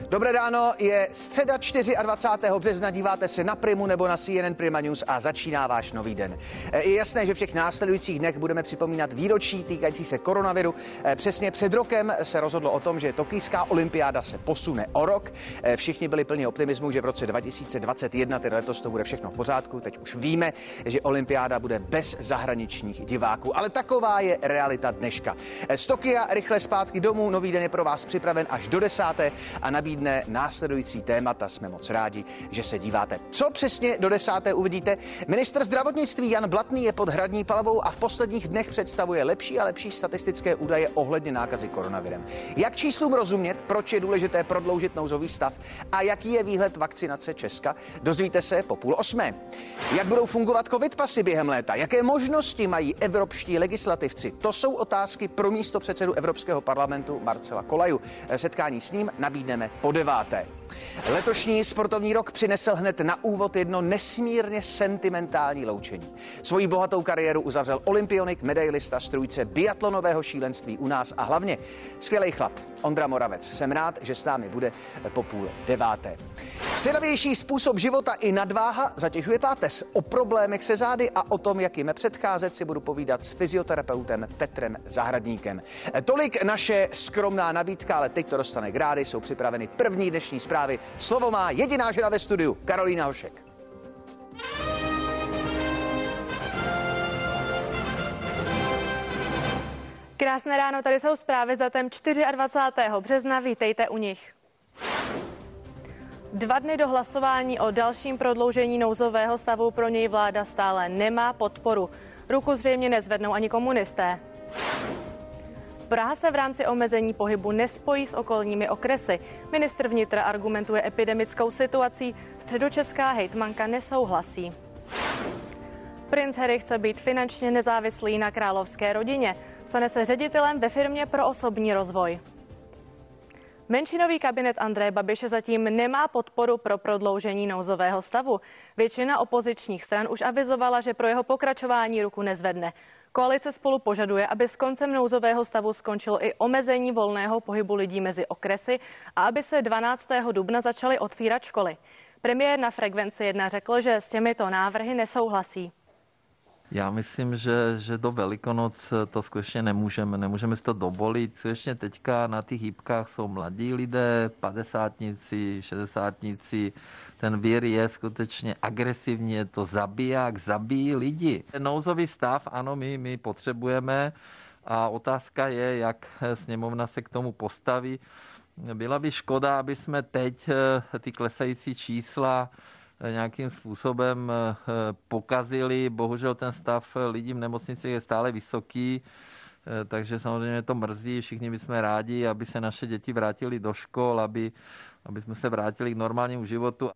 Dobré ráno, je středa 24. března, díváte se na Primu nebo na CNN Prima News a začíná váš nový den. Je jasné, že v těch následujících dnech budeme připomínat výročí týkající se koronaviru. Přesně před rokem se rozhodlo o tom, že tokijská olympiáda se posune o rok. Všichni byli plní optimismu, že v roce 2021, tedy letos, to bude všechno v pořádku. Teď už víme, že olympiáda bude bez zahraničních diváků, ale taková je realita dneška. Z Tokia rychle zpátky domů, nový den je pro vás připraven až do 10. a nabídne následující témata. Jsme moc rádi, že se díváte. Co přesně do 10. uvidíte? Ministr zdravotnictví Jan Blatný je pod hradní palbou a v posledních dnech představuje lepší a lepší statistické údaje ohledně nákazy koronavirem. Jak číslům rozumět, proč je důležité prodloužit nouzový stav a jaký je výhled vakcinace Česka? Dozvíte se po 7:30. Jak budou fungovat covid pasy během léta? Jaké možnosti mají evropští legislativci? To jsou otázky pro místopředsedu Evropského parlamentu Marcela Kolaju. Setkání s ním nabídneme po 9. Letošní sportovní rok přinesl hned na úvod jedno nesmírně sentimentální loučení. Svoji bohatou kariéru uzavřel olympionik, medailista z trojce biatlonového šílenství u nás a hlavně skvělý chlap Ondra Moravec. Jsem rád, že s námi bude po 8:30. Silavější způsob života i nadváha zatěžuje páteř. O problémech se zády a o tom, jak jim předcházet, si budu povídat s fyzioterapeutem Petrem Zahradníkem. Tolik naše skromná nabídka, ale teď to dostane grády, jsou připraveny první dnešní zprávy. Slovo má jediná žena ve studiu, Karolína Hošek. Krásné ráno, tady jsou zprávy s datem 24. března, vítejte u nich. 2 dny do hlasování o dalším prodloužení nouzového stavu pro něj vláda stále nemá podporu. Ruku zřejmě nezvednou ani komunisté. Praha se v rámci omezení pohybu nespojí s okolními okresy. Ministr vnitra argumentuje epidemickou situací, středočeská hejtmanka nesouhlasí. Princ Harry chce být finančně nezávislý na královské rodině. Stane se ředitelem ve firmě pro osobní rozvoj. Menšinový kabinet Andreje Babiše zatím nemá podporu pro prodloužení nouzového stavu. Většina opozičních stran už avizovala, že pro jeho pokračování ruku nezvedne. Koalice Spolu požaduje, aby s koncem nouzového stavu skončilo i omezení volného pohybu lidí mezi okresy a aby se 12. dubna začaly otvírat školy. Premiér na Frekvenci 1 řekl, že s těmito návrhy nesouhlasí. Já myslím, že do Velikonoc to skutečně nemůžeme si to dovolit. Skutečně teďka na těch hýbkách jsou mladí lidé, 50-tníci, 60-tníci. Ten vír je skutečně agresivní, je to zabiják, zabíjí lidi. Nouzový stav, ano, my potřebujeme a otázka je, jak sněmovna se k tomu postaví. Byla by škoda, aby jsme teď ty klesající čísla nějakým způsobem pokazili. Bohužel ten stav lidí v nemocnici je stále vysoký, takže samozřejmě to mrzí. Všichni bychom rádi, aby se naše děti vrátily do škol, aby jsme se vrátili k normálnímu životu.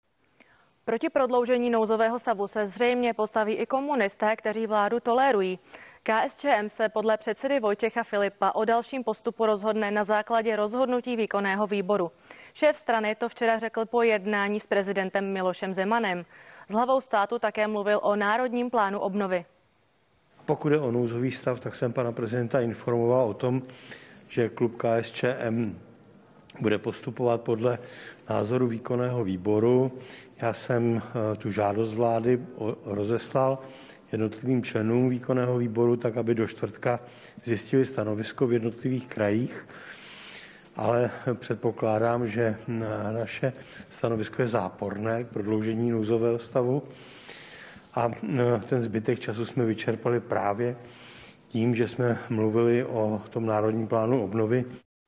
Proti prodloužení nouzového stavu se zřejmě postaví i komunisté, kteří vládu tolerují. KSČM se podle předsedy Vojtěcha Filipa o dalším postupu rozhodne na základě rozhodnutí výkonného výboru. Šéf strany to včera řekl po jednání s prezidentem Milošem Zemanem. S hlavou státu také mluvil o národním plánu obnovy. Pokud je o nouzový stav, tak jsem pana prezidenta informoval o tom, že klub KSČM bude postupovat podle názoru výkonného výboru. Já jsem tu žádost vlády rozeslal jednotlivým členům výkonného výboru, tak aby do čtvrtka zjistili stanovisko v jednotlivých krajích, ale předpokládám, že naše stanovisko je záporné k prodloužení nouzového stavu a ten zbytek času jsme vyčerpali právě tím, že jsme mluvili o tom národním plánu obnovy.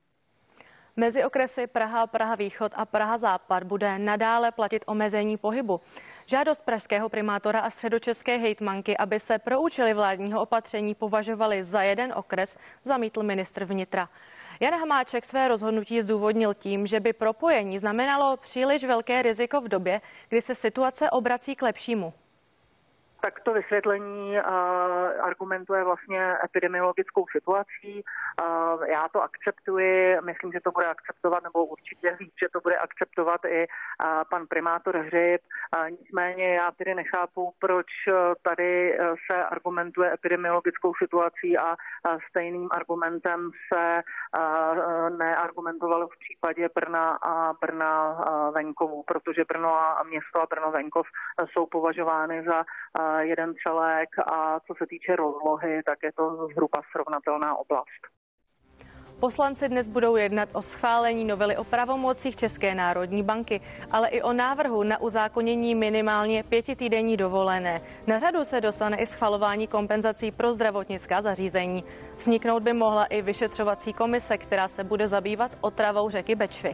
Mezi okresy Praha, Praha Východ a Praha Západ bude nadále platit omezení pohybu. Žádost pražského primátora a středočeské hejtmanky, aby se pro účely vládního opatření považovali za jeden okres, zamítl ministr vnitra. Jan Hamáček své rozhodnutí zdůvodnil tím, že by propojení znamenalo příliš velké riziko v době, kdy se situace obrací k lepšímu. Tak to vysvětlení argumentuje vlastně epidemiologickou situací. Já to akceptuji, myslím, že to bude akceptovat, nebo určitě víc, že to bude akceptovat i pan primátor Hřib. Nicméně já tedy nechápu, proč tady se argumentuje epidemiologickou situací a stejným argumentem se neargumentovalo v případě Brna a Brna venkovu, protože Brno a město a Brno venkov jsou považovány za jeden celek a co se týče rozlohy, tak je to zhruba srovnatelná oblast. Poslanci dnes budou jednat o schválení novely o pravomocích České národní banky, ale i o návrhu na uzákonění minimálně 5týdenní dovolené. Na řadu se dostane i schvalování kompenzací pro zdravotnická zařízení. Vzniknout by mohla i vyšetřovací komise, která se bude zabývat otravou řeky Bečvy.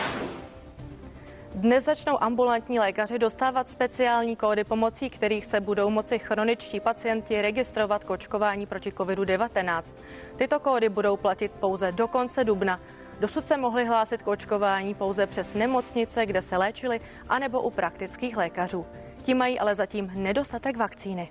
Dnes začnou ambulantní lékaři dostávat speciální kódy, pomocí kterých se budou moci chroničtí pacienti registrovat k očkování proti COVID-19. Tyto kódy budou platit pouze do konce dubna. Dosud se mohli hlásit k očkování pouze přes nemocnice, kde se léčili, anebo u praktických lékařů. Ti mají ale zatím nedostatek vakcíny.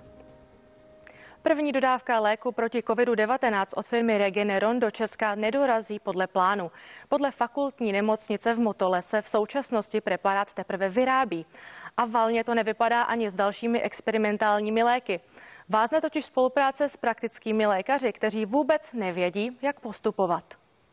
První dodávka léku proti COVID-19 od firmy Regeneron do Česka nedorazí podle plánu. Podle fakultní nemocnice v Motole se v současnosti preparát teprve vyrábí. A valně to nevypadá ani s dalšími experimentálními léky. Vázne totiž spolupráce s praktickými lékaři, kteří vůbec nevědí, jak postupovat.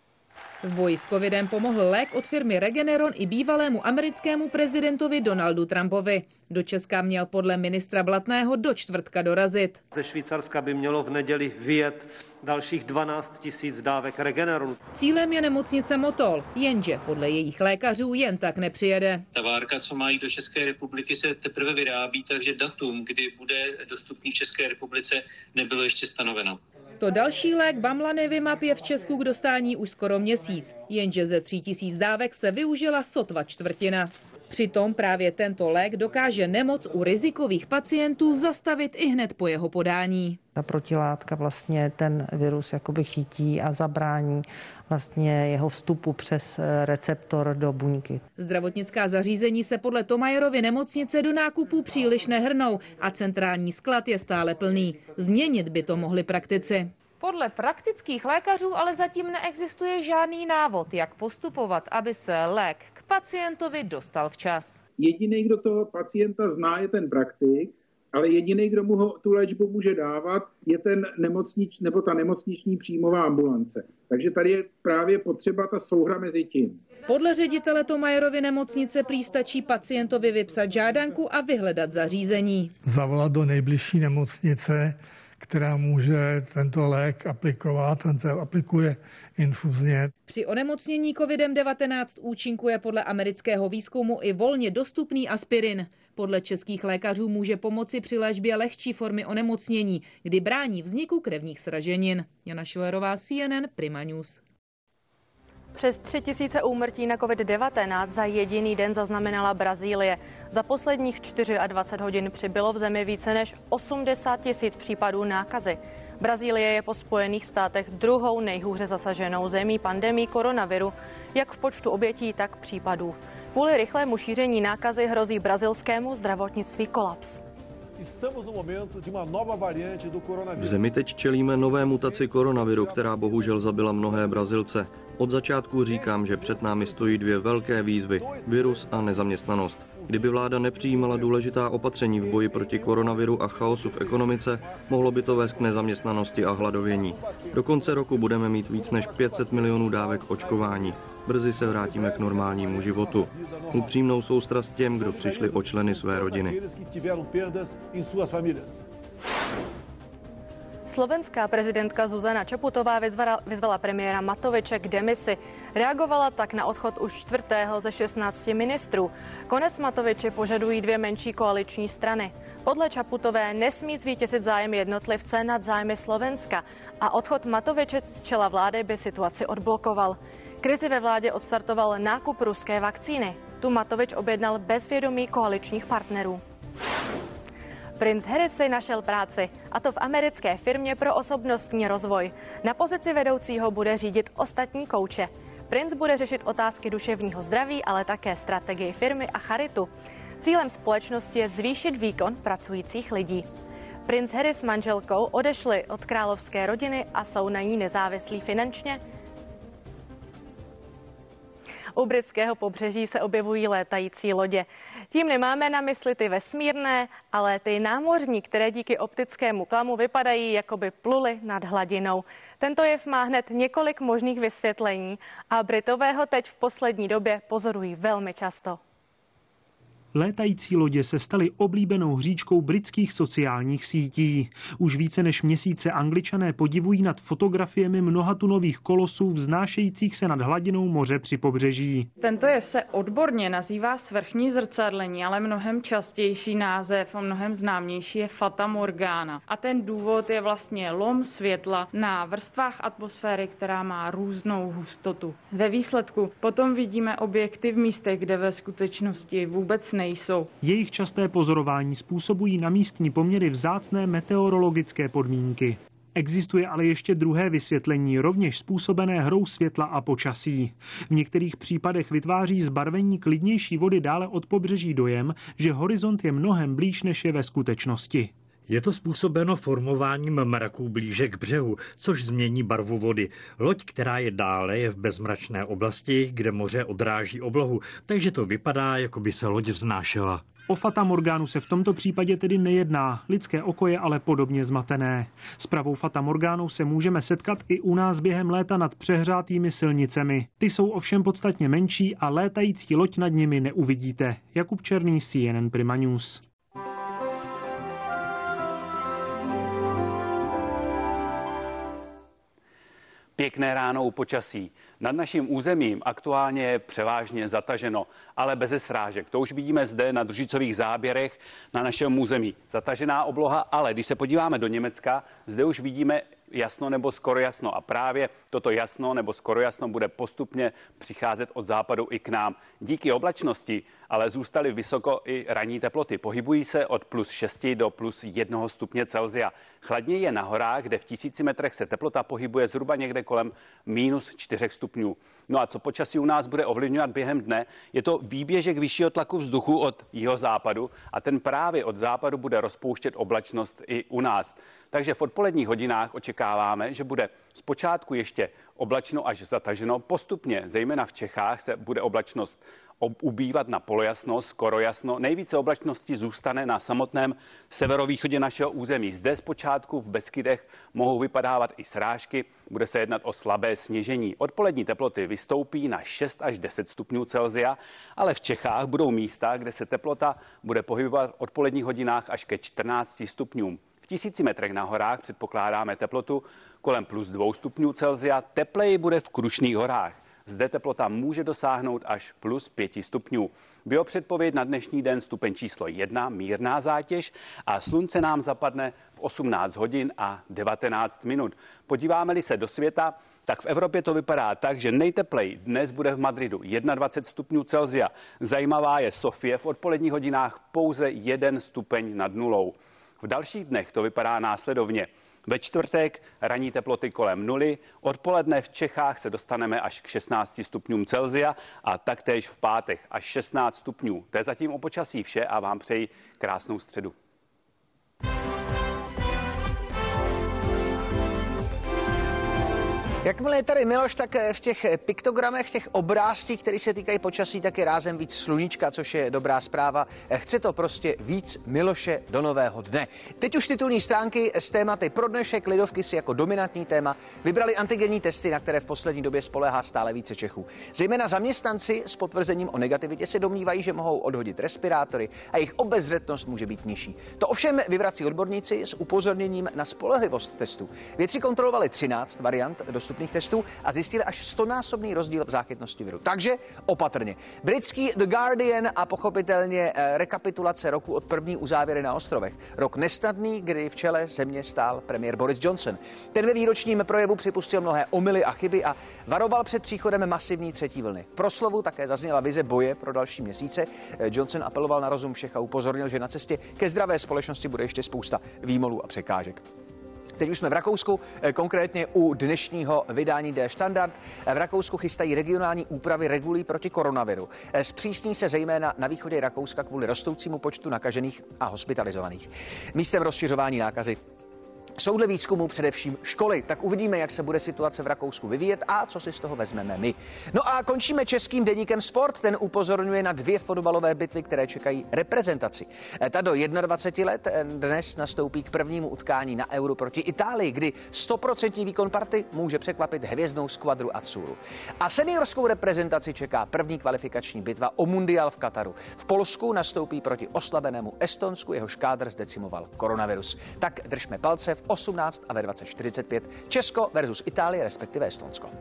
V boji s covidem pomohl lék od firmy Regeneron i bývalému americkému prezidentovi Donaldu Trumpovi. Do Česka měl podle ministra Blatného do čtvrtka dorazit. Ze Švýcarska by mělo v neděli vyjet dalších 12 000 dávek Regeneronu. Cílem je nemocnice Motol, jenže podle jejich lékařů jen tak nepřijede. Ta várka, co mají do České republiky, se teprve vyrábí, takže datum, kdy bude dostupný v České republice, nebylo ještě stanoveno. To další lék Bamlanivimab je v Česku k dostání už skoro měsíc, jenže ze 3000 dávek se využila sotva čtvrtina. Přitom právě tento lék dokáže nemoc u rizikových pacientů zastavit i hned po jeho podání. Ta protilátka vlastně ten virus jakoby chytí a zabrání vlastně jeho vstupu přes receptor do buňky. Zdravotnická zařízení se podle Thomayerovy nemocnice do nákupů příliš nehrnou a centrální sklad je stále plný. Změnit by to mohli praktici. Podle praktických lékařů ale zatím neexistuje žádný návod, jak postupovat, aby se lék k pacientovi dostal včas. Jediný, kdo toho pacienta zná, je ten praktik, ale jediný, kdo mu tu léčbu může dávat, je ten ta nemocniční příjmová ambulance. Takže tady je právě potřeba ta souhra mezi tím. Podle ředitele Thomayerovy nemocnice prý stačí pacientovi vypsat žádanku a vyhledat zařízení. Zavolat do nejbližší nemocnice, která může tento lék aplikovat, ten se aplikuje infuzně. Při onemocnění COVID-19 účinkuje podle amerického výzkumu i volně dostupný aspirin. Podle českých lékařů může pomoci při léčbě lehčí formy onemocnění, kdy brání vzniku krevních sraženin. Jana Šilerová, CNN, Prima News. Přes 3000 úmrtí na COVID-19 za jediný den zaznamenala Brazílie. Za posledních 24 hodin přibylo v zemi více než 80 000 případů nákazy. Brazílie je po Spojených státech druhou nejhůře zasaženou zemí pandemii koronaviru, jak v počtu obětí, tak případů. Kvůli rychlému šíření nákazy hrozí brazilskému zdravotnictví kolaps. V zemi teď čelíme nové mutaci koronaviru, která bohužel zabila mnohé Brazilce. Od začátku říkám, že před námi stojí dvě velké výzvy, virus a nezaměstnanost. Kdyby vláda nepřijímala důležitá opatření v boji proti koronaviru a chaosu v ekonomice, mohlo by to vést k nezaměstnanosti a hladovění. Do konce roku budeme mít víc než 500 milionů dávek očkování. Brzy se vrátíme k normálnímu životu. Upřímnou soustrast těm, kdo přišli o členy své rodiny. Slovenská prezidentka Zuzana Čaputová vyzvala premiéra Matoviče k demisi. Reagovala tak na odchod už 4. ze 16 ministrů. Konec Matoviče požadují dvě menší koaliční strany. Podle Čaputové nesmí zvítězit zájem jednotlivce nad zájmy Slovenska a odchod Matoviče z čela vlády by situaci odblokoval. Krizi ve vládě odstartoval nákup ruské vakcíny. Tu Matovič objednal bez vědomí koaličních partnerů. Princ Harry si našel práci, a to v americké firmě pro osobnostní rozvoj. Na pozici vedoucího bude řídit ostatní kouče. Princ bude řešit otázky duševního zdraví, ale také strategii firmy a charitu. Cílem společnosti je zvýšit výkon pracujících lidí. Princ Harry s manželkou odešli od královské rodiny a jsou na ní nezávislí finančně? U britského pobřeží se objevují létající lodě. Tím nemáme na mysli ty vesmírné, ale ty námořní, které díky optickému klamu vypadají, jako by pluly nad hladinou. Tento jev má hned několik možných vysvětlení a Britové ho teď v poslední době pozorují velmi často. Létající lodě se staly oblíbenou hříčkou britských sociálních sítí. Už více než měsíc se Angličané podivují nad fotografiemi mnohatunových kolosů vznášejících se nad hladinou moře při pobřeží. Tento jev se odborně nazývá svrchní zrcadlení, ale mnohem častější název a mnohem známější je Fata Morgana. A ten důvod je vlastně lom světla na vrstvách atmosféry, která má různou hustotu. Ve výsledku potom vidíme objekty v místech, kde ve skutečnosti vůbec nejsou. Jejich časté pozorování způsobují na místní poměry vzácné meteorologické podmínky. Existuje ale ještě druhé vysvětlení, rovněž způsobené hrou světla a počasí. V některých případech vytváří zbarvení klidnější vody dále od pobřeží dojem, že horizont je mnohem blíž, než je ve skutečnosti. Je to způsobeno formováním mraků blíže k břehu, což změní barvu vody. Loď, která je dále, je v bezmračné oblasti, kde moře odráží oblohu, takže to vypadá, jako by se loď vznášela. O Fata Morganu se v tomto případě tedy nejedná, lidské oko je ale podobně zmatené. S pravou Fata Morganou se můžeme setkat i u nás během léta nad přehřátými silnicemi. Ty jsou ovšem podstatně menší a létající loď nad nimi neuvidíte. Jakub Černý, CNN Prima News. Pěkné ráno u počasí. Nad naším územím aktuálně je převážně zataženo, ale beze srážek. To už vidíme zde na družicových záběrech na našem území. Zatažená obloha, ale když se podíváme do Německa, zde už vidíme jasno nebo skoro jasno a právě toto jasno nebo skoro jasno bude postupně přicházet od západu i k nám. Díky oblačnosti ale zůstaly vysoko i ranní teploty. Pohybují se od +6 do +1 stupně Celsia. Chladněji je na horách, kde v 1000 metrech se teplota pohybuje zhruba někde kolem -4 stupňů. No a co počasí u nás bude ovlivňovat během dne, je to výběžek vyššího tlaku vzduchu od jihozápadu a ten právě od západu bude rozpouštět oblačnost i u nás. Takže v odpoledních hodinách očekáváme, že bude zpočátku ještě oblačno až zataženo. Postupně, zejména v Čechách, se bude oblačnost ubývat na polojasno, skoro jasno. Nejvíce oblačnosti zůstane na samotném severovýchodě našeho území. Zde zpočátku v Beskydech mohou vypadávat i srážky. Bude se jednat o slabé sněžení. Odpolední teploty vystoupí na 6 až 10 stupňů Celsia, ale v Čechách budou místa, kde se teplota bude pohybovat v odpoledních hodinách až ke 14 stupňům. V 1000 metrech na horách předpokládáme teplotu kolem +2 stupňů Celsia. Tepleji bude v Krušných horách. Zde teplota může dosáhnout až +5 stupňů. Biopředpověď na dnešní den stupeň číslo 1, mírná zátěž a slunce nám zapadne v 18 hodin a 19 minut. Podíváme-li se do světa, tak v Evropě to vypadá tak, že nejtepleji dnes bude v Madridu 21 stupňů Celsia. Zajímavá je Sofie, v odpoledních hodinách pouze 1 stupeň nad nulou. V dalších dnech to vypadá následovně. Ve čtvrtek ranní teploty kolem 0, odpoledne v Čechách se dostaneme až k 16 stupňům Celsia a taktéž v pátek až 16 stupňů. To je zatím o počasí vše a vám přeji krásnou středu. Jakmile je tady Miloš, tak v těch piktogramech, těch obrázcích, které se týkají počasí, tak je rázem víc sluníčka, což je dobrá zpráva. Chce to prostě víc Miloše do nového dne. Teď už titulní stránky s tématy pro dnešek Lidovky si jako dominantní téma vybrali antigenní testy, na které v poslední době spoléhá stále více Čechů. Zejména zaměstnanci s potvrzením o negativitě se domnívají, že mohou odhodit respirátory a jejich obezřetnost může být nižší. To ovšem vyvrací odborníci s upozorněním na spolehlivost testů. Vědci kontrolovali 13 variant dostupných testů a zjistili až 100násobný rozdíl v záchytnosti viru. Takže opatrně. Britský The Guardian a pochopitelně rekapitulace roku od první uzávěry na ostrovech. Rok nesnadný, kdy v čele země stál premiér Boris Johnson. Ten ve výročním projevu připustil mnohé omyly a chyby a varoval před příchodem masivní třetí vlny. V proslovu také zazněla vize boje pro další měsíce. Johnson apeloval na rozum všech a upozornil, že na cestě ke zdravé společnosti bude ještě spousta výmolů a překážek. Teď už jsme v Rakousku, konkrétně u dnešního vydání Der Standard. V Rakousku chystají regionální úpravy regulí proti koronaviru. Zpřísní se zejména na východě Rakouska kvůli rostoucímu počtu nakažených a hospitalizovaných. Místem rozšiřování nákazy jsou dle výzkumu především školy. Tak uvidíme, jak se bude situace v Rakousku vyvíjet a co si z toho vezmeme my. No a končíme českým deníkem Sport. Ten upozorňuje na 2 fotbalové bitvy, které čekají reprezentaci. Ta do 21 let dnes nastoupí k prvnímu utkání na Euro proti Itálii, kdy 100% výkon party může překvapit hvězdnou skvadru Azzurru. A seniorskou reprezentaci čeká první kvalifikační bitva o mundial v Kataru. V Polsku nastoupí proti oslabenému Estonsku, jehož kádr zdecimoval koronavirus. Tak držme palce v 18 a ve 20:45 Česko versus Itálie, respektive Estonsko.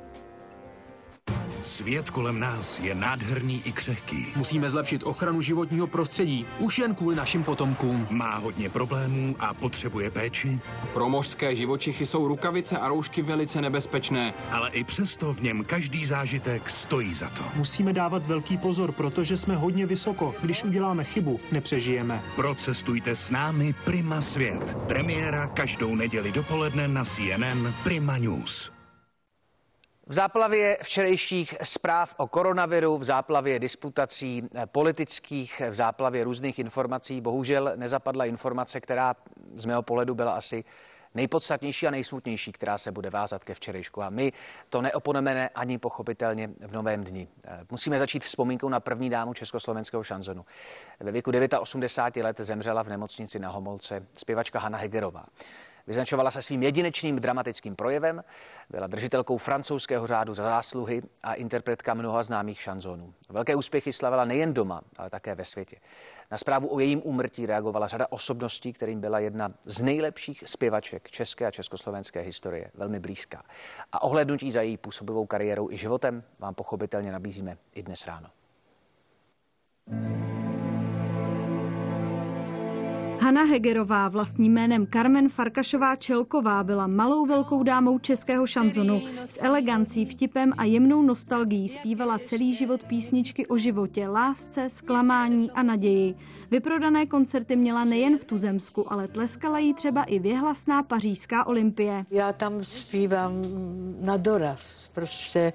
Svět kolem nás je nádherný i křehký. Musíme zlepšit ochranu životního prostředí, už jen kvůli našim potomkům. Má hodně problémů a potřebuje péči. Pro mořské živočichy jsou rukavice a roušky velice nebezpečné. Ale i přesto v něm každý zážitek stojí za to. Musíme dávat velký pozor, protože jsme hodně vysoko. Když uděláme chybu, nepřežijeme. Procestujte s námi Prima Svět. Premiéra každou neděli dopoledne na CNN Prima News. V záplavě včerejších zpráv o koronaviru, v záplavě disputací politických, v záplavě různých informací bohužel nezapadla informace, která z mého pohledu byla asi nejpodstatnější a nejsmutnější, která se bude vázat ke včerejšku. A my to neopomeneme ani pochopitelně v novém dni. Musíme začít vzpomínkou na první dámu československého šanzonu. Ve věku 89 let zemřela v nemocnici na Homolce zpěvačka Hana Hegerová. Vyznačovala se svým jedinečným dramatickým projevem, byla držitelkou francouzského řádu za zásluhy a interpretka mnoha známých šanzónů. Velké úspěchy slavila nejen doma, ale také ve světě. Na zprávu o jejím úmrtí reagovala řada osobností, kterým byla jedna z nejlepších zpěvaček české a československé historie velmi blízká. A ohlédnutí za její působivou kariérou i životem vám pochopitelně nabízíme i dnes ráno. Hana Hegerová, vlastním jménem Carmen Farkašová-Čelková, byla malou velkou dámou českého šanzonu. S elegancí, vtipem a jemnou nostalgií zpívala celý život písničky o životě, lásce, zklamání a naději. Vyprodané koncerty měla nejen v tuzemsku, ale tleskala jí třeba i věhlasná pařížská Olympie. Já tam zpívám na doraz, prostě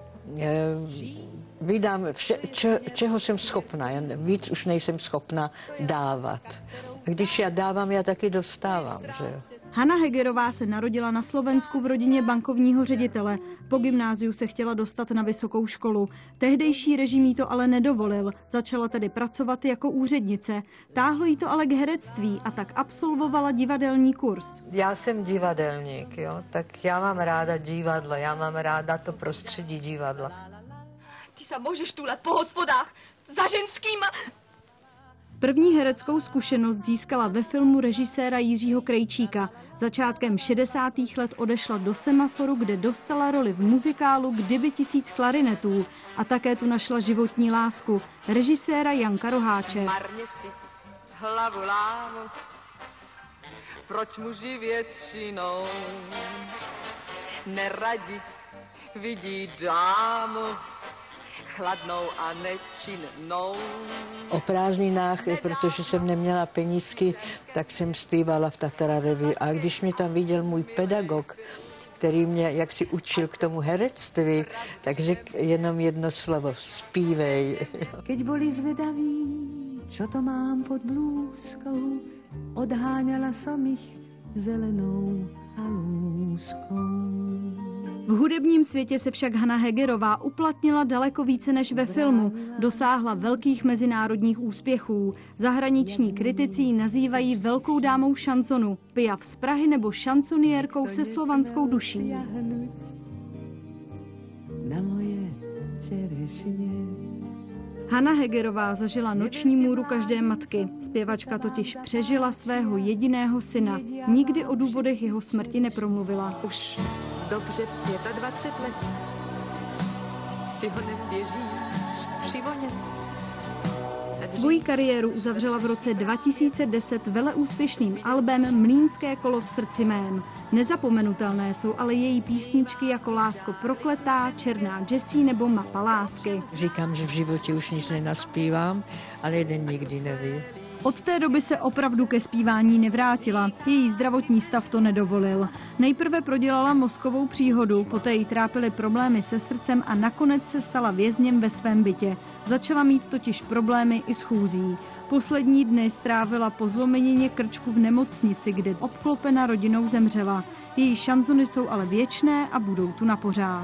vydám čeho jsem schopna, já víc už nejsem schopna dávat. A když já dávám, já taky dostávám, že jo. Hana Hegerová se narodila na Slovensku v rodině bankovního ředitele. Po gymnáziu se chtěla dostat na vysokou školu. Tehdejší režim jí to ale nedovolil. Začala tedy pracovat jako úřednice. Táhlo jí to ale k herectví a tak absolvovala divadelní kurz. Já jsem divadelník, jo, tak já mám ráda divadlo, já mám ráda to prostředí divadla. Ty se můžeš túlet po hospodách za ženskýma. První hereckou zkušenost získala ve filmu režiséra Jiřího Krejčíka. Začátkem 60. let odešla do Semaforu, kde dostala roli v muzikálu Kdyby 1000 klarinetů a také tu našla životní lásku režiséra Janka Roháče. Marně si hlavu lámu, proč muži většinou neradi vidí dámu chladnou a nečinnou. O prázdninách, protože jsem neměla penízky, tak jsem zpívala v Tatara Revue. A když mě tam viděl můj pedagog, který mě jaksi učil k tomu herectví, tak řekl jenom jedno slovo, zpívej. Keď boli zvedaví, čo to mám pod blúzkou, odháňala som ich zelenou halúskou. V hudebním světě se však Hana Hegerová uplatnila daleko více než ve filmu. Dosáhla velkých mezinárodních úspěchů. Zahraniční kritici ji nazývají velkou dámou šansonu, pijav z Prahy nebo šansoniérkou se slovanskou duší. Na moje čerešně. Hana Hegerová zažila noční můru každé matky. Zpěvačka totiž přežila svého jediného syna. Nikdy o důvodech jeho smrti nepromluvila. Už dobře 25 let si ho neběžíš přivonět. Svoji kariéru uzavřela v roce 2010 veleúspěšným albem Mlýnské kolo v srdci mém. Nezapomenutelné jsou ale její písničky jako Lásko prokletá, Černá Jessie nebo Mapa lásky. Říkám, že v životě už nic nenaspívám, ale jeden nikdy neví. Od té doby se opravdu ke zpívání nevrátila. Její zdravotní stav to nedovolil. Nejprve prodělala mozkovou příhodu, poté jí trápily problémy se srdcem a nakonec se stala vězněm ve svém bytě. Začala mít totiž problémy i s chůzí. Poslední dny strávila po zlomenině krčku v nemocnici, kde obklopena rodinou zemřela. Její šanzony jsou ale věčné a budou tu na pořád.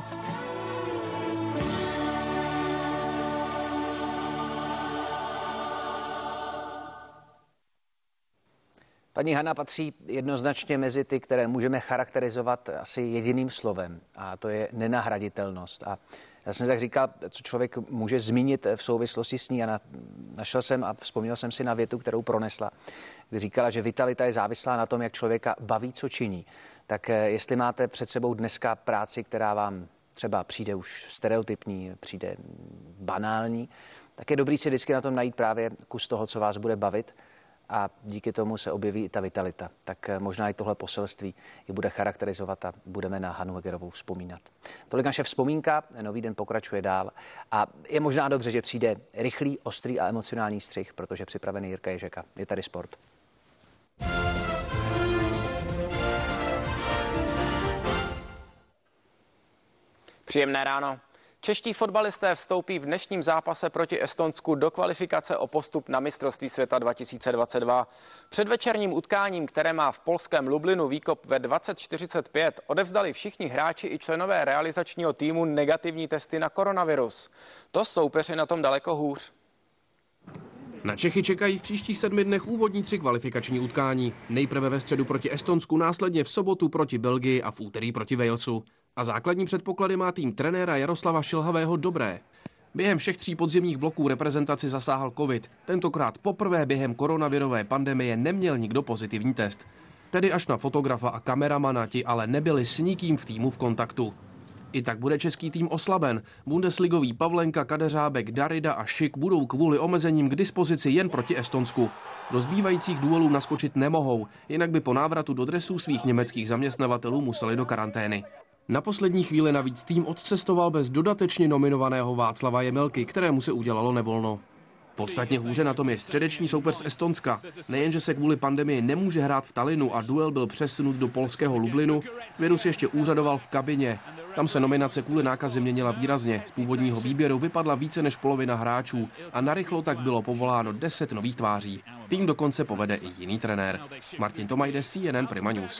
Paní Hana patří jednoznačně mezi ty, které můžeme charakterizovat asi jediným slovem, a to je nenahraditelnost. A já jsem tak říkal, co člověk může zmínit v souvislosti s ní, a našel jsem a vzpomněl jsem si na větu, kterou pronesla, kdy říkala, že vitalita je závislá na tom, jak člověka baví, co činí. Tak jestli máte před sebou dneska práci, která vám třeba přijde už stereotypní, přijde banální, tak je dobrý si vždycky na tom najít právě kus toho, co vás bude bavit, a díky tomu se objeví i ta vitalita. Tak možná i tohle poselství ji bude charakterizovat a budeme na Hanu Hegerovou vzpomínat. Tolik naše vzpomínka, Nový den pokračuje dál a je možná dobře, že přijde rychlý, ostrý a emocionální střih, protože připravený Jirka Ježeka. Je tady sport. Příjemné ráno. Čeští fotbalisté vstoupí v dnešním zápase proti Estonsku do kvalifikace o postup na mistrovství světa 2022. Před večerním utkáním, které má v polském Lublinu výkop ve 20:45, odevzdali všichni hráči i členové realizačního týmu negativní testy na koronavirus. To soupeři na tom daleko hůř. Na Čechy čekají v příštích 7 dnech úvodní 3 kvalifikační utkání. Nejprve ve středu proti Estonsku, následně v sobotu proti Belgii a v úterý proti Walesu. A základní předpoklady má tým trenéra Jaroslava Šilhavého dobré. Během všech 3 podzimních bloků reprezentaci zasáhl covid. Tentokrát poprvé během koronavirové pandemie neměl nikdo pozitivní test. Tedy až na fotografa a kameramana, ti ale nebyli s nikým v týmu v kontaktu. I tak bude český tým oslaben. Bundesligoví Pavlenka, Kadeřábek, Darida a Šik budou kvůli omezením k dispozici jen proti Estonsku. Do zbývajících duelů naskočit nemohou, jinak by po návratu do dresů svých německých zaměstnavatelů museli do karantény. Na poslední chvíli navíc tým odcestoval bez dodatečně nominovaného Václava Jemelky, kterému se udělalo nevolno. Podstatně hůře na tom je středeční soupeř z Estonska. Nejenže se kvůli pandemii nemůže hrát v Tallinnu a duel byl přesunut do polského Lublinu, virus ještě úřadoval v kabině. Tam se nominace kvůli nákaze měnila výrazně. Z původního výběru vypadla více než polovina hráčů a narychlo tak bylo povoláno 10 nových tváří. Tým dokonce povede i jiný trenér. Martin Tomajdes, CNN Prima News.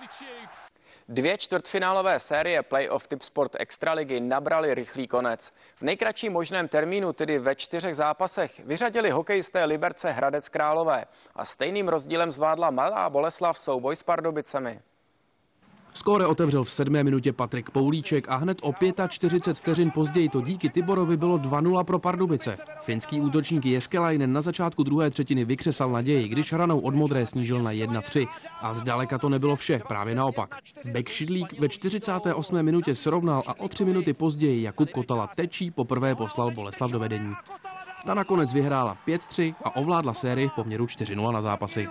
2 čtvrtfinálové série Playoff Tipsport Extraligy nabrali rychlý konec. V nejkratším možném termínu, tedy ve 4 zápasech, vyřadili hokejisté Liberce Hradec Králové a stejným rozdílem zvládla Mladá Boleslav souboj s Pardubicemi. Skóre otevřel v 7. minutě Patrik Poulíček a hned o 45 vteřin později to díky Tiborovi bylo 2-0 pro Pardubice. Finský útočník Jeskelainen na začátku druhé třetiny vykřesal naději, když ranou od modré snížil na 1-3. A zdaleka to nebylo vše, právě naopak. Bek Šidlík ve 48. minutě srovnal a o 3 minuty později Jakub Kotala tečí poprvé poslal Boleslav do vedení. Ta nakonec vyhrála 5-3 a ovládla sérii v poměru 4-0 na zápasy.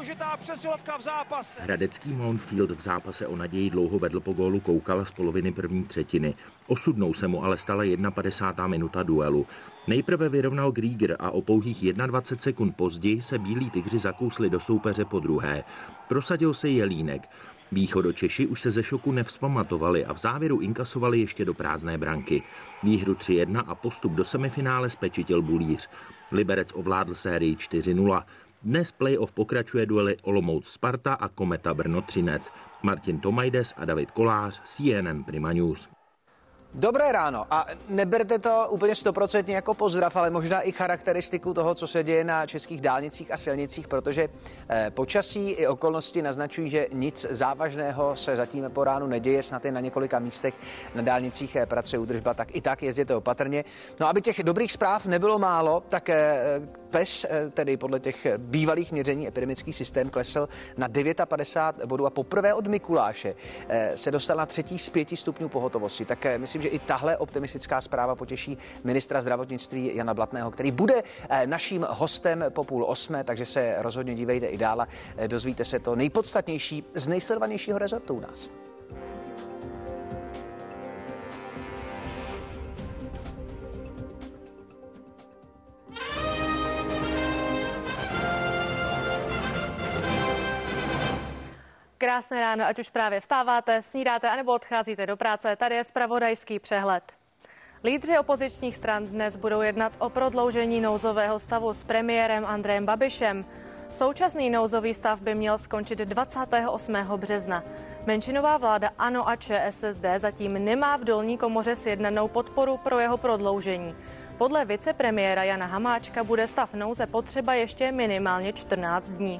Hradecký Mountfield v zápase o naději dlouho vedl po gólu Koukala z poloviny první třetiny. Osudnou se mu ale stala 51. minuta duelu. Nejprve vyrovnal Grieger a o pouhých 21 sekund později se bílí tygři zakousli do soupeře po druhé. Prosadil se Jelínek. Východočeši už se ze šoku nevzpamatovali a v závěru inkasovali ještě do prázdné branky. Výhru 3-1 a postup do semifinále zpečetil Bulíř. Liberec ovládl sérii 4-0. Dnes playoff pokračuje duely Olomouc Sparta a Kometa Brno Třinec. Martin Tomajdes a David Kolář, CNN Prima News. Dobré ráno a neberte to úplně 100% jako pozdrav, ale možná i charakteristiku toho, co se děje na českých dálnicích a silnicích, protože počasí i okolnosti naznačují, že nic závažného se zatím po ránu neděje, snad je na několika místech na dálnicích pracuje údržba, tak i tak jezděte opatrně. No, aby těch dobrých zpráv nebylo málo, tak PES, tedy podle těch bývalých měření, epidemický systém klesl na 59 bodů a poprvé od Mikuláše se dostal na 3. z 5 stupňů pohotovosti. Tak myslím, že i tahle optimistická zpráva potěší ministra zdravotnictví Jana Blatného, který bude naším hostem po 7:30, takže se rozhodně dívejte i dál a dozvíte se to nejpodstatnější z nejsledovanějšího rezortu u nás. Krásné ráno, ať už právě vstáváte, snídáte anebo odcházíte do práce. Tady je zpravodajský přehled. Lídři opozičních stran dnes budou jednat o prodloužení nouzového stavu s premiérem Andrejem Babišem. Současný nouzový stav by měl skončit 28. března. Menšinová vláda ANO a ČSSD zatím nemá v dolní komoře sjednanou podporu pro jeho prodloužení. Podle vicepremiéra Jana Hamáčka bude stav nouze potřeba ještě minimálně 14 dní.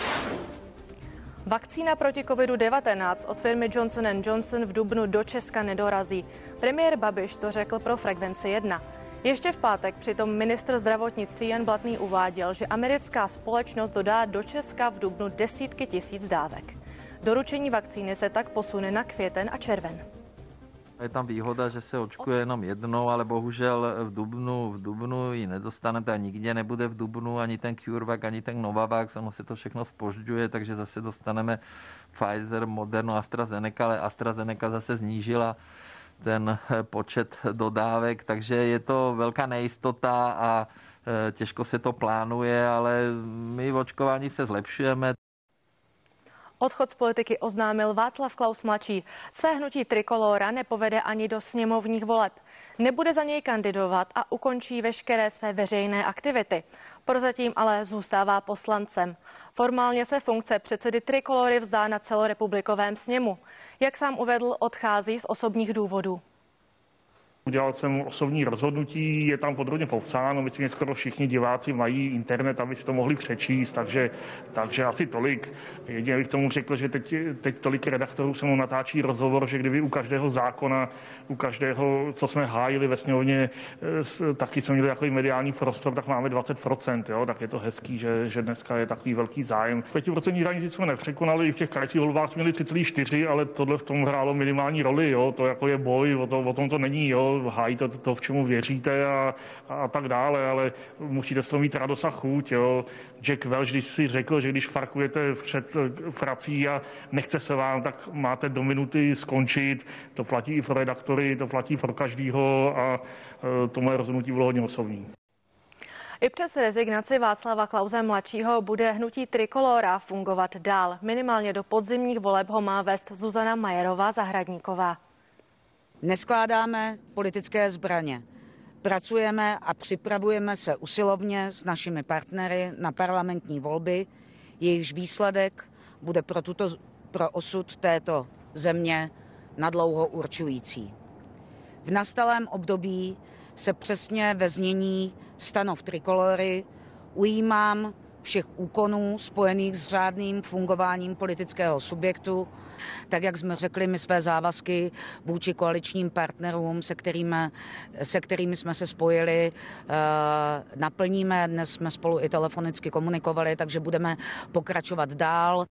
Vakcína proti covidu-19 od firmy Johnson & Johnson v dubnu do Česka nedorazí. Premiér Babiš to řekl pro Frekvenci 1. Ještě v pátek přitom ministr zdravotnictví Jan Blatný uváděl, že americká společnost dodá do Česka v dubnu desítky tisíc dávek. Doručení vakcíny se tak posune na květen a červen. Je tam výhoda, že se očkuje jenom jednou, ale bohužel v dubnu ji nedostanete a nikde nebude v dubnu ani ten CureVac, ani ten Novavax, ono se to všechno zpožďuje, takže zase dostaneme Pfizer, Moderna, AstraZeneca, ale AstraZeneca zase znížila ten počet dodávek, takže je to velká nejistota a těžko se to plánuje, ale my v očkování se zlepšujeme. Odchod z politiky oznámil Václav Klaus mladší. Své hnutí Trikolóra nepovede ani do sněmovních voleb. Nebude za něj kandidovat a ukončí veškeré své veřejné aktivity. Prozatím ale zůstává poslancem. Formálně se funkce předsedy Trikolory vzdá na celorepublikovém sněmu. Jak sám uvedl, odchází z osobních důvodů. Udělal jsem osobní rozhodnutí, je tam podrobně popsáno, myslím, že skoro všichni diváci mají internet, aby si to mohli přečíst, takže asi tolik. Jedině bych tomu řekl, že teď tolik redaktorů se mnou natáčí rozhovor, že kdyby u každého zákona, u každého, co jsme hájili ve sněmovně, taky jsme měli takový mediální prostor, tak máme 20%, jo? Tak je to hezký, že dneska je takový velký zájem. 5% hranici jsme nepřekonali, i v těch krajských volbách jsme měli 3,4, ale tohle v tom hrálo minimální roli, jo? To jako je boj, o tom to není, jo? Hájí to, v čemu věříte a tak dále, ale musíte s toho mít radost a chuť. Jo. Jack Welch, když si řekl, že když farkujete před frací a nechce se vám, tak máte do minuty skončit. To platí i pro redaktory, to platí pro každýho a to moje rozhodnutí bylo hodně osobní. I přes rezignaci Václava Klause mladšího bude hnutí Trikolóra fungovat dál. Minimálně do podzimních voleb ho má vést Zuzana Majerová-Zahradníková. Neskládáme politické zbraně. Pracujeme a připravujeme se usilovně s našimi partnery na parlamentní volby. Jejichž výsledek bude pro osud této země nadlouho určující. V nastalém období se přesně ve znění stanov Trikolory ujímám všech úkonů spojených s řádným fungováním politického subjektu. Tak, jak jsme řekli, my své závazky vůči koaličním partnerům, se kterými jsme se spojili, naplníme. Dnes jsme spolu i telefonicky komunikovali, takže budeme pokračovat dál.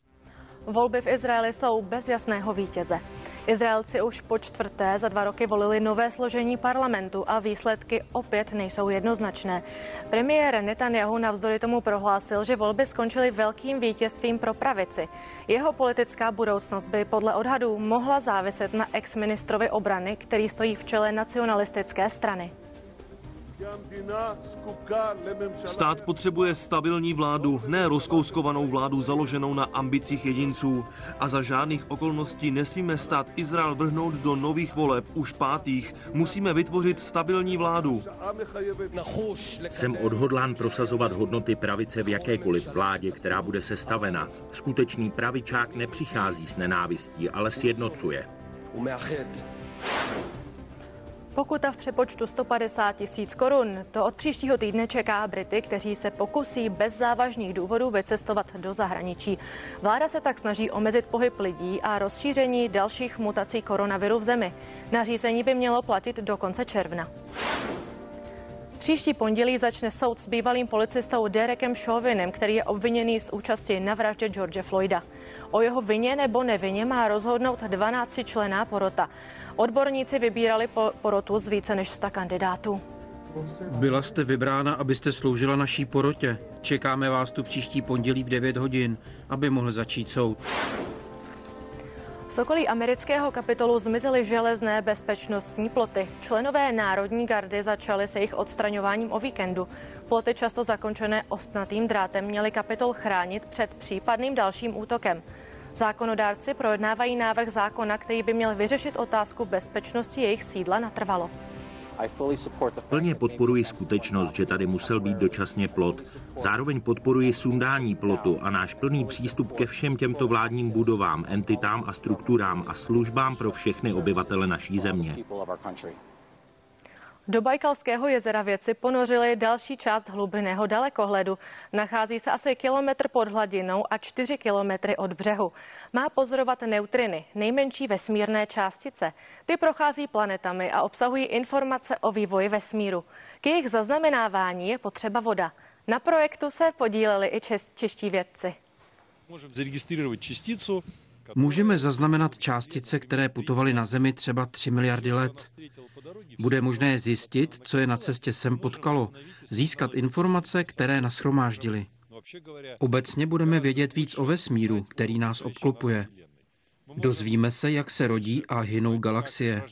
Volby v Izraeli jsou bez jasného vítěze. Izraelci už po čtvrté za 2 roky volili nové složení parlamentu a výsledky opět nejsou jednoznačné. Premiér Netanjahu navzdory tomu prohlásil, že volby skončily velkým vítězstvím pro pravici. Jeho politická budoucnost by podle odhadů mohla záviset na ex-ministrovi obrany, který stojí v čele nacionalistické strany. Stát potřebuje stabilní vládu, ne rozkouskovanou vládu založenou na ambicích jedinců. A za žádných okolností nesmíme stát Izrael vrhnout do nových voleb, už 5. Musíme vytvořit stabilní vládu. Jsem odhodlán prosazovat hodnoty pravice v jakékoliv vládě, která bude sestavena. Skutečný pravičák nepřichází s nenávistí, ale sjednocuje. Pokuta v přepočtu 150 000 korun. To od příštího týdne čeká Brity, kteří se pokusí bez závažných důvodů vycestovat do zahraničí. Vláda se tak snaží omezit pohyb lidí a rozšíření dalších mutací koronaviru v zemi. Nařízení by mělo platit do konce června. Příští pondělí začne soud s bývalým policistou Derekem Chauvinem, který je obviněný z účasti na vraždě George Floyda. O jeho vině nebo nevině má rozhodnout 12členná porota. Odborníci vybírali porotu z více než 100 kandidátů. Byla jste vybrána, abyste sloužila naší porotě. Čekáme vás tu příští pondělí v 9 hodin, aby mohl začít soud. Z okolí amerického Kapitolu zmizely železné bezpečnostní ploty. Členové Národní gardy začali se jejich odstraňováním o víkendu. Ploty často zakončené ostnatým drátem měly Kapitol chránit před případným dalším útokem. Zákonodárci projednávají návrh zákona, který by měl vyřešit otázku bezpečnosti jejich sídla natrvalo. Plně podporuji skutečnost, že tady musel být dočasně plot. Zároveň podporuji sundání plotu a náš plný přístup ke všem těmto vládním budovám, entitám a strukturám a službám pro všechny obyvatele naší země. Do Bajkalského jezera vědci ponořili další část hlubinného dalekohledu. Nachází se asi kilometr pod hladinou a 4 kilometry od břehu. Má pozorovat neutriny, nejmenší vesmírné částice. Ty prochází planetami a obsahují informace o vývoji vesmíru. K jejich zaznamenávání je potřeba voda. Na projektu se podíleli i čeští vědci. Můžeme zaznamenat částice, které putovaly na Zemi třeba 3 miliardy let. Bude možné zjistit, co je na cestě sem potkalo, získat informace, které nashromáždili. Obecně budeme vědět víc o vesmíru, který nás obklopuje. Dozvíme se, jak se rodí a hynou galaxie.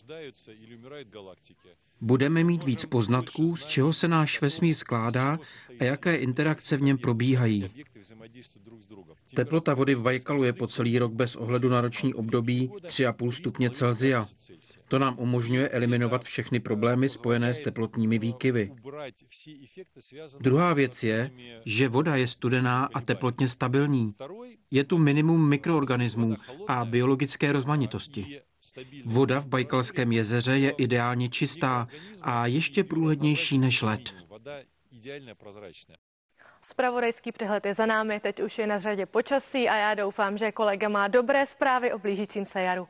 Budeme mít víc poznatků, z čeho se náš vesmír skládá a jaké interakce v něm probíhají. Teplota vody v Bajkalu je po celý rok bez ohledu na roční období 3,5 stupně Celsia. To nám umožňuje eliminovat všechny problémy spojené s teplotními výkyvy. Druhá věc je, že voda je studená a teplotně stabilní. Je tu minimum mikroorganismů a biologické rozmanitosti. Voda v Bajkalském jezeře je ideálně čistá a ještě průhlednější než led. Zpravodajský přehled je za námi, teď už je na řadě počasí a já doufám, že kolega má dobré zprávy o blížícím se jaru.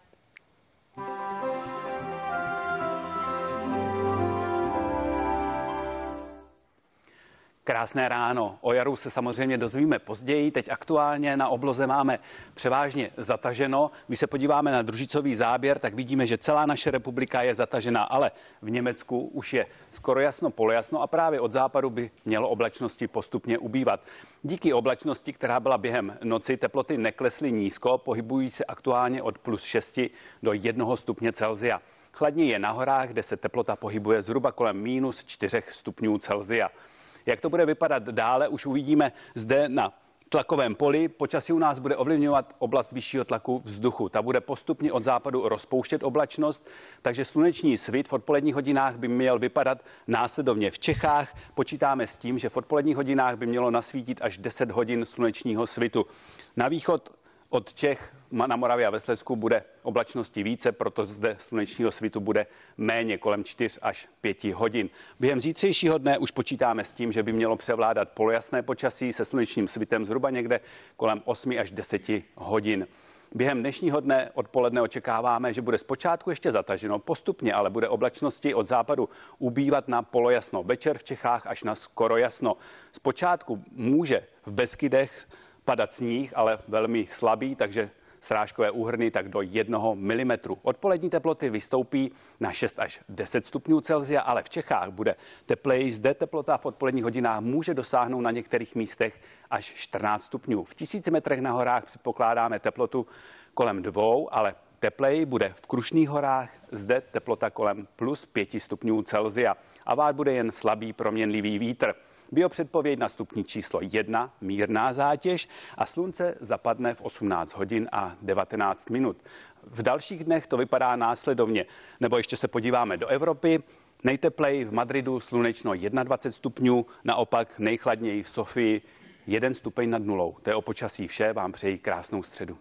Krásné ráno. O jaru se samozřejmě dozvíme později. Teď aktuálně na obloze máme převážně zataženo. Když se podíváme na družicový záběr, tak vidíme, že celá naše republika je zatažena, ale v Německu už je skoro jasno, polojasno a právě od západu by mělo oblačnosti postupně ubývat. Díky oblačnosti, která byla během noci, teploty neklesly nízko, pohybují se aktuálně od +6 do 1 stupně Celsia. Chladněji je na horách, kde se teplota pohybuje zhruba kolem -4 stupňů Celsia. Jak to bude vypadat dále, už uvidíme zde na tlakovém poli. Počasí u nás bude ovlivňovat oblast vyššího tlaku vzduchu. Ta bude postupně od západu rozpouštět oblačnost, takže sluneční svit v odpoledních hodinách by měl vypadat následovně. V Čechách počítáme s tím, že v odpoledních hodinách by mělo nasvítit až 10 hodin slunečního svitu. Na východ od Čech na Moravě a ve Slezsku bude oblačnosti více, proto zde slunečního svitu bude méně, kolem 4 až 5 hodin. Během zítřejšího dne už počítáme s tím, že by mělo převládat polojasné počasí se slunečním svitem zhruba někde kolem 8 až 10 hodin. Během dnešního dne odpoledne očekáváme, že bude zpočátku ještě zataženo, postupně ale bude oblačnosti od západu ubývat na polojasno. Večer v Čechách až na skoro jasno. Zpočátku může v Beskydech padat sníh, ale velmi slabý, takže srážkové úhrny tak do 1 milimetru. Odpolední teploty vystoupí na 6 až 10 stupňů Celsia, ale v Čechách bude tepleji. Zde teplota v odpoledních hodinách může dosáhnout na některých místech až 14 stupňů. V 1000 metrech na horách předpokládáme teplotu kolem 2, ale tepleji bude v Krušných horách, zde teplota kolem +5 stupňů Celsia. A vát bude jen slabý proměnlivý vítr. Biopředpověď na stupni číslo 1, mírná zátěž a slunce zapadne v 18 hodin a 19 minut. V dalších dnech to vypadá následovně. Nebo ještě se podíváme do Evropy. Nejtepleji v Madridu slunečno 21 stupňů, naopak nejchladněji v Sofii 1 stupeň nad nulou. To je o počasí vše, vám přeji krásnou středu.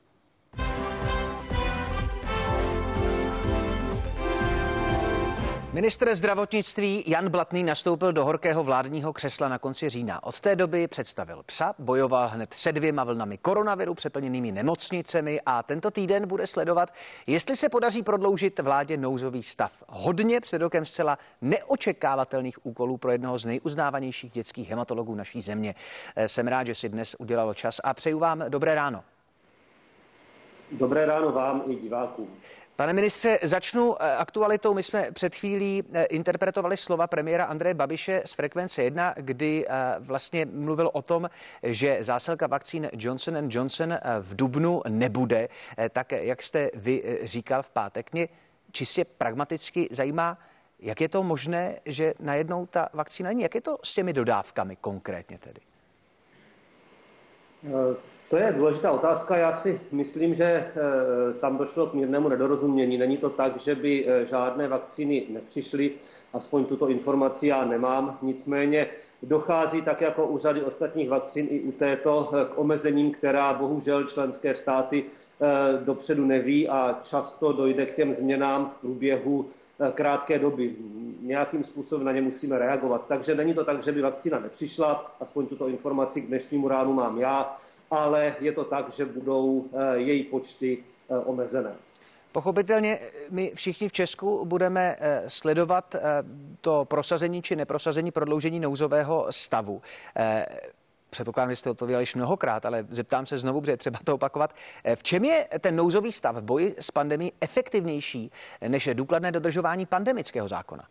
Ministr zdravotnictví Jan Blatný nastoupil do horkého vládního křesla na konci října. Od té doby představil psa, bojoval hned se 2 vlnami koronaviru, přeplněnými nemocnicemi a tento týden bude sledovat, jestli se podaří prodloužit vládě nouzový stav. Hodně před rokem zcela neočekávatelných úkolů pro jednoho z nejuznávanějších dětských hematologů naší země. Jsem rád, že si dnes udělalo čas a přeju vám dobré ráno. Dobré ráno vám i divákům. Pane ministře, začnu aktualitou. My jsme před chvílí interpretovali slova premiéra Andreje Babiše z Frekvence 1, kdy vlastně mluvil o tom, že zásilka vakcín Johnson & Johnson v dubnu nebude. Tak jak jste vy říkal v pátek, mě čistě pragmaticky zajímá, jak je to možné, že najednou ta vakcína není. Jak je to s těmi dodávkami konkrétně tedy? To je důležitá otázka. Já si myslím, že tam došlo k mírnému nedorozumění. Není to tak, že by žádné vakcíny nepřišly, aspoň tuto informaci já nemám. Nicméně dochází tak jako u řady ostatních vakcín i u této k omezením, která bohužel členské státy dopředu neví a často dojde k těm změnám v průběhu krátké doby. Nějakým způsobem na ně musíme reagovat. Takže není to tak, že by vakcína nepřišla, aspoň tuto informaci k dnešnímu ránu mám já, ale je to tak, že budou její počty omezené. Pochopitelně my všichni v Česku budeme sledovat to prosazení či neprosazení prodloužení nouzového stavu. Předpokládám, že jste odpověděli již mnohokrát, ale zeptám se znovu, protože je třeba to opakovat. V čem je ten nouzový stav v boji s pandemií efektivnější než důkladné dodržování pandemického zákona?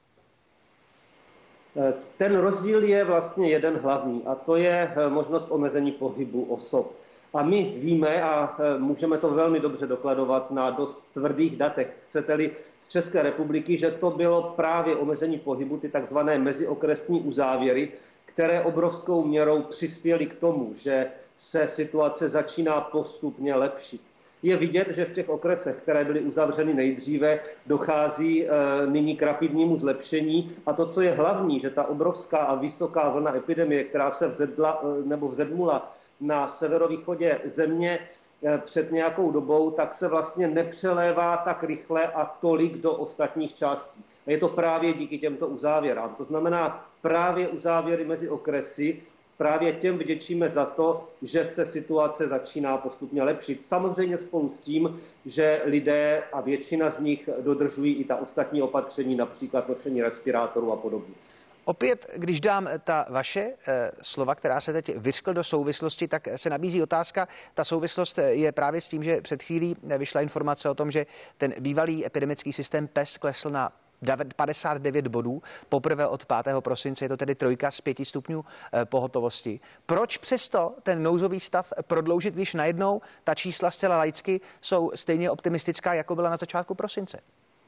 Ten rozdíl je vlastně jeden hlavní a to je možnost omezení pohybu osob. A my víme a můžeme to velmi dobře dokladovat na dost tvrdých datech, chcete-li z České republiky, že to bylo právě omezení pohybu, ty takzvané meziokresní uzávěry, které obrovskou měrou přispěly k tomu, že se situace začíná postupně lepšit. Je vidět, že v těch okresech, které byly uzavřeny nejdříve, dochází nyní k rapidnímu zlepšení. A to, co je hlavní, že ta obrovská a vysoká vlna epidemie, která se vzedmula na severovýchodě země před nějakou dobou, tak se vlastně nepřelévá tak rychle a tolik do ostatních částí. A je to právě díky těmto uzávěrám. To znamená právě uzávěry mezi okresy, právě těm vděčíme za to, že se situace začíná postupně lepšit. Samozřejmě spolu s tím, že lidé a většina z nich dodržují i ta ostatní opatření, například nošení respirátorů a podobně. Opět, když dám ta vaše slova, která se teď vyřkl do souvislosti, tak se nabízí otázka. Ta souvislost je právě s tím, že před chvílí vyšla informace o tom, že ten bývalý epidemický systém PES klesl na 59 bodů. Poprvé od 5. prosince je to tedy 3 z 5 stupňů pohotovosti. Proč přesto ten nouzový stav prodloužit, když najednou ta čísla zcela laicky jsou stejně optimistická, jako byla na začátku prosince?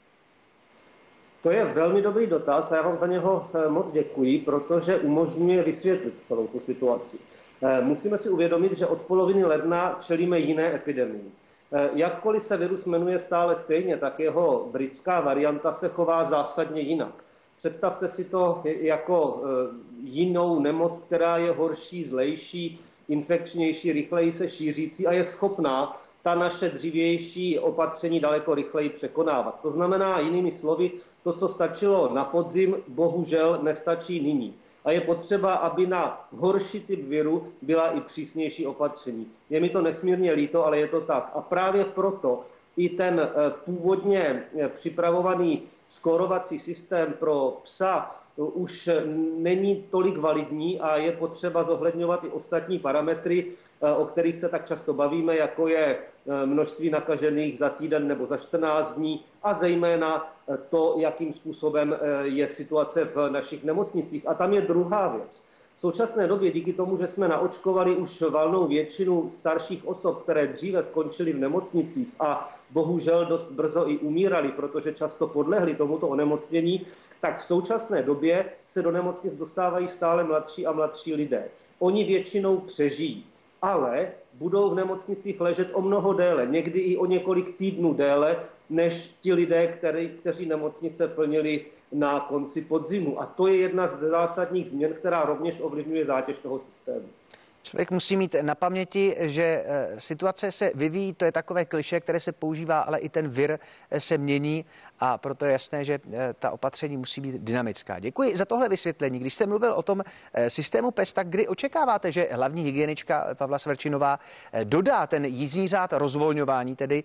To je velmi dobrý dotaz a já vám za něho moc děkuji, protože umožňuje vysvětlit celou tu situaci. Musíme si uvědomit, že od poloviny ledna čelíme jiné epidemii. Jakkoliv se virus jmenuje stále stejně, tak jeho britská varianta se chová zásadně jinak. Představte si to jako jinou nemoc, která je horší, zlejší, infekčnější, rychleji se šířící a je schopná ta naše dřívější opatření daleko rychleji překonávat. To znamená, jinými slovy, to, co stačilo na podzim, bohužel nestačí nyní. A je potřeba, aby na horší typ viru byla i přísnější opatření. Je mi to nesmírně líto, ale je to tak. A právě proto i ten původně připravovaný skórovací systém pro psa už není tolik validní a je potřeba zohledňovat i ostatní parametry, o kterých se tak často bavíme, jako je množství nakažených za týden nebo za 14 dní a zejména to, jakým způsobem je situace v našich nemocnicích. A tam je druhá věc. V současné době díky tomu, že jsme naočkovali už valnou většinu starších osob, které dříve skončily v nemocnicích a bohužel dost brzo i umírali, protože často podlehli tomuto onemocnění, tak v současné době se do nemocnic dostávají stále mladší a mladší lidé. Oni většinou přežijí, ale budou v nemocnicích ležet o mnoho déle, někdy i o několik týdnů déle, než ti lidé, kteří nemocnice plnili na konci podzimu. A to je jedna z zásadních změn, která rovněž ovlivňuje zátěž toho systému. Člověk musí mít na paměti, že situace se vyvíjí, to je takové klišé, které se používá, ale i ten vir se mění a proto je jasné, že ta opatření musí být dynamická. Děkuji za tohle vysvětlení. Když jste mluvil o tom systému PES, tak kdy očekáváte, že hlavní hygienička Pavla Svrčinová dodá ten jízdní řád rozvolňování, tedy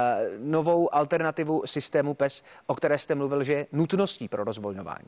novou alternativu systému PES, o které jste mluvil, že je nutností pro rozvolňování?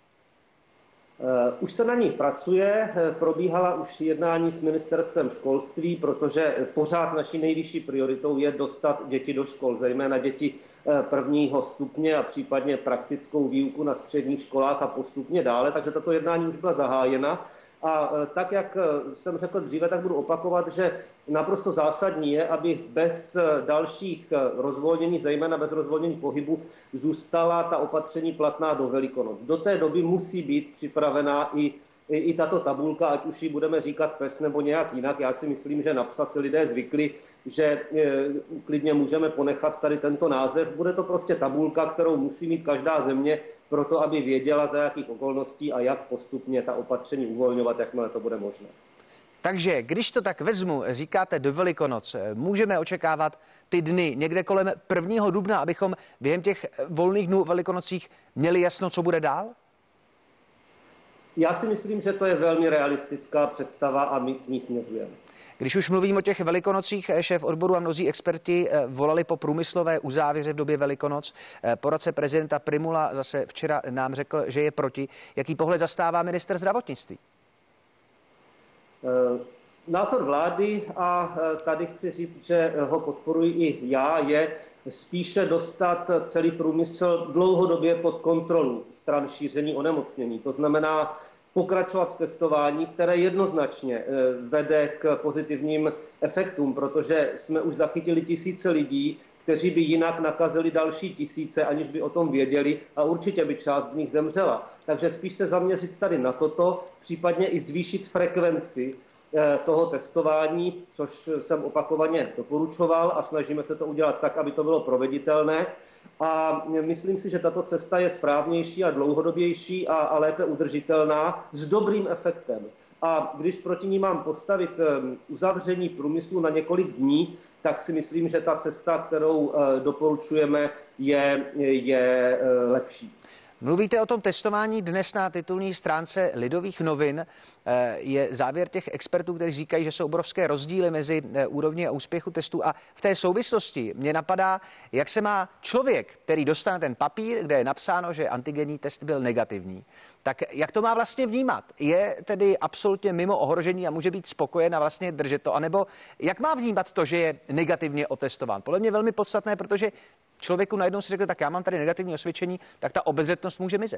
Už se na ní pracuje, probíhala už jednání s ministerstvem školství, protože pořád naší nejvyšší prioritou je dostat děti do škol, zejména děti prvního stupně a případně praktickou výuku na středních školách a postupně dále, takže tato jednání už byla zahájena. A tak, jak jsem řekl dříve, tak budu opakovat, že naprosto zásadní je, aby bez dalších rozvolnění, zejména bez rozvolnění pohybu, zůstala ta opatření platná do Velikonoc. Do té doby musí být připravená i i tato tabulka, ať už ji budeme říkat PES nebo nějak jinak, já si myslím, že na psa si lidé zvykli, že klidně můžeme ponechat tady tento název. Bude to prostě tabulka, kterou musí mít každá země proto, aby věděla, za jakých okolností a jak postupně ta opatření uvolňovat, jakmile to bude možné. Takže když to tak vezmu, říkáte do Velikonoc, můžeme očekávat ty dny někde kolem 1. dubna, abychom během těch volných dnů Velikonocích měli jasno, co bude dál? Já si myslím, že to je velmi realistická představa a my k ní směřujeme. Když už mluvím o těch Velikonocích, šéf odboru a mnozí experti volali po průmyslové uzávěře v době Velikonoc. Poradce prezidenta Prymula zase včera nám řekl, že je proti. Jaký pohled zastává ministr zdravotnictví? Názor vlády, a tady chci říct, že ho podporuji i já, je spíše dostat celý průmysl dlouhodobě pod kontrolu stran šíření onemocnění. To znamená pokračovat v testování, které jednoznačně vede k pozitivním efektům, protože jsme už zachytili tisíce lidí, kteří by jinak nakazili další tisíce, aniž by o tom věděli, a určitě by část z nich zemřela. Takže spíš se zaměřit tady na toto, případně i zvýšit frekvenci toho testování, což jsem opakovaně doporučoval, a snažíme se to udělat tak, aby to bylo proveditelné. A myslím si, že tato cesta je správnější a dlouhodobější a lépe udržitelná s dobrým efektem. A když proti ní mám postavit uzavření průmyslu na několik dní, tak si myslím, že ta cesta, kterou doporučujeme, je lepší. Mluvíte o tom testování dnes na titulní stránce Lidových novin. Je závěr těch expertů, kteří říkají, že jsou obrovské rozdíly mezi úrovní a úspěchu testů. A v té souvislosti mě napadá, jak se má člověk, který dostane ten papír, kde je napsáno, že antigenní test byl negativní, tak jak to má vlastně vnímat? Je tedy absolutně mimo ohrožení a může být spokojen a vlastně držet to? A nebo jak má vnímat to, že je negativně otestován? Podle mě velmi podstatné, protože člověku najednou si řekl, tak já mám tady negativní osvědčení, tak ta obezřetnost může mizet.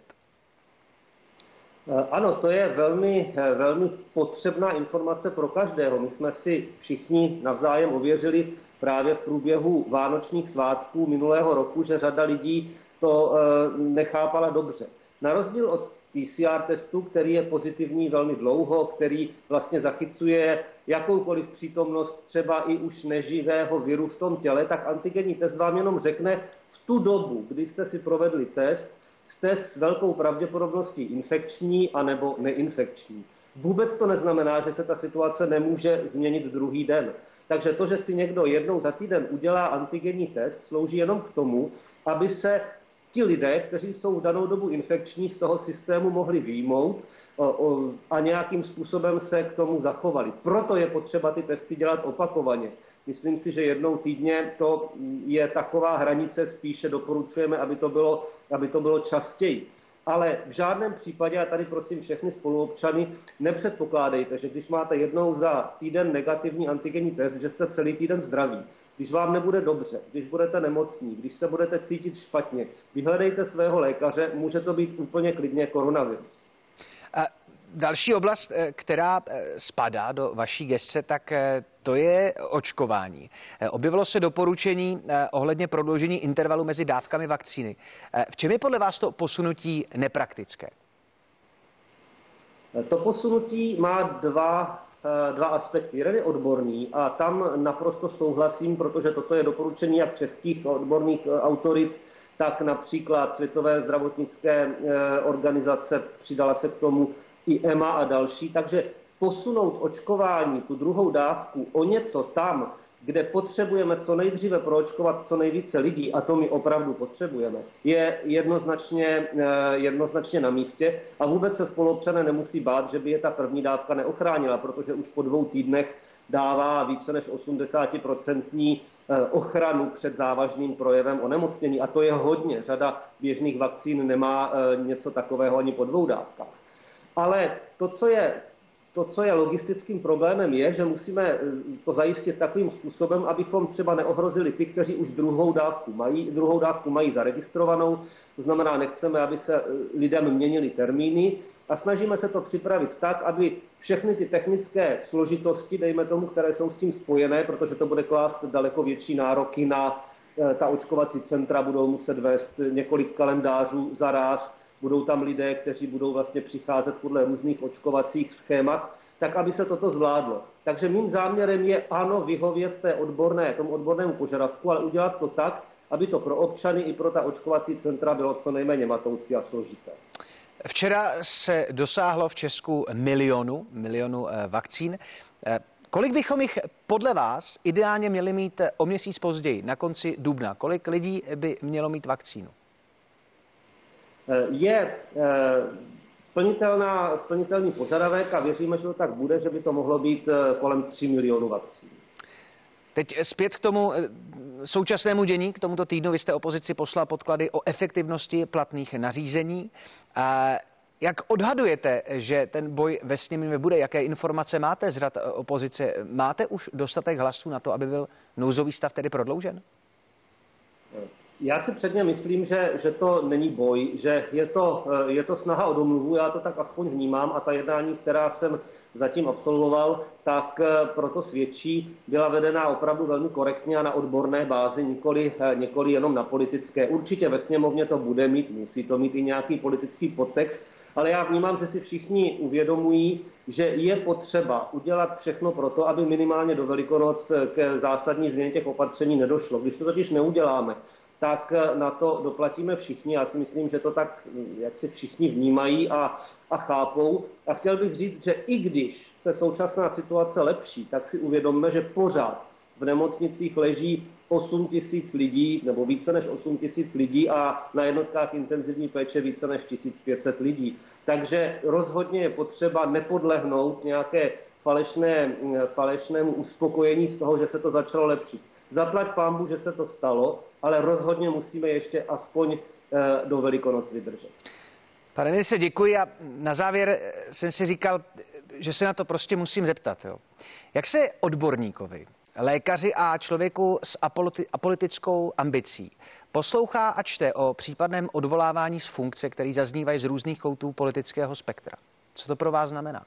Ano, to je velmi potřebná informace pro každého. My jsme si všichni navzájem ověřili právě v průběhu vánočních svátků minulého roku, že řada lidí to nechápala dobře. Na rozdíl od PCR testu, který je pozitivní velmi dlouho, který vlastně zachycuje jakoukoliv přítomnost třeba i už neživého viru v tom těle, tak antigenní test vám jenom řekne v tu dobu, kdy jste si provedli test, jste s velkou pravděpodobností infekční anebo neinfekční. Vůbec to neznamená, že se ta situace nemůže změnit druhý den. Takže to, že si někdo jednou za týden udělá antigenní test, slouží jenom k tomu, aby se ti lidé, kteří jsou v danou dobu infekční, z toho systému mohli vyjmout a nějakým způsobem se k tomu zachovali. Proto je potřeba ty testy dělat opakovaně. Myslím si, že jednou týdně to je taková hranice, spíše doporučujeme, aby to bylo častěji. Ale v žádném případě, a tady prosím všechny spoluobčany, nepředpokládejte, že když máte jednou za týden negativní antigenní test, že jste celý týden zdraví. Když vám nebude dobře, když budete nemocní, když se budete cítit špatně, vyhledejte svého lékaře, může to být úplně klidně koronavirus. Další oblast, která spadá do vaší gesce, tak to je očkování. Objevilo se doporučení ohledně prodloužení intervalu mezi dávkami vakcíny. V čem je podle vás to posunutí nepraktické? To posunutí má dva aspekty. Jeden je odborný a tam naprosto souhlasím, protože toto je doporučení jak českých odborných autorit, tak například Světové zdravotnické organizace, přidala se k tomu i EMA a další. Takže posunout očkování, tu druhou dávku, o něco tam, kde potřebujeme co nejdříve proočkovat co nejvíce lidí, a to my opravdu potřebujeme, je jednoznačně na místě a vůbec se spoluobčané nemusí bát, že by je ta první dávka neochránila, protože už po 2 týdnech dává více než 80% ochranu před závažným projevem onemocnění a to je hodně. Řada běžných vakcín nemá něco takového ani po 2 dávkách. Ale to, co je logistickým problémem, je, že musíme to zajistit takovým způsobem, abychom třeba neohrozili ty, kteří už druhou dávku mají zaregistrovanou. To znamená, nechceme, aby se lidem měnily termíny a snažíme se to připravit tak, aby všechny ty technické složitosti, dejme tomu, které jsou s tím spojené, protože to bude klást daleko větší nároky na ta očkovací centra, budou muset vést několik kalendářů za ráz, budou tam lidé, kteří budou vlastně přicházet podle různých očkovacích schémat, tak aby se toto zvládlo. Takže mým záměrem je ano vyhovět tomu odbornému požadavku, ale udělat to tak, aby to pro občany i pro ta očkovací centra bylo co nejméně matoucí a složité. Včera se dosáhlo v Česku milionu vakcín. Kolik bychom jich podle vás ideálně měli mít o měsíc později, na konci dubna? Kolik lidí by mělo mít vakcínu? Je splnitelný požadavek a věříme, že to tak bude, že by to mohlo být kolem 3 milionů vakcín. Teď zpět k tomu současnému dění, k tomuto týdnu. Vy jste opozici poslal podklady o efektivnosti platných nařízení. Jak odhadujete, že ten boj ve sněmovně bude? Jaké informace máte z řad opozice? Máte už dostatek hlasů na to, aby byl nouzový stav tedy prodloužen? Já si předně myslím, že to není boj, že je to snaha o domluvu, já to tak aspoň vnímám a ta jednání, která jsem zatím absolvoval, tak proto svědčí, byla vedena opravdu velmi korektně a na odborné bázi, nikoli jenom na politické. Určitě ve sněmovně to bude mít, musí to mít i nějaký politický podtext, ale já vnímám, že si všichni uvědomují, že je potřeba udělat všechno pro to, aby minimálně do Velikonoc k zásadní změně těch opatření nedošlo. Když to totiž neuděláme, tak na to doplatíme všichni. Já si myslím, že to tak, jak si všichni vnímají a chápou. A chtěl bych říct, že i když se současná situace lepší, tak si uvědomme, že pořád v nemocnicích leží 8 000 lidí, nebo více než 8 000 lidí a na jednotkách intenzivní péče více než 1500 lidí. Takže rozhodně je potřeba nepodlehnout nějaké falešnému uspokojení z toho, že se to začalo lepšit. Zaplať pánbůh, že se to stalo, ale rozhodně musíme ještě aspoň do Velikonoc vydržet. Pane ministře, děkuji a na závěr jsem si říkal, že se na to prostě musím zeptat. Jo. Jak se odborníkovi, lékaři a člověku s apolitickou ambicí poslouchá a čte o případném odvolávání z funkce, který zaznívají z různých koutů politického spektra? Co to pro vás znamená?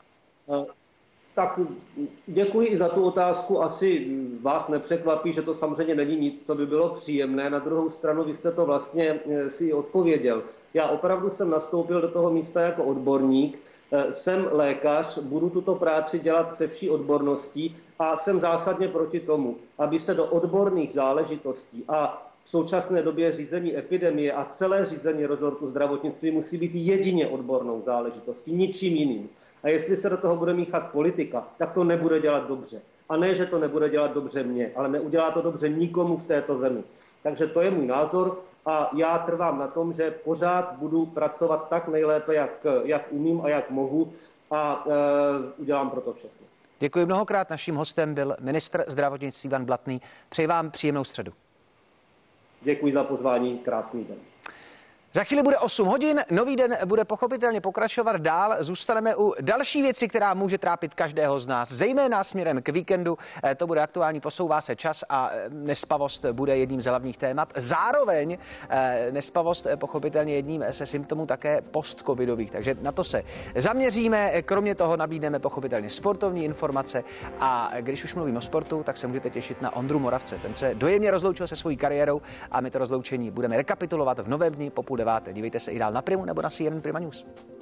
Tak děkuji i za tu otázku. Asi vás nepřekvapí, že to samozřejmě není nic, co by bylo příjemné. Na druhou stranu vy jste to vlastně si odpověděl. Já opravdu jsem nastoupil do toho místa jako odborník, jsem lékař, budu tuto práci dělat se vší odborností a jsem zásadně proti tomu, aby se do odborných záležitostí a v současné době řízení epidemie a celé řízení rezortu zdravotnictví musí být jedině odbornou záležitostí, ničím jiným. A jestli se do toho bude míchat politika, tak to nebude dělat dobře. A ne, že to nebude dělat dobře mně, ale neudělá to dobře nikomu v této zemi. Takže to je můj názor a já trvám na tom, že pořád budu pracovat tak nejlépe, jak umím a jak mohu a udělám pro to všechno. Děkuji mnohokrát. Naším hostem byl ministr zdravotnictví Ivan Blatný. Přeji vám příjemnou středu. Děkuji za pozvání, krásný den. Za chvíli bude 8 hodin, nový den bude pochopitelně pokračovat dál. Zůstaneme u další věci, která může trápit každého z nás, zejména směrem k víkendu. To bude aktuální, posouvá se čas a nespavost bude jedním z hlavních témat. Zároveň nespavost pochopitelně jedním ze symptomů také post-covidových, takže na to se zaměříme. Kromě toho nabídneme pochopitelně sportovní informace a když už mluvím o sportu, tak se můžete těšit na Ondru Moravce. Ten se dojemně rozloučil se svojí kariérou a my to rozloučení budeme rekapitulovat v novém dni po 8:30. Dívejte se i dál na Primu nebo na CNN Prima News.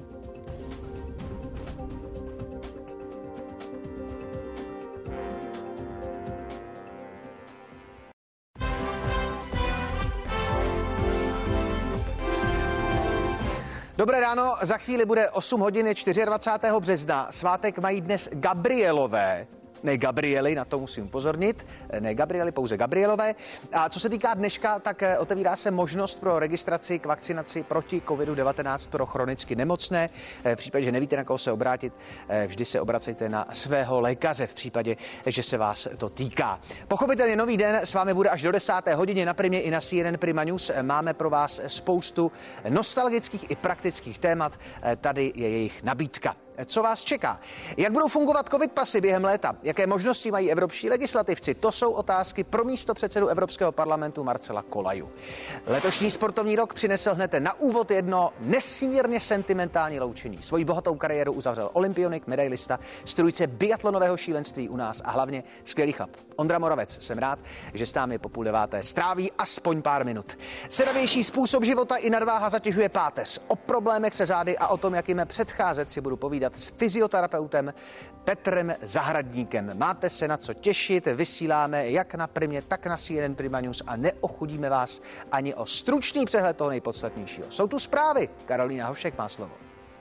Dobré ráno, za chvíli bude 8 hodin 24. března. Svátek mají dnes Gabrielové. Ne Gabriely, na to musím upozornit, ne Gabriely, pouze Gabrielové. A co se týká dneška, tak otevírá se možnost pro registraci k vakcinaci proti COVID-19 pro chronicky nemocné. V případě, že nevíte, na koho se obrátit, vždy se obracejte na svého lékaře v případě, že se vás to týká. Pochopitelně nový den s vámi bude až do 10. hodině na Primě i na CNN Prima News. Máme pro vás spoustu nostalgických i praktických témat. Tady je jejich nabídka. Co vás čeká? Jak budou fungovat covid pasy během léta? Jaké možnosti mají evropští legislativci? To jsou otázky pro místopředsedu Evropského parlamentu Marcela Kolaju. Letošní sportovní rok přinesl hned na úvod jedno nesmírně sentimentální loučení. Svoji bohatou kariéru uzavřel olympionik, medailista, strůjce biatlonového šílenství u nás a hlavně skvělý chlap. Ondra Moravec, jsem rád, že s námi po 8:30 stráví aspoň pár minut. Sedavější způsob života i nadváha zatěžuje páteř. O problémech se zády a o tom, jak jim předcházet, si budu povídat s fyzioterapeutem Petrem Zahradníkem. Máte se na co těšit, vysíláme jak na Primě, tak na CNN Prima News a neochudíme vás ani o stručný přehled toho nejpodstatnějšího. Jsou tu zprávy. Karolína Hošek má slovo.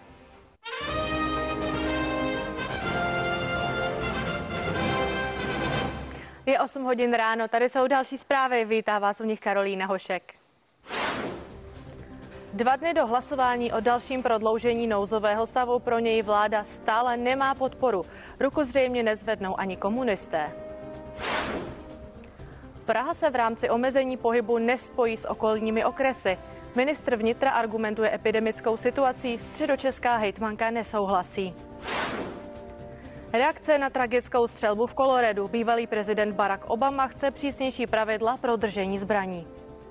Je 8 hodin ráno, tady jsou další zprávy. Vítá vás u nich Karolína Hošek. 2 dny do hlasování o dalším prodloužení nouzového stavu pro něj vláda stále nemá podporu. Ruku zřejmě nezvednou ani komunisté. Praha se v rámci omezení pohybu nespojí s okolními okresy. Ministr vnitra argumentuje epidemickou situací, středočeská hejtmanka nesouhlasí. Reakce na tragickou střelbu v Coloradu. Bývalý prezident Barack Obama chce přísnější pravidla pro držení zbraní.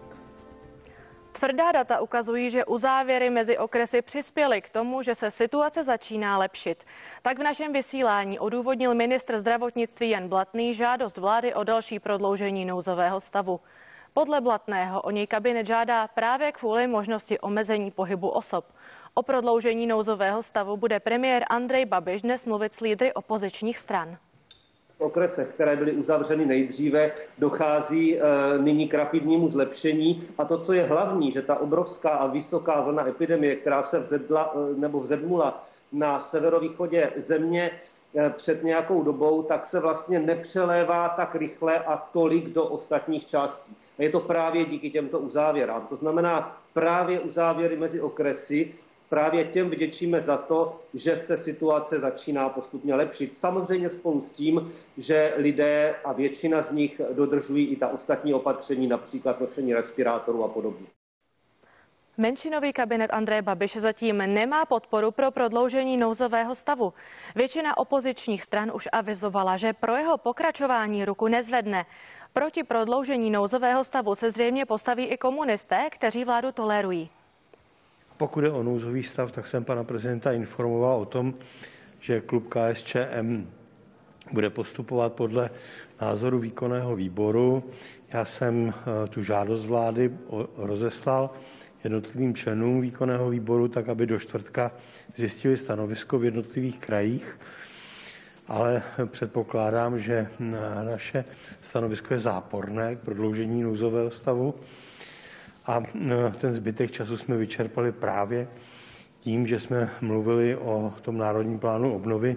Tvrdá data ukazují, že uzávěry mezi okresy přispěly k tomu, že se situace začíná lepšit. Tak v našem vysílání odůvodnil ministr zdravotnictví Jan Blatný žádost vlády o další prodloužení nouzového stavu. Podle Blatného o něj kabinet žádá právě kvůli možnosti omezení pohybu osob. O prodloužení nouzového stavu bude premiér Andrej Babiš dnes mluvit s lídry opozičních stran. V okresech, které byly uzavřeny nejdříve, dochází nyní k rapidnímu zlepšení. A to, co je hlavní, že ta obrovská a vysoká vlna epidemie, která se vzedmula na severovýchodě země před nějakou dobou, tak se vlastně nepřelévá tak rychle a tolik do ostatních částí. A je to právě díky těmto uzávěrám. To znamená právě uzávěry mezi okresy, právě těm vděčíme za to, že se situace začíná postupně lepšit. Samozřejmě spolu s tím, že lidé a většina z nich dodržují i ta ostatní opatření, například nošení respirátorů a podobně. Menšinový kabinet Andreje Babiše zatím nemá podporu pro prodloužení nouzového stavu. Většina opozičních stran už avizovala, že pro jeho pokračování ruku nezvedne. Proti prodloužení nouzového stavu se zřejmě postaví i komunisté, kteří vládu tolerují. Pokud je o nouzový stav, tak jsem pana prezidenta informoval o tom, že klub KSČM bude postupovat podle názoru výkonného výboru. Já jsem tu žádost vlády rozeslal jednotlivým členům výkonného výboru, tak aby do čtvrtka zjistili stanovisko v jednotlivých krajích, ale předpokládám, že naše stanovisko je záporné k prodloužení nouzového stavu. A ten zbytek času jsme vyčerpali právě tím, že jsme mluvili o tom národním plánu obnovy.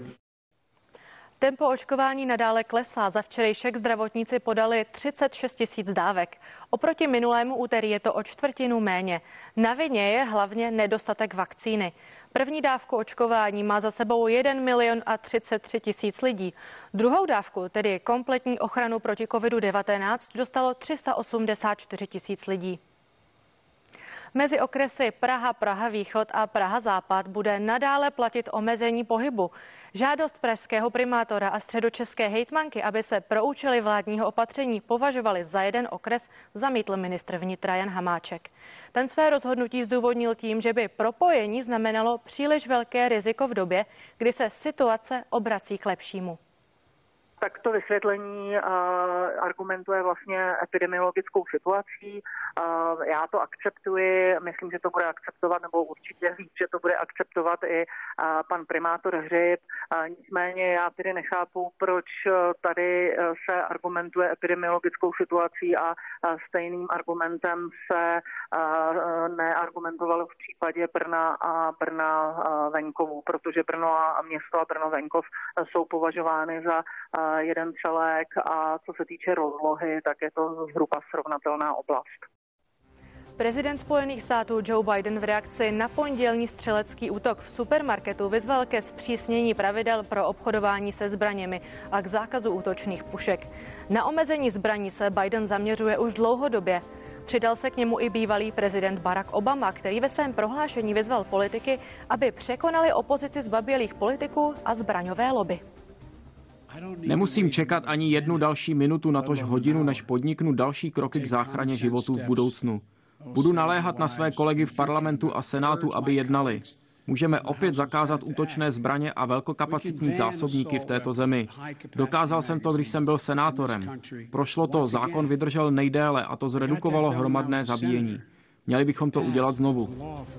Tempo očkování nadále klesá. Za včerejšek zdravotníci podali 36 000 dávek. Oproti minulému úterý je to o 1/4 méně. Na vině je hlavně nedostatek vakcíny. První dávku očkování má za sebou 1 033 000 lidí. Druhou dávku, tedy kompletní ochranu proti COVID-19, dostalo 384 000 lidí. Mezi okresy Praha, Praha Východ a Praha Západ bude nadále platit omezení pohybu. Žádost pražského primátora a středočeské hejtmanky, aby se pro účely vládního opatření považovali za jeden okres, zamítl ministr vnitra Jan Hamáček. Ten své rozhodnutí zdůvodnil tím, že by propojení znamenalo příliš velké riziko v době, kdy se situace obrací k lepšímu. Tak to vysvětlení argumentuje vlastně epidemiologickou situací. Já to akceptuji, myslím, že to bude akceptovat, nebo určitě vím, že to bude akceptovat i pan primátor Hřib. Nicméně já tedy nechápu, proč tady se argumentuje epidemiologickou situací a stejným argumentem se neargumentovalo v případě Brna a Brna venkovu, protože Brno a město a Brno venkov jsou považovány za jeden celek a co se týče rozlohy, tak je to zhruba srovnatelná oblast. Prezident Spojených států Joe Biden v reakci na pondělní střelecký útok v supermarketu vyzval ke zpřísnění pravidel pro obchodování se zbraněmi a k zákazu útočných pušek. Na omezení zbraní se Biden zaměřuje už dlouhodobě. Přidal se k němu i bývalý prezident Barack Obama, který ve svém prohlášení vyzval politiky, aby překonali opozici zbabělých politiků a zbraňové lobby. Nemusím čekat ani jednu další minutu, natož hodinu, než podniknu další kroky k záchraně životů v budoucnu. Budu naléhat na své kolegy v parlamentu a senátu, aby jednali. Můžeme opět zakázat útočné zbraně a velkokapacitní zásobníky v této zemi. Dokázal jsem to, když jsem byl senátorem. Prošlo to, zákon vydržel nejdéle a to zredukovalo hromadné zabíjení. Měli bychom to udělat znovu.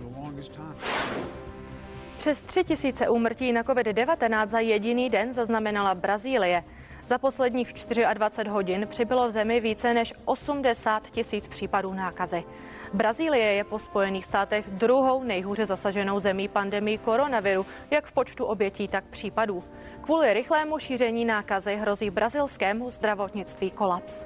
Přes 3000 úmrtí na COVID-19 za jediný den zaznamenala Brazílie. Za posledních 24 hodin přibylo v zemi více než 80 000 případů nákazy. Brazílie je po Spojených státech druhou nejhůře zasaženou zemí pandemii koronaviru, jak v počtu obětí, tak případů. Kvůli rychlému šíření nákazy hrozí brazilskému zdravotnictví kolaps.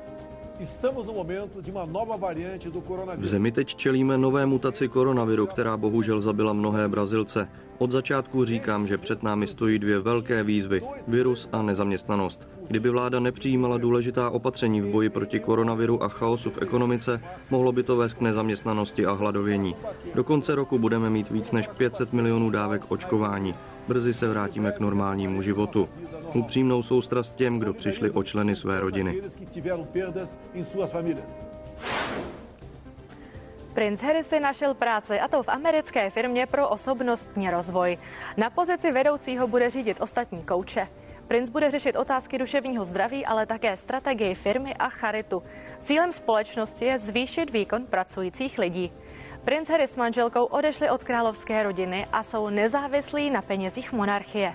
V zemi teď čelíme nové mutaci koronaviru, která bohužel zabila mnohé Brazilce. Od začátku říkám, že před námi stojí dvě velké výzvy, virus a nezaměstnanost. Kdyby vláda nepřijímala důležitá opatření v boji proti koronaviru a chaosu v ekonomice, mohlo by to vést k nezaměstnanosti a hladovění. Do konce roku budeme mít víc než 500 milionů dávek očkování. Brzy se vrátíme k normálnímu životu. Upřímnou soustrast těm, kdo přišli o členy své rodiny. Princ Harry si našel práci, a to v americké firmě pro osobnostní rozvoj. Na pozici vedoucího bude řídit ostatní kouče. Princ bude řešit otázky duševního zdraví, ale také strategii firmy a charitu. Cílem společnosti je zvýšit výkon pracujících lidí. Princ Harry s manželkou odešli od královské rodiny a jsou nezávislí na penězích monarchie.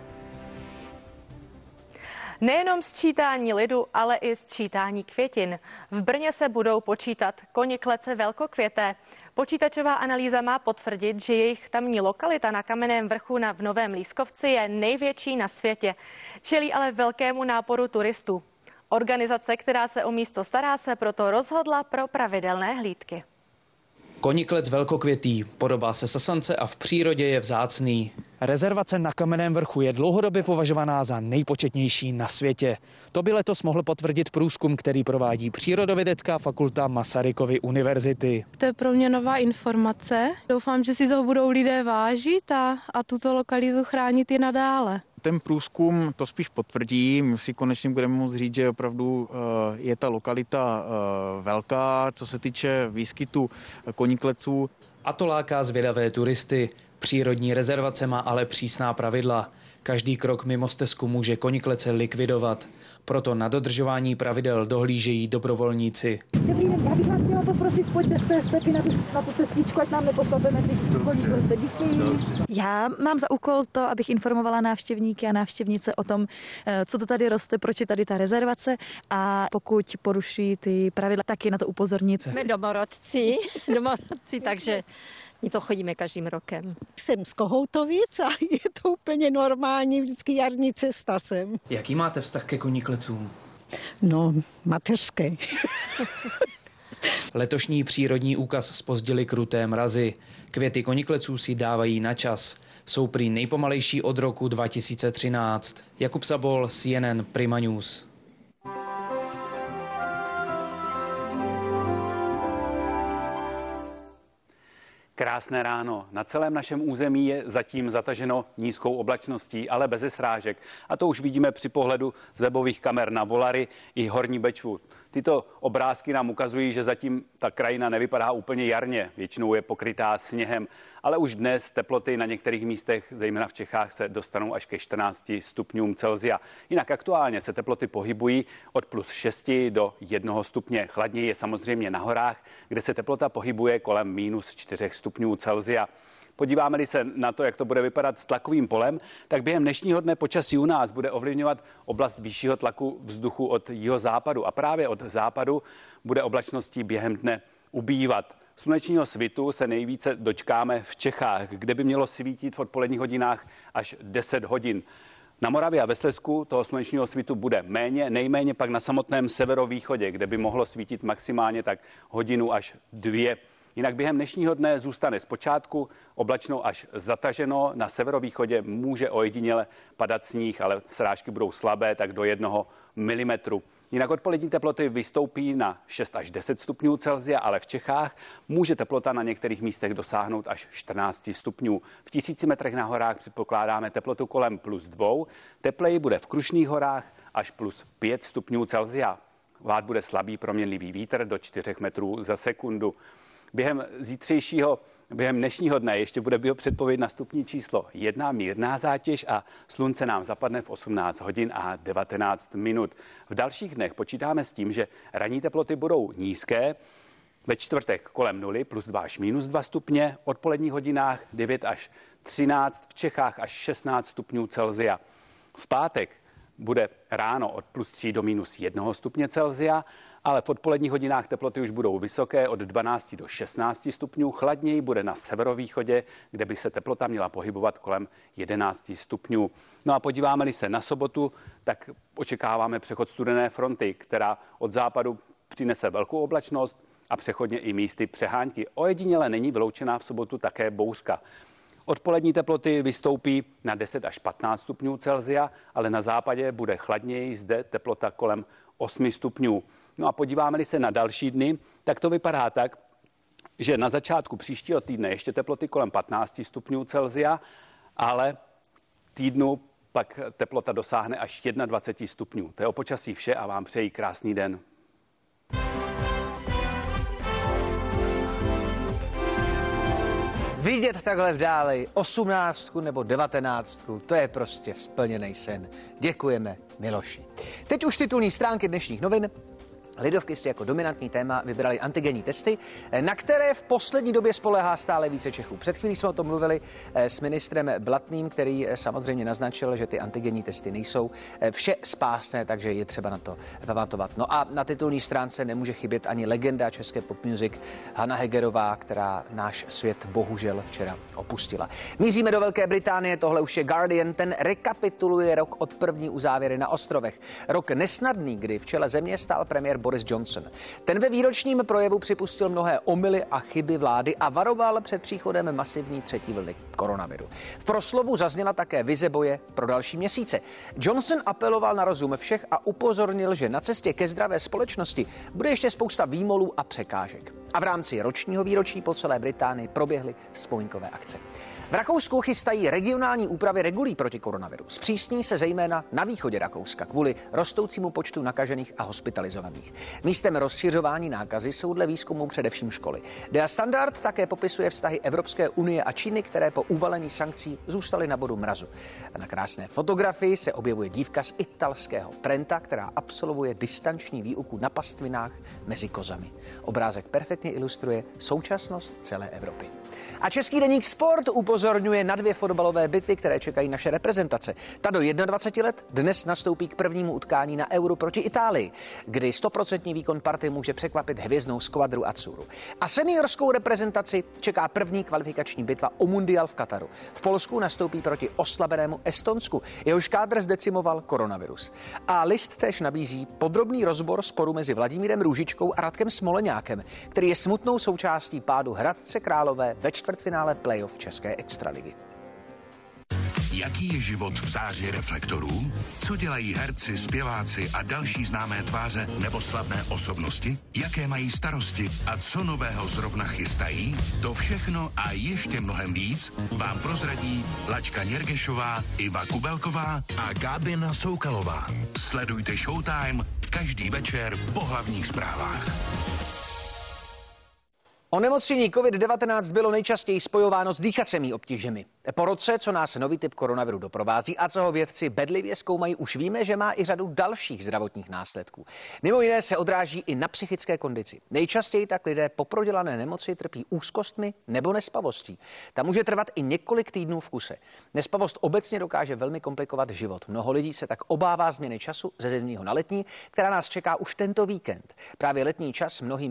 Nejenom sčítání lidu, ale i sčítání květin. V Brně se budou počítat koniklece velkokvěté. Počítačová analýza má potvrdit, že jejich tamní lokalita na Kamenném vrchu v Novém Lískovci je největší na světě. Čelí ale velkému náporu turistů. Organizace, která se o místo stará, se proto rozhodla pro pravidelné hlídky. Koniklec velkokvětý, podobá se sasance a v přírodě je vzácný. Rezervace na Kamenném vrchu je dlouhodobě považovaná za nejpočetnější na světě. To by letos mohl potvrdit průzkum, který provádí Přírodovědecká fakulta Masarykovy univerzity. To je pro mě nová informace. Doufám, že si toho budou lidé vážit a tuto lokalitu chránit i nadále. Ten průzkum to spíš potvrdí. My si konečně budeme moct říct, že opravdu je ta lokalita velká, co se týče výskytu konikleců. A to láká zvědavé turisty. Přírodní rezervace má ale přísná pravidla. Každý krok mimo stezku může koniklece likvidovat. Proto na dodržování pravidel dohlížejí dobrovolníci. Dobrý den, já bych vás chtěla poprosit, pojďte z té stepy na tu cestičku, ať nám nepostavíme ty koniklece. Děkuji. Já mám za úkol to, abych informovala návštěvníky a návštěvnice o tom, co to tady roste, proč je tady ta rezervace a pokud poruší ty pravidla, taky na to upozornit. Jsme domorodci, takže my to chodíme každým rokem. Jsem z Kohoutovic a je to úplně normální, vždycky jarní cesta sem. Jaký máte vztah ke koniklecům? No, mateřský. Letošní přírodní úkaz zpozdili kruté mrazy. Květy konikleců si dávají na čas. Jsou prý nejpomalejší od roku 2013. Jakub Sabol, CNN Prima News. Krásné ráno. Na celém našem území je zatím zataženo nízkou oblačností, ale beze srážek. A to už vidíme při pohledu z webových kamer na Volary i Horní Bečvu. Tyto obrázky nám ukazují, že zatím ta krajina nevypadá úplně jarně. Většinou je pokrytá sněhem, ale už dnes teploty na některých místech, zejména v Čechách, se dostanou až ke 14 stupňům Celsia. Jinak aktuálně se teploty pohybují od +6 do 1 stupně. Chladněji je samozřejmě na horách, kde se teplota pohybuje kolem -4 stupňů Celsia. Podíváme-li se na to, jak to bude vypadat s tlakovým polem, tak během dnešního dne počasí u nás bude ovlivňovat oblast vyššího tlaku vzduchu od jihozápadu a právě od západu bude oblačností během dne ubývat. Slunečního svitu se nejvíce dočkáme v Čechách, kde by mělo svítit v odpoledních hodinách až 10 hodin. Na Moravě a ve Slezsku toho slunečního svitu bude méně, nejméně pak na samotném severovýchodě, kde by mohlo svítit maximálně tak hodinu až 2. Jinak během dnešního dne zůstane zpočátku oblačno až zataženo. Na severovýchodě může ojediněle padat sníh, ale srážky budou slabé, tak do 1 milimetru. Jinak odpolední teploty vystoupí na 6 až 10 stupňů Celsia, ale v Čechách může teplota na některých místech dosáhnout až 14 stupňů. V 1000 metrech na horách předpokládáme teplotu kolem +2. Tepleji bude v Krušných horách až +5 stupňů Celsia. Vát bude slabý proměnlivý vítr do 4 metrů za sekundu. Během dnešního dne ještě bude biopředpověď na stupní číslo 1, mírná zátěž a slunce nám zapadne v 18 hodin a 19 minut. V dalších dnech počítáme s tím, že ranní teploty budou nízké. Ve čtvrtek kolem 0, +2 až -2 stupně, odpoledních hodinách 9 až 13, v Čechách až 16 stupňů Celsia. V pátek bude ráno od +3 do -1 stupně Celsia, ale v odpoledních hodinách teploty už budou vysoké od 12 do 16 stupňů. Chladněji bude na severovýchodě, kde by se teplota měla pohybovat kolem 11 stupňů. No a podíváme-li se na sobotu, tak očekáváme přechod studené fronty, která od západu přinese velkou oblačnost a přechodně i místy přehánky. Ojediněle není vyloučená v sobotu také bouřka. Odpolední teploty vystoupí na 10 až 15 stupňů Celsia, ale na západě bude chladněji, zde teplota kolem 8 stupňů. No a podíváme-li se na další dny, tak to vypadá tak, že na začátku příštího týdne ještě teploty kolem 15 stupňů Celsia, ale týdnu pak teplota dosáhne až 21 stupňů. To je o počasí vše a vám přeji krásný den. Vidět takhle v dáli 18 nebo 19, to je prostě splněný sen. Děkujeme, Miloši. Teď už titulní stránky dnešních novin. Lidovky si jako dominantní téma vybrali antigenní testy, na které v poslední době spoléhá stále více Čechů. Před chvílí jsme o tom mluvili s ministrem Blatným, který samozřejmě naznačil, že ty antigenní testy nejsou vše spásné, takže je třeba na to pamatovat. No a na titulní stránce nemůže chybět ani legenda české pop music Hana Hegerová, která náš svět bohužel včera opustila. Míříme do Velké Británie, tohle už je Guardian, ten rekapituluje rok od první uzávěry na ostrovech. Rok nesnadný, kdy v čele země stál premiér Boris Johnson. Ten ve výročním projevu připustil mnohé omyly a chyby vlády a varoval před příchodem masivní třetí vlny koronaviru. V proslovu zazněla také vize boje pro další měsíce. Johnson apeloval na rozum všech a upozornil, že na cestě ke zdravé společnosti bude ještě spousta výmolů a překážek. A v rámci ročního výročí po celé Británii proběhly vzpomínkové akce. V Rakousku chystají regionální úpravy regulí proti koronaviru. Zpřísní se zejména na východě Rakouska kvůli rostoucímu počtu nakažených a hospitalizovaných. Místem rozšiřování nákazy jsou dle výzkumů především školy. Der Standard také popisuje vztahy Evropské unie a Číny, které po uvalení sankcí zůstaly na bodu mrazu. A na krásné fotografii se objevuje dívka z italského Trenta, která absolvuje distanční výuku na pastvinách mezi kozami. Obrázek perfektně ilustruje současnost celé Evropy. A český deník Sport upozorňuje na 2 fotbalové bitvy, které čekají naše reprezentace. Ta do 21 let dnes nastoupí k prvnímu utkání na Euro proti Itálii, kdy 100% výkon party může překvapit hvězdnou skvadru Azzurru. A seniorskou reprezentaci čeká první kvalifikační bitva o mundial v Kataru. V Polsku nastoupí proti oslabenému Estonsku, jehož kádr zdecimoval koronavirus. A List též nabízí podrobný rozbor sporu mezi Vladimírem Růžičkou a Radkem Smoleňákem, který je smutnou součástí pádu Hradce Králové ve čtvrtfinále playoff České extraligy. Jaký je život v záři reflektorů? Co dělají herci, zpěváci a další známé tváře nebo slavné osobnosti? Jaké mají starosti a co nového zrovna chystají? To všechno a ještě mnohem víc vám prozradí Laďka Něrgešová, Iva Kubelková a Gábina Soukalová. Sledujte Showtime každý večer po hlavních zprávách. Onemocnění COVID-19 bylo nejčastěji spojováno s dýchacími obtížemi. Po roce, co nás nový typ koronaviru doprovází a co ho vědci bedlivě zkoumají, už víme, že má i řadu dalších zdravotních následků. Mimo jiné se odráží i na psychické kondici. Nejčastěji tak lidé po prodělané nemoci trpí úzkostmi nebo nespavostí. Ta může trvat i několik týdnů v kuse. Nespavost obecně dokáže velmi komplikovat život. Mnoho lidí se tak obává změny času ze zimního na letní, která nás čeká už tento víkend. Právě letní čas mnohým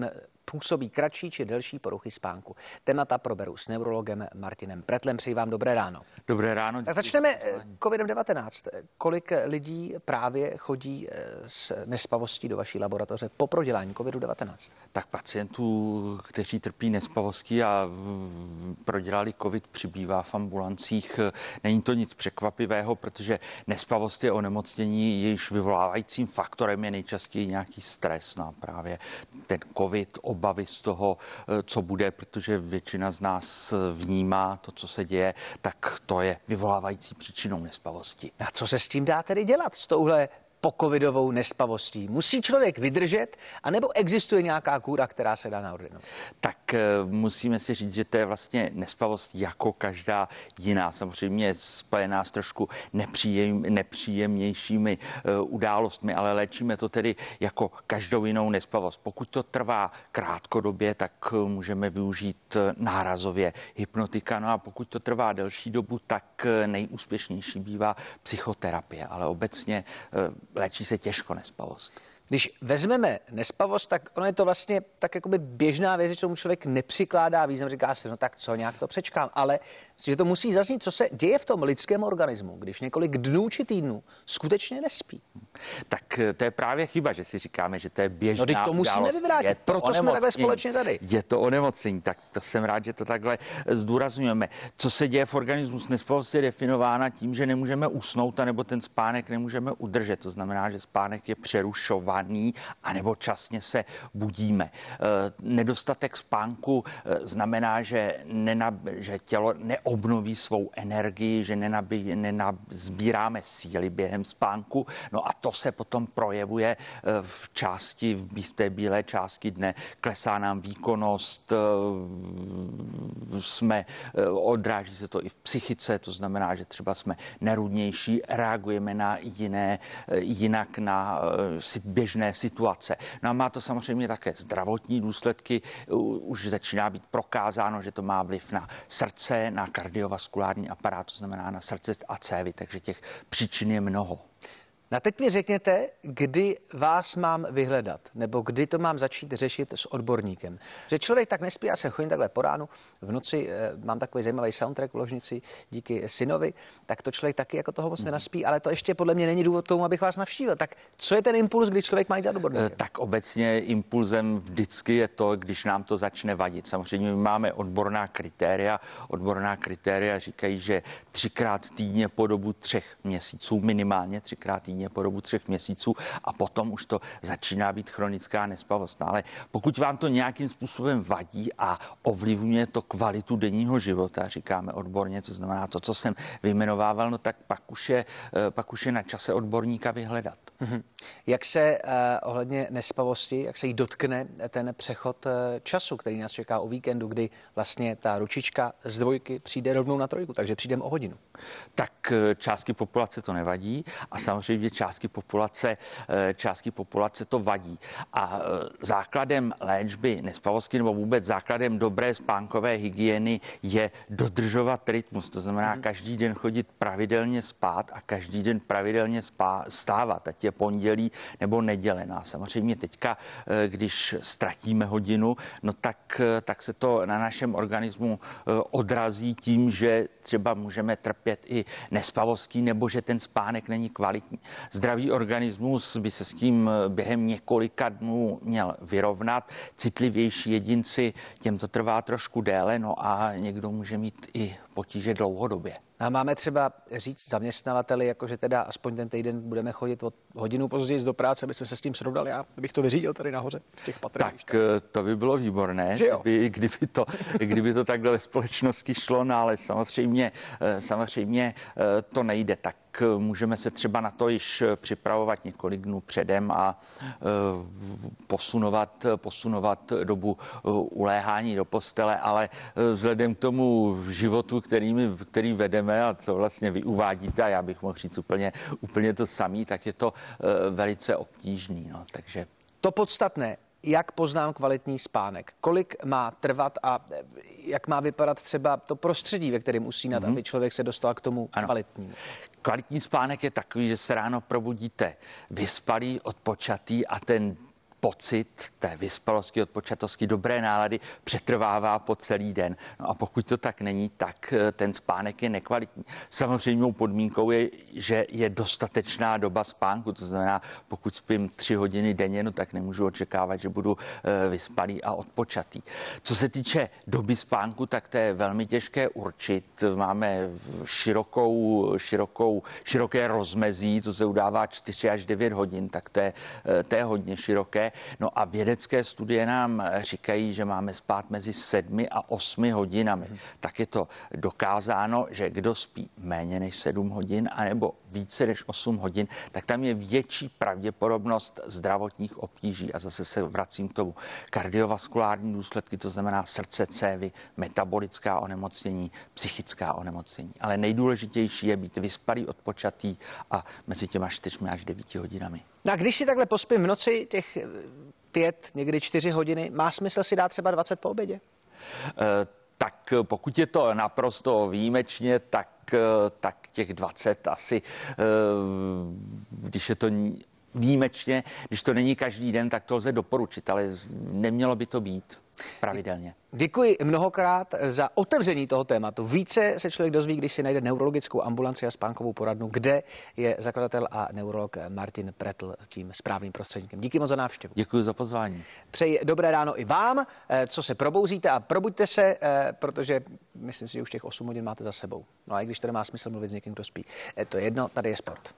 působí kratší či delší poruchy spánku. Témata proberu s neurologem Martinem Pretlem. Přeji vám dobré ráno. Dobré ráno. Tak začneme COVID-19. Kolik lidí právě chodí s nespavostí do vaší laboratoře po prodělání COVID-19? Tak pacientů, kteří trpí nespavostí a prodělali COVID, přibývá v ambulancích. Není to nic překvapivého, protože nespavost je onemocnění, jejíž vyvolávajícím faktorem je nejčastěji nějaký stres. No, právě ten COVID, obavy z toho, co bude, protože většina z nás vnímá to, co se děje, tak to je vyvolávající příčinou nespavosti. A co se s tím dá tedy dělat, s touhle pocovidovou nespavostí? Musí člověk vydržet, anebo existuje nějaká kúra, která se dá naordinovat? Tak musíme si říct, že to je vlastně nespavost jako každá jiná. Samozřejmě spojená s trošku nepříjemnějšími událostmi, ale léčíme to tedy jako každou jinou nespavost. Pokud to trvá krátkodobě, tak můžeme využít nárazově hypnotika. No a pokud to trvá delší dobu, tak nejúspěšnější bývá psychoterapie, ale obecně léčí se těžko nespavost. Když vezmeme nespavost, tak ono je to vlastně tak jakoby běžná věc, že tomu člověk nepřikládá význam, říká si, no tak co, nějak to přečkám, ale že to musí zaznít, co se děje v tom lidském organismu, když několik dnů či týdnů skutečně nespí. Tak to je právě chyba, že si říkáme, že to je běžná událost. No, to musíme vyvrátit, proto jsme takhle společně tady. Je to onemocnění, tak to jsem rád, že to takhle zdůrazňujeme. Co se děje v organismu s nespavostí je definována tím, že nemůžeme usnout, anebo ten spánek nemůžeme udržet. To znamená, že spánek je přerušovaný, anebo časně se budíme. Nedostatek spánku znamená, že tělo neobnoví svou energii, že nenazbíráme síly během spánku. No a to se potom projevuje v té bílé části dne. Klesá nám výkonnost, odráží se to i v psychice, to znamená, že třeba jsme nerudnější, reagujeme na jinak na běžné situace. No a má to samozřejmě také zdravotní důsledky. Už začíná být prokázáno, že to má vliv na srdce, na kardiovaskulární aparát, to znamená na srdce a cévy, takže těch příčin je mnoho. A teď mi řekněte, kdy vás mám vyhledat, nebo kdy to mám začít řešit s odborníkem. Že člověk tak nespí, já jsem chodím takhle po ránu, v noci mám takový zajímavý soundtrack v ložnici díky synovi, tak to člověk taky jako toho moc nenaspí, ale to ještě podle mě není důvod k tomu, abych vás navštívil. Tak co je ten impuls, kdy člověk má jít za odborníkem? Tak obecně impulzem vždycky je to, když nám to začne vadit. Samozřejmě my máme odborná kritéria. Odborná kritéria říkají, že 3krát týdně po dobu 3 měsíců, minimálně 3krát týdně po dobu 3 měsíců a potom už to začíná být chronická nespavost. No, ale pokud vám to nějakým způsobem vadí a ovlivňuje to kvalitu denního života, říkáme odborně, co znamená to, co jsem vyjmenovával, no tak pak už je na čase odborníka vyhledat. Jak se ohledně nespavosti, jak se jí dotkne ten přechod času, který nás čeká o víkendu, kdy vlastně ta ručička z 2 přijde rovnou na 3, takže přijdeme o hodinu? Tak částky populace to nevadí a samozřejmě částky populace to vadí. A základem léčby nespavosti nebo vůbec základem dobré spánkové hygieny je dodržovat rytmus. To znamená každý den chodit pravidelně spát a každý den pravidelně stávat, ať je pondělí nebo neděle. No a samozřejmě teďka, když ztratíme hodinu, no tak se to na našem organismu odrazí tím, že třeba můžeme trpět i nespavostí nebo že ten spánek není kvalitní. Zdravý organismus by se s tím během několika dnů měl vyrovnat. Citlivější jedinci, těm to trvá trošku déle, no a někdo může mít i potíže dlouhodobě. A máme třeba říct zaměstnavateli, jakože teda aspoň ten týden budeme chodit o hodinu později do práce, aby jsme se s tím srovnali. Já bych to vyřídil tady nahoře v těch patrech. Tak to by bylo výborné, kdyby to takhle ve společnosti šlo, no ale samozřejmě to nejde. Tak můžeme se třeba na to již připravovat několik dnů předem a posunovat dobu uléhání do postele, ale vzhledem k tomu životu, který vedeme a co vlastně vy uvádíte, a já bych mohl říct úplně to samý, tak je to velice obtížný. No, takže to podstatné, jak poznám kvalitní spánek, kolik má trvat a jak má vypadat třeba to prostředí, ve kterém usínat, aby člověk se dostal k tomu kvalitnímu. Kvalitní spánek je takový, že se ráno probudíte vyspalý, odpočatý a ten pocit té vyspalosti, odpočatosti, dobré nálady přetrvává po celý den. No a pokud to tak není, tak ten spánek je nekvalitní. Samozřejmě podmínkou je, že je dostatečná doba spánku, to znamená, pokud spím 3 hodiny denně, no tak nemůžu očekávat, že budu vyspalý a odpočatý. Co se týče doby spánku, tak to je velmi těžké určit. Máme široké rozmezí, co se udává 4 až 9 hodin, tak to je hodně široké. No a vědecké studie nám říkají, že máme spát mezi 7 a 8 hodinami. Tak je to dokázáno, že kdo spí méně než 7 hodin anebo více než 8 hodin, tak tam je větší pravděpodobnost zdravotních obtíží. A zase se vracím k tomu. Kardiovaskulární důsledky, to znamená srdce, cévy, metabolická onemocnění, psychická onemocnění. Ale nejdůležitější je být vyspalý, odpočatý a mezi těma 4 až 9 hodinami. No a když si takhle pospím v noci těch 5, někdy 4 hodiny, má smysl si dát třeba 20 po obědě? Tak pokud je to naprosto výjimečně, tak těch 20 asi, když je to výjimečně, když to není každý den, tak to lze doporučit, ale nemělo by to být pravidelně. Děkuji mnohokrát za otevření toho tématu. Více se člověk dozví, když si najde neurologickou ambulanci a spánkovou poradnu, kde je zakladatel a neurolog Martin Prettl tím správným prostředníkem. Díky moc za návštěvu. Děkuji za pozvání. Přeji dobré ráno i vám, co se probouzíte a probuďte se, protože myslím si, že už těch 8 hodin máte za sebou. No a i když to nemá smysl mluvit s někým, kdo spí. To je jedno, tady je sport.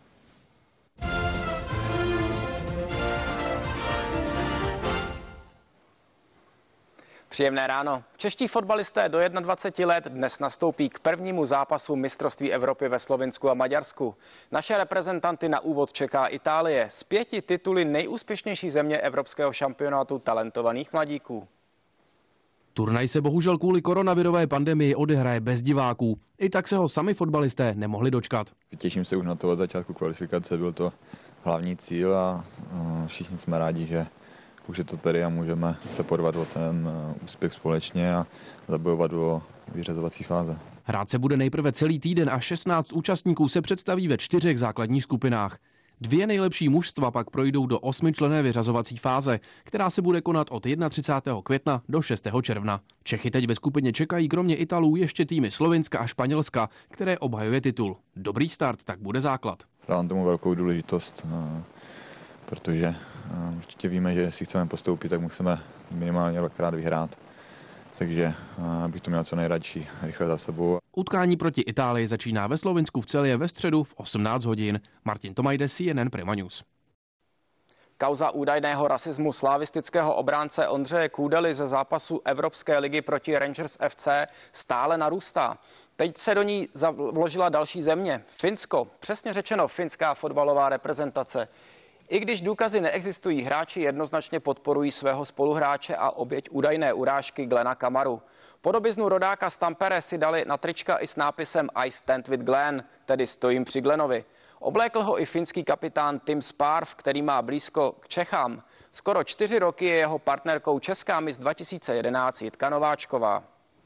Příjemné ráno. Čeští fotbalisté do 21 let dnes nastoupí k prvnímu zápasu mistrovství Evropy ve Slovinsku a Maďarsku. Naše reprezentanty na úvod čeká Itálie s 5 tituly nejúspěšnější země evropského šampionátu talentovaných mladíků. Turnaj se bohužel kvůli koronavirové pandemii odehraje bez diváků. I tak se ho sami fotbalisté nemohli dočkat. Těším se už na to od začátku kvalifikace, byl to hlavní cíl a všichni jsme rádi, že už je to tady a můžeme se porvat o ten úspěch společně a zabojovat o vyřazovací fáze. Hrát se bude nejprve celý týden a 16 účastníků se představí ve 4 základních skupinách. 2 nejlepší mužstva pak projdou do 8členné vyřazovací fáze, která se bude konat od 31. května do 6. června. Čechy teď ve skupině čekají kromě Italů ještě týmy Slovinska a Španělska, které obhajuje titul. Dobrý start tak bude základ. Dávám tomu velkou důležitost, protože určitě víme, že jestli chceme postoupit, tak musíme minimálně 2krát vyhrát. Takže bych to měl co nejradši rychle za sebou. Utkání proti Itálii začíná ve Slovinsku v Celje ve středu v 18 hodin. Martin Tomajde, CNN Prima News. Kauza údajného rasismu slavistického obránce Ondřeje Kůdely ze zápasu Evropské ligy proti Rangers FC stále narůstá. Teď se do ní vložila další země, Finsko, přesně řečeno finská fotbalová reprezentace. I když důkazy neexistují, hráči jednoznačně podporují svého spoluhráče a oběť údajné urážky Glena Kamaru. Podobiznu rodáka z Tampere si dali na trička i s nápisem I stand with Glenn, tedy stojím při Glenovi. Oblékl ho i finský kapitán Tim Sparv, který má blízko k Čechám. Skoro 4 roky je jeho partnerkou česká miss 2011 Jitka Nováčková.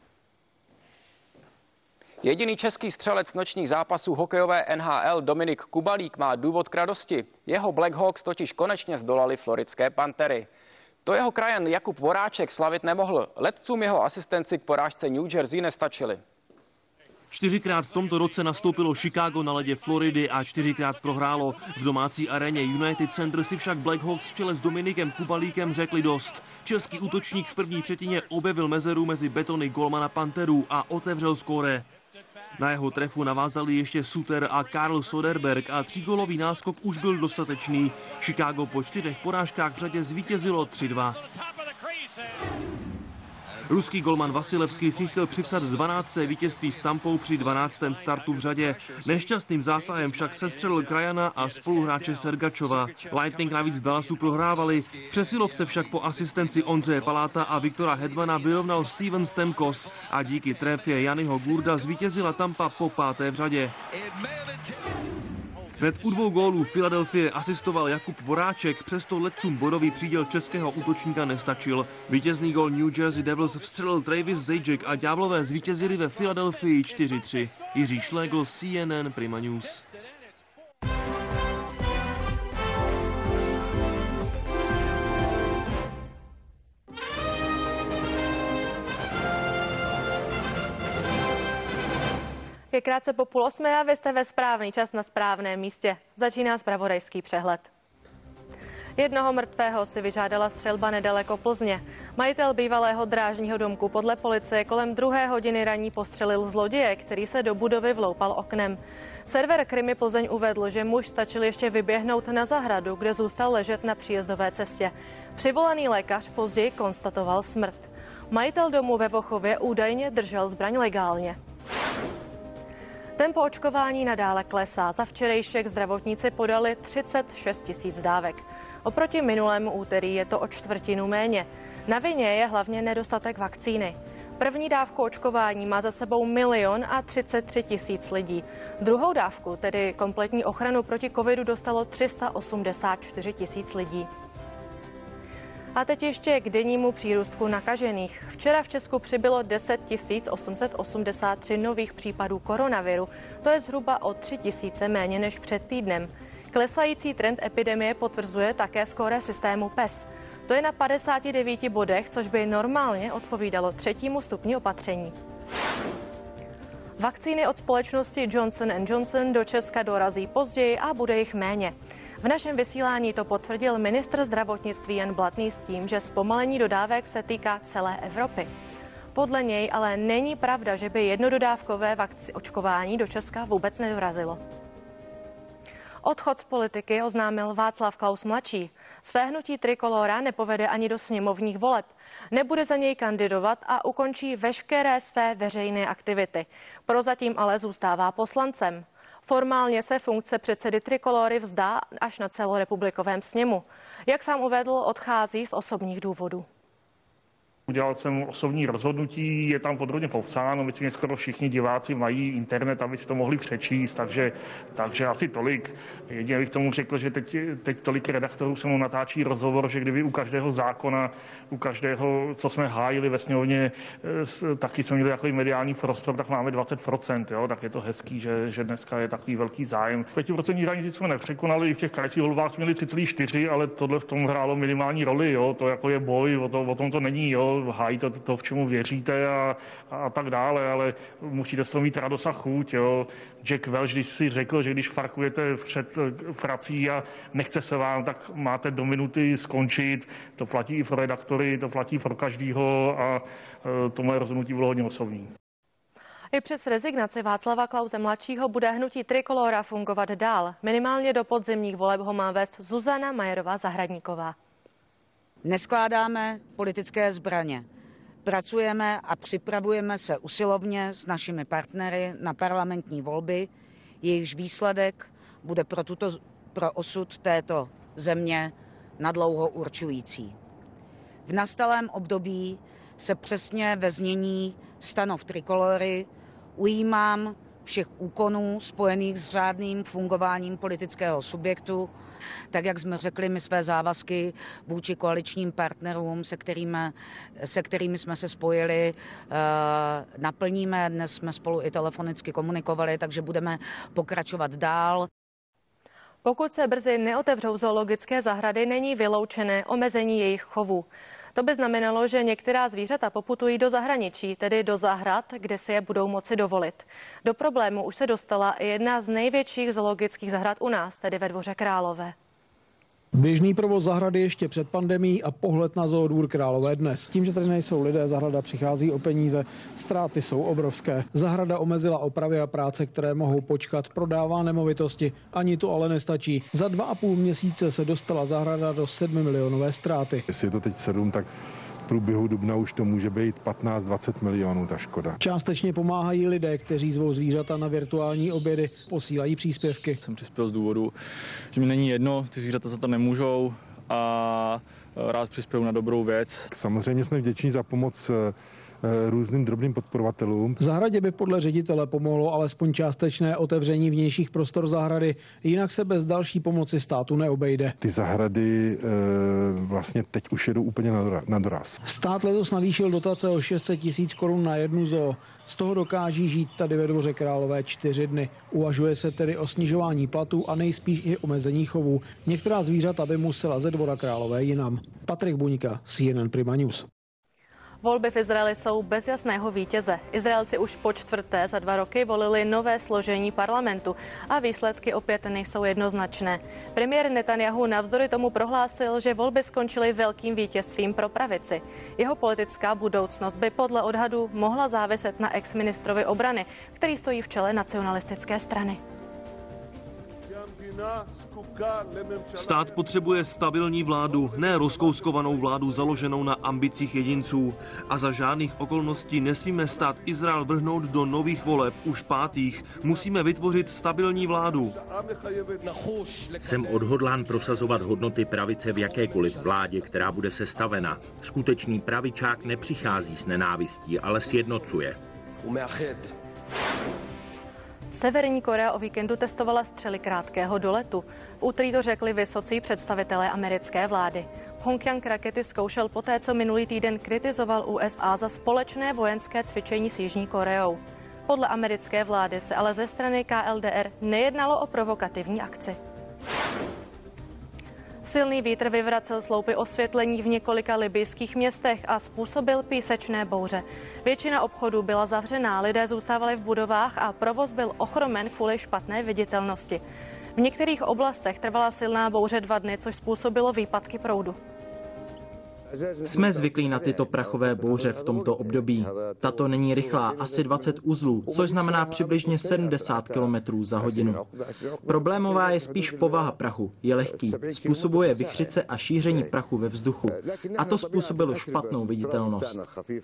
Jediný český střelec nočních zápasů hokejové NHL Dominik Kubalík má důvod k radosti. Jeho Black Hawks totiž konečně zdolali floridské Pantery. To jeho krajan Jakub Voráček slavit nemohl. Letcům jeho asistenci k porážce New Jersey nestačili. 4krát v tomto roce nastoupilo Chicago na ledě Floridy a 4krát prohrálo. V domácí aréně United Center si však Black Hawks v čele s Dominikem Kubalíkem řekli dost. Český útočník v první třetině objevil mezeru mezi betony golmana Panterů a otevřel skóre. Na jeho trefu navázali ještě Suter a Karl Soderberg a 3gólový náskok už byl dostatečný. Chicago po 4 porážkách v řadě zvítězilo 3-2. Ruský golman Vasilevský si chtěl připsat 12. vítězství s Tampou při 12. startu v řadě. Nešťastným zásahem však sestřelil krajana a spoluhráče Sergačova. Lightning navíc Dallasu prohrávali. V přesilovce však po asistenci Ondřeje Paláta a Viktora Hedmana vyrovnal Steven Stamkos a díky trefě Janiho Gurda zvítězila Tampa po 5. v řadě. Hned u 2 gólů Philadelphie asistoval Jakub Voráček, přesto letcům bodový příděl českého útočníka nestačil. Vítězný gól New Jersey Devils vstřelil Travis Zajac a ďáblové zvítězili ve Philadelphii 4-3. Jiří Šlégl, CNN Prima News. Je krátce po 7:30 a vy jste ve správný čas na správném místě. Začíná zpravodajský přehled. Jednoho mrtvého si vyžádala střelba nedaleko Plzně. Majitel bývalého drážního domku podle policie kolem 2. hodiny raní postřelil zloděje, který se do budovy vloupal oknem. Server Krimi Plzeň uvedl, že muž stačil ještě vyběhnout na zahradu, kde zůstal ležet na příjezdové cestě. Přivolaný lékař později konstatoval smrt. Majitel domu ve Vochově údajně držel zbraň legálně. Tempo očkování nadále klesá. Za včerejšek zdravotníci podali 36 000 dávek. Oproti minulému úterý je to o 1/4 méně. Na vině je hlavně nedostatek vakcíny. První dávku očkování má za sebou 1 033 000 lidí. Druhou dávku, tedy kompletní ochranu proti covidu, dostalo 384 000 lidí. A teď ještě k dennímu přírůstku nakažených. Včera v Česku přibylo 10 883 nových případů koronaviru. To je zhruba o 3 000 méně než před týdnem. Klesající trend epidemie potvrzuje také skóre systému PES. To je na 59 bodech, což by normálně odpovídalo 3. stupni opatření. Vakcíny od společnosti Johnson & Johnson do Česka dorazí později a bude jich méně. V našem vysílání to potvrdil ministr zdravotnictví Jan Blatný s tím, že zpomalení dodávek se týká celé Evropy. Podle něj ale není pravda, že by jednododávkové očkování do Česka vůbec nedorazilo. Odchod z politiky oznámil Václav Klaus mladší. Své hnutí Trikolóra nepovede ani do sněmovních voleb. Nebude za něj kandidovat a ukončí veškeré své veřejné aktivity. Prozatím ale zůstává poslancem. Formálně se funkce předsedy Trikolóry vzdá až na celorepublikovém sněmu. Jak sám uvedl, odchází z osobních důvodů. Udělal jsem osobní rozhodnutí, je tam podrobně popsáno, myslím, že skoro všichni diváci mají internet, aby si to mohli přečíst, takže asi tolik. Jedině bych tomu řekl, že teď tolik redaktorů se mu natáčí rozhovor, že kdyby u každého zákona, u každého, co jsme hájili ve sněmovně, taky jsme měli takový mediální prostor, tak máme 20%, jo? Tak je to hezký, že dneska je takový velký zájem. 5% hranici jsme nepřekonali, i v těch krajských volbách jsme měli 3,4, ale tohle v tom hrálo minimální roli, jo? To jako je boj, o tom to není, jo? Hájíte to, v čemu věříte a tak dále, ale musíte z toho mít radost a chuť. Jo. Jack Welch, když si řekl, že když farkujete před prací a nechce se vám, tak máte do minuty skončit. To platí i pro redaktory, to platí pro každýho a to moje rozhodnutí bylo hodně osobní. I přes rezignaci Václava Klause mladšího bude hnutí Trikolóra fungovat dál. Minimálně do podzimních voleb ho má vést Zuzana Majerová-Zahradníková. Neskládáme politické zbraně. Pracujeme a připravujeme se usilovně s našimi partnery na parlamentní volby, jejichž výsledek bude pro osud této země nadlouho určující. V nastalém období se přesně ve znění stanov Trikolóry ujímám všech úkonů spojených s řádným fungováním politického subjektu. Tak, jak jsme řekli, my své závazky vůči koaličním partnerům, se kterými jsme se spojili, naplníme. Dnes jsme spolu i telefonicky komunikovali, takže budeme pokračovat dál. Pokud se brzy neotevřou zoologické zahrady, není vyloučené omezení jejich chovu. To by znamenalo, že některá zvířata poputují do zahraničí, tedy do zahrad, kde si je budou moci dovolit. Do problému už se dostala i jedna z největších zoologických zahrad u nás, tedy ve Dvoře Králové. Běžný provoz zahrady ještě před pandemií a pohled na zoodvůr Králové dnes. Tím, že tady nejsou lidé, zahrada přichází o peníze, ztráty jsou obrovské. Zahrada omezila opravy a práce, které mohou počkat, prodává nemovitosti, ani to ale nestačí. Za 2,5 měsíce se dostala zahrada do 7 milionové ztráty. Jestli je to teď 7, tak v průběhu dubna už to může být 15-20 milionů ta škoda. Částečně pomáhají lidé, kteří zvou zvířata na virtuální obědy, posílají příspěvky. Jsem přispěl z důvodu, že mi není jedno, ty zvířata za to nemůžou a rád přispěju na dobrou věc. Samozřejmě jsme vděční za pomoc různým drobným podporovatelům. Zahradě by podle ředitele pomohlo alespoň částečné otevření vnějších prostor zahrady, jinak se bez další pomoci státu neobejde. Ty zahrady vlastně teď už jedou úplně na doraz. Stát letos navýšil dotace o 600 000 korun na jednu zoo. Z toho dokáží žít tady ve Dvoře Králové 4 dny. Uvažuje se tedy o snižování platů a nejspíš i omezení chovů. Některá zvířata by musela ze Dvora Králové jinam. Patrik Buňka, CNN Prima News. Volby v Izraeli jsou bez jasného vítěze. Izraelci už po čtvrté za 2 roky volili nové složení parlamentu a výsledky opět nejsou jednoznačné. Premiér Netanjahu navzdory tomu prohlásil, že volby skončily velkým vítězstvím pro pravici. Jeho politická budoucnost by podle odhadů mohla záviset na exministrovi obrany, který stojí v čele nacionalistické strany. Stát potřebuje stabilní vládu, ne rozkouskovanou vládu založenou na ambicích jedinců. A za žádných okolností nesmíme stát Izrael vrhnout do nových voleb, už 5. Musíme vytvořit stabilní vládu. Jsem odhodlán prosazovat hodnoty pravice v jakékoliv vládě, která bude sestavena. Skutečný pravičák nepřichází s nenávistí, ale sjednocuje. Severní Korea o víkendu testovala střely krátkého doletu. V úterý to řekli vysocí představitelé americké vlády. Pchongjang rakety zkoušel poté, co minulý týden kritizoval USA za společné vojenské cvičení s Jižní Koreou. Podle americké vlády se ale ze strany KLDR nejednalo o provokativní akci. Silný vítr vyvracel sloupy osvětlení v několika libyjských městech a způsobil písečné bouře. Většina obchodů byla zavřená, lidé zůstávali v budovách a provoz byl ochromen kvůli špatné viditelnosti. V některých oblastech trvala silná bouře 2 dny, což způsobilo výpadky proudu. Jsme zvyklí na tyto prachové bouře v tomto období. Tato není rychlá, asi 20 uzlů, což znamená přibližně 70 km za hodinu. Problémová je spíš povaha prachu. Je lehký, způsobuje vichřice a šíření prachu ve vzduchu. A to způsobilo špatnou viditelnost.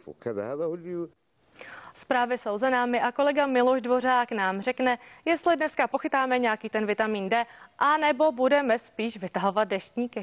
Zprávy jsou za námi a kolega Miloš Dvořák nám řekne, jestli dneska pochytáme nějaký ten vitamin D, anebo budeme spíš vytahovat deštníky.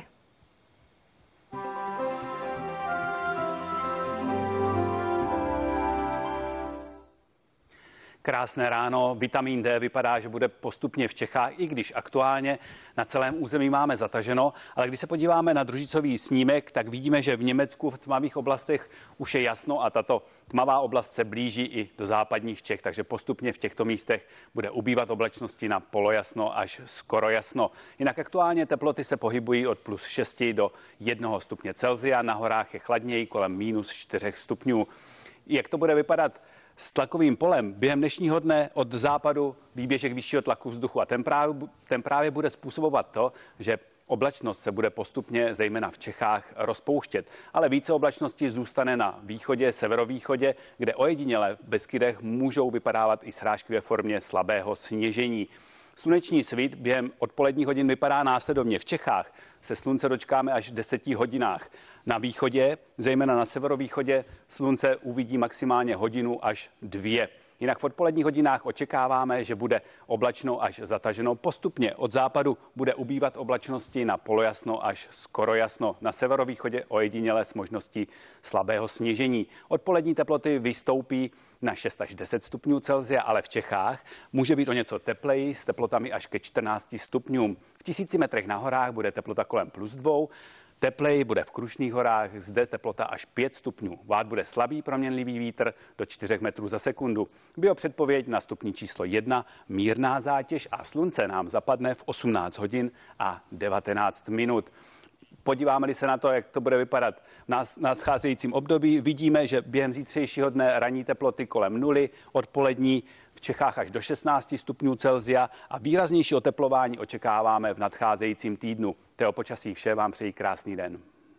Krásné ráno. Vitamin D vypadá, že bude postupně v Čechách, i když aktuálně na celém území máme zataženo. Ale když se podíváme na družicový snímek, tak vidíme, že v Německu v tmavých oblastech už je jasno a tato tmavá oblast se blíží i do západních Čech, takže postupně v těchto místech bude ubývat oblačnosti na polojasno až skoro jasno. Jinak aktuálně teploty se pohybují od +6 do 1 stupně Celsia, na horách je chladněji kolem -4 stupňů. Jak to bude vypadat s tlakovým polem? Během dnešního dne od západu výběžek vyššího tlaku vzduchu a ten právě bude způsobovat to, že oblačnost se bude postupně, zejména v Čechách, rozpouštět. Ale více oblačnosti zůstane na východě, severovýchodě, kde ojediněle v Beskydech můžou vypadávat i srážky ve formě slabého sněžení. Sluneční svit během odpoledních hodin vypadá následovně. V Čechách se slunce dočkáme až v 10 hodinách. Na východě, zejména na severovýchodě, slunce uvidí maximálně hodinu až 2. Jinak v odpoledních hodinách očekáváme, že bude oblačno až zataženo. Postupně od západu bude ubývat oblačnosti na polojasno až skoro jasno. Na severovýchodě ojediněle s možností slabého sněžení. Odpolední teploty vystoupí na 6 až 10 stupňů Celsia, ale v Čechách může být o něco tepleji s teplotami až ke 14 stupňům. V 1000 metrech na horách bude teplota kolem +2. Tepleji bude v Krušných horách, zde teplota až 5 stupňů. Vát bude slabý proměnlivý vítr do 4 metrů za sekundu. Biopředpověď na stupni číslo 1, mírná zátěž a slunce nám zapadne v 18 hodin a 19 minut. Podíváme-li se na to, jak to bude vypadat v nadcházejícím období, vidíme, že během zítřejšího dne ranní teploty kolem 0, odpolední v Čechách až do 16 stupňů Celsia a výraznější oteplování očekáváme v nadcházejícím týdnu. To je o počasí vše, vám přeji krásný den.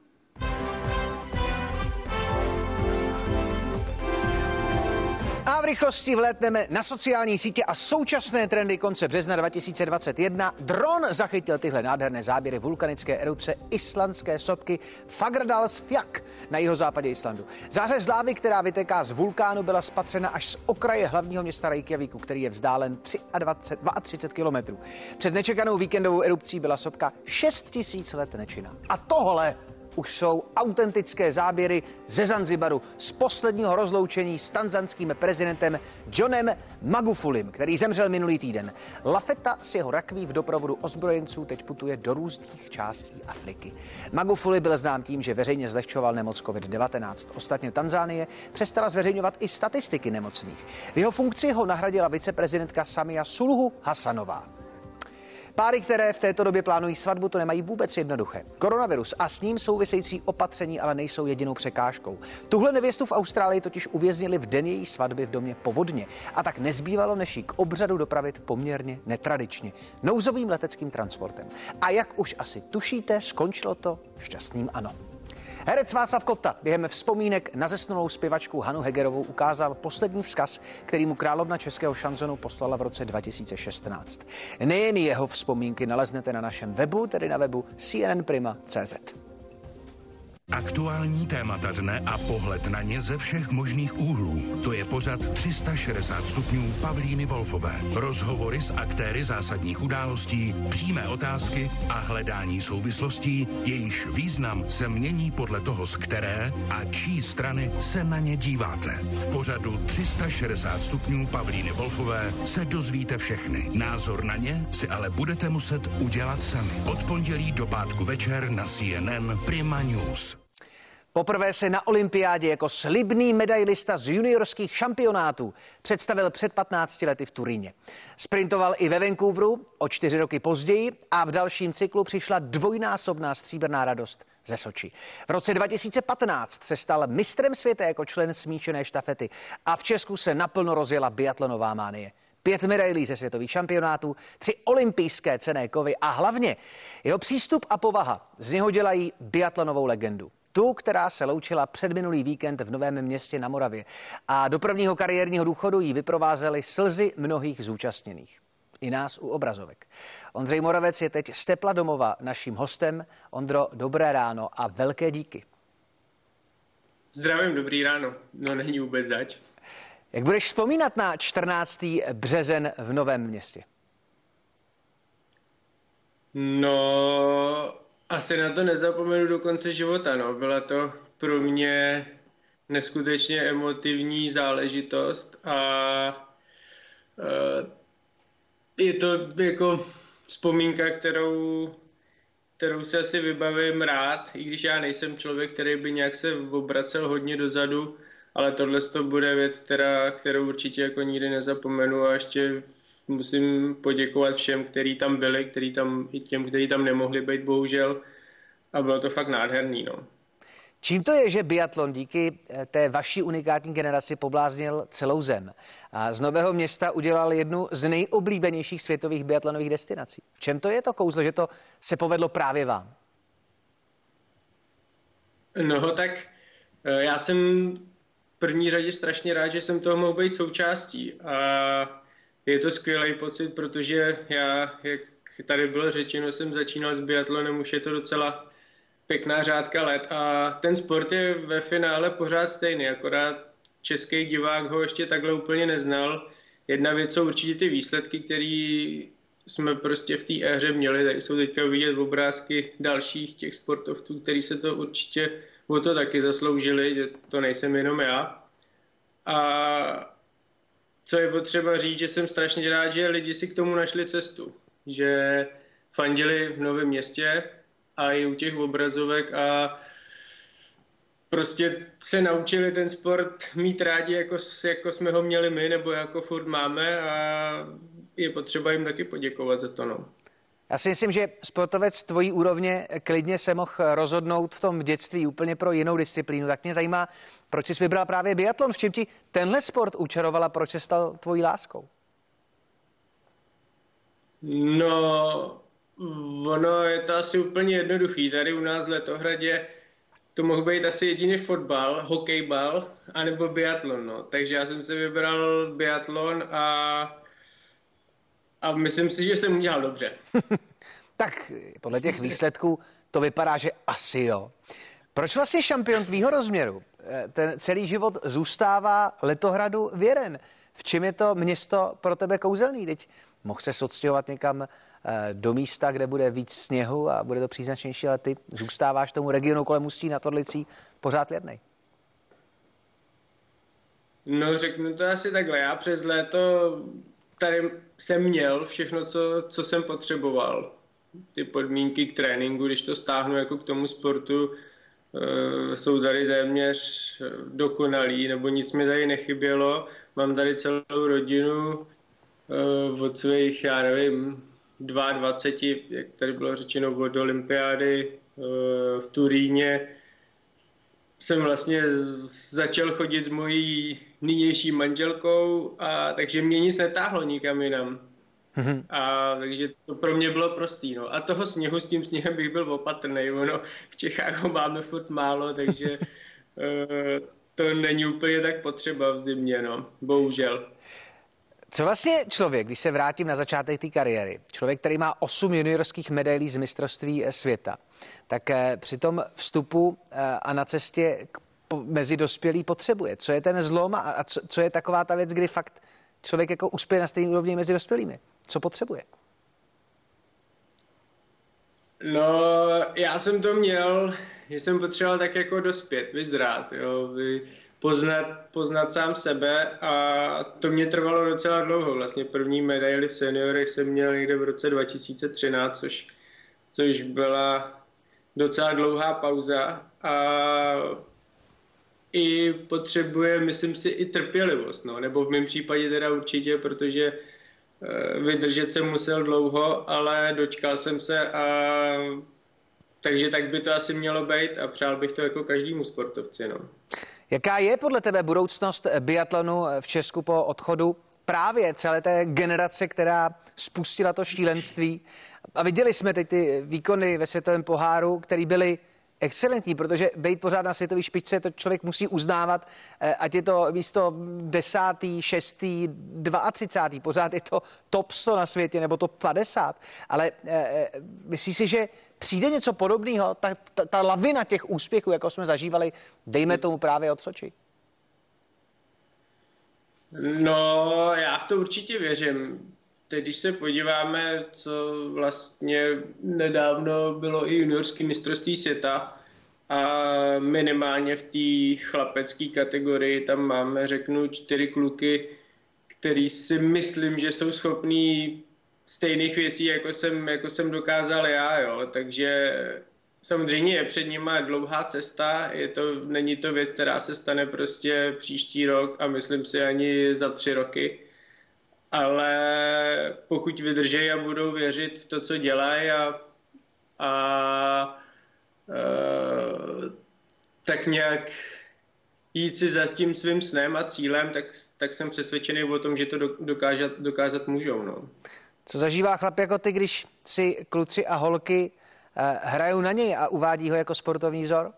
A v rychlosti vlétneme na sociální sítě a současné trendy konce března 2021. Dron zachytil tyhle nádherné záběry vulkanické erupce islandské sopky Fagradalsfjall na jihozápadě Islandu. Zářez lávy, která vytéká z vulkánu, byla spatřena až z okraje hlavního města Reykjavíku, který je vzdálen 32 kilometrů. Před nečekanou víkendovou erupcí byla sopka 6000 let nečinná. A tohle už jsou autentické záběry ze Zanzibaru z posledního rozloučení s tanzanským prezidentem Johnem Magufulim, který zemřel minulý týden. Lafetta s jeho rakví v doprovodu ozbrojenců teď putuje do různých částí Afriky. Magufuli byl znám tím, že veřejně zlehčoval nemoc COVID-19. Ostatně Tanzánie přestala zveřejňovat i statistiky nemocných. V jeho funkci ho nahradila viceprezidentka Samia Suluhu Hasanová. Páry, které v této době plánují svatbu, to nemají vůbec jednoduché. Koronavirus a s ním související opatření ale nejsou jedinou překážkou. Tuhle nevěstu v Austrálii totiž uvěznili v den její svatby v domě povodně a tak nezbývalo, než ji k obřadu dopravit poměrně netradičně, nouzovým leteckým transportem. A jak už asi tušíte, skončilo to šťastným ano. Herec Václav Kotta během vzpomínek na zesnulou zpěvačku Hanu Hegerovou ukázal poslední vzkaz, který mu královna českého šanzonu poslala v roce 2016. Nejen jeho vzpomínky naleznete na našem webu, tedy na webu cnnprima.cz. Aktuální témata dne a pohled na ně ze všech možných úhlů. To je pořad 360 stupňů Pavlíny Wolfové. Rozhovory s aktéry zásadních událostí, přímé otázky a hledání souvislostí, jejichž význam se mění podle toho, z které a čí strany se na ně díváte. V pořadu 360 stupňů Pavlíny Wolfové se dozvíte všechny. Názor na ně si ale budete muset udělat sami. Od pondělí do pátku večer na CNN Prima News. Poprvé se na olympiádě jako slibný medailista z juniorských šampionátů představil před 15 lety v Turíně. Sprintoval i ve Vancouveru o 4 roky později a v dalším cyklu přišla dvojnásobná stříbrná radost ze Soči. V roce 2015 se stal mistrem světa jako člen smíšené štafety a v Česku se naplno rozjela biatlonová mánie. 5 medailí ze světových šampionátů, 3 olympijské cenné kovy a hlavně jeho přístup a povaha z něho dělají biatlonovou legendu. Tu, která se loučila předminulý víkend v Novém Městě na Moravě. A do prvního kariérního důchodu jí vyprovázely slzy mnohých zúčastněných. I nás u obrazovek. Ondřej Moravec je teď z tepla domova naším hostem. Ondro, dobré ráno a velké díky. Zdravím, dobrý ráno. No není vůbec zač. Jak budeš vzpomínat na 14. březen v Novém Městě? No, asi na to nezapomenu do konce života. No. Byla to pro mě neskutečně emotivní záležitost a je to jako vzpomínka, kterou se asi vybavím rád, i když já nejsem člověk, který by nějak se obracel hodně dozadu, ale tohle to bude věc, kterou určitě jako nikdy nezapomenu a ještě musím poděkovat všem, kteří tam byli, i těm, kteří tam nemohli být, bohužel. A bylo to fakt nádherný, no. Čím to je, že biatlon díky té vaší unikátní generaci pobláznil celou zem a z Nového Města udělal jednu z nejoblíbenějších světových biatlonových destinací? V čem to je to kouzlo, že to se povedlo právě vám? No tak já jsem v první řadě strašně rád, že jsem toho mohl být součástí a je to skvělý pocit, protože já, jak tady bylo řečeno, jsem začínal s biatlonem, už je to docela pěkná řádka let a ten sport je ve finále pořád stejný, akorát český divák ho ještě takhle úplně neznal. Jedna věc jsou určitě ty výsledky, které jsme prostě v té éře měli, tady jsou teďka vidět obrázky dalších těch sportovců, kteří se to určitě o to taky zasloužili, že to nejsem jenom já. A co je potřeba říct, že jsem strašně rád, že lidi si k tomu našli cestu, že fandili v Novém Městě a i u těch obrazovek a prostě se naučili ten sport mít rádi, jako jsme ho měli my, nebo jako furt máme a je potřeba jim taky poděkovat za to, no. Já si myslím, že sportovec tvojí úrovně klidně se mohl rozhodnout v tom dětství úplně pro jinou disciplínu. Tak mě zajímá, proč jsi vybral právě biatlon, v čem ti tenhle sport učaroval a proč se stal tvojí láskou? No, ono je to asi úplně jednoduchý. Tady u nás v Letohradě to mohl být asi jediný fotbal, hokejbal, anebo biatlon, no. Takže já jsem si vybral biatlon a myslím si, že jsem udělal dobře. Tak podle těch výsledků to vypadá, že asi jo. Proč vlastně šampion tvýho rozměru ten celý život zůstává Letohradu věren? V čem je to město pro tebe kouzelný? Teď mohl se odstěhovat někam do místa, kde bude víc sněhu a bude to příznačnější, ale ty zůstáváš tomu regionu kolem Ústí nad Orlicí pořád věrnej. No, řeknu to asi takhle. Já přes léto tady jsem měl všechno, co jsem potřeboval. Ty podmínky k tréninku, když to stáhnu jako k tomu sportu, jsou tady téměř dokonalý, nebo nic mi tady nechybělo. Mám tady celou rodinu od svých, já nevím, 22, jak tady bylo řečeno, od olympiády v Turíně jsem vlastně začal chodit s mojí nynější manželkou, a takže mě nic netáhlo nikam jinam. A takže to pro mě bylo prostý. No. A toho sněhu, s tím sněhem bych byl opatrný. Ono v Čechách ho máme furt málo, takže to není úplně tak potřeba v zimě, no. Bohužel. Co vlastně člověk, když se vrátím na začátek té kariéry, člověk, který má 8 juniorských medailí z mistrovství světa, tak při tom vstupu a na cestě mezi dospělí potřebuje? Co je ten zlom a co je taková ta věc, kdy fakt člověk jako uspěje na stejné úrovni mezi dospělými? Co potřebuje? No, já jsem to měl, že jsem potřeboval tak jako dospět, vyzrát, jo, poznat sám sebe, a to mě trvalo docela dlouho. Vlastně první medaili v seniorech jsem měl někde v roce 2013, což byla docela dlouhá pauza, a i potřebuje, myslím si, i trpělivost, no, nebo v mém případě teda určitě, protože vydržet jsem musel dlouho, ale dočkal jsem se, a takže tak by to asi mělo být, a přál bych to jako každému sportovci, no. Jaká je podle tebe budoucnost biatlonu v Česku po odchodu právě celé té generace, která spustila to šílenství? A viděli jsme teď ty výkony ve světovém poháru, které byly excelentní, protože být pořád na světové špičce, to člověk musí uznávat, ať je to místo 10., 6., 32, pořád je to top 100 na světě, nebo top 50. Ale myslíš si, že přijde něco podobného, ta lavina těch úspěchů, jako jsme zažívali, dejme tomu právě od Soči? No, já v to určitě věřím. Teď, když se podíváme, co vlastně nedávno bylo i juniorské mistrovství světa, a minimálně v té chlapecké kategorii tam máme, řeknu, 4 kluky, který si myslím, že jsou schopní stejných věcí, jako jsem dokázal já, jo. Takže samozřejmě je před nima dlouhá cesta, není to věc, která se stane prostě příští rok, a myslím si ani za 3 roky. Ale pokud vydrží a budou věřit v to, co dělají, tak nějak jít si za tím svým snem a cílem, tak jsem přesvědčený o tom, že to dokázat můžou. No. Co zažívá chlap jako ty, když si kluci a holky hrajou na něj a uvádí ho jako sportovní vzor?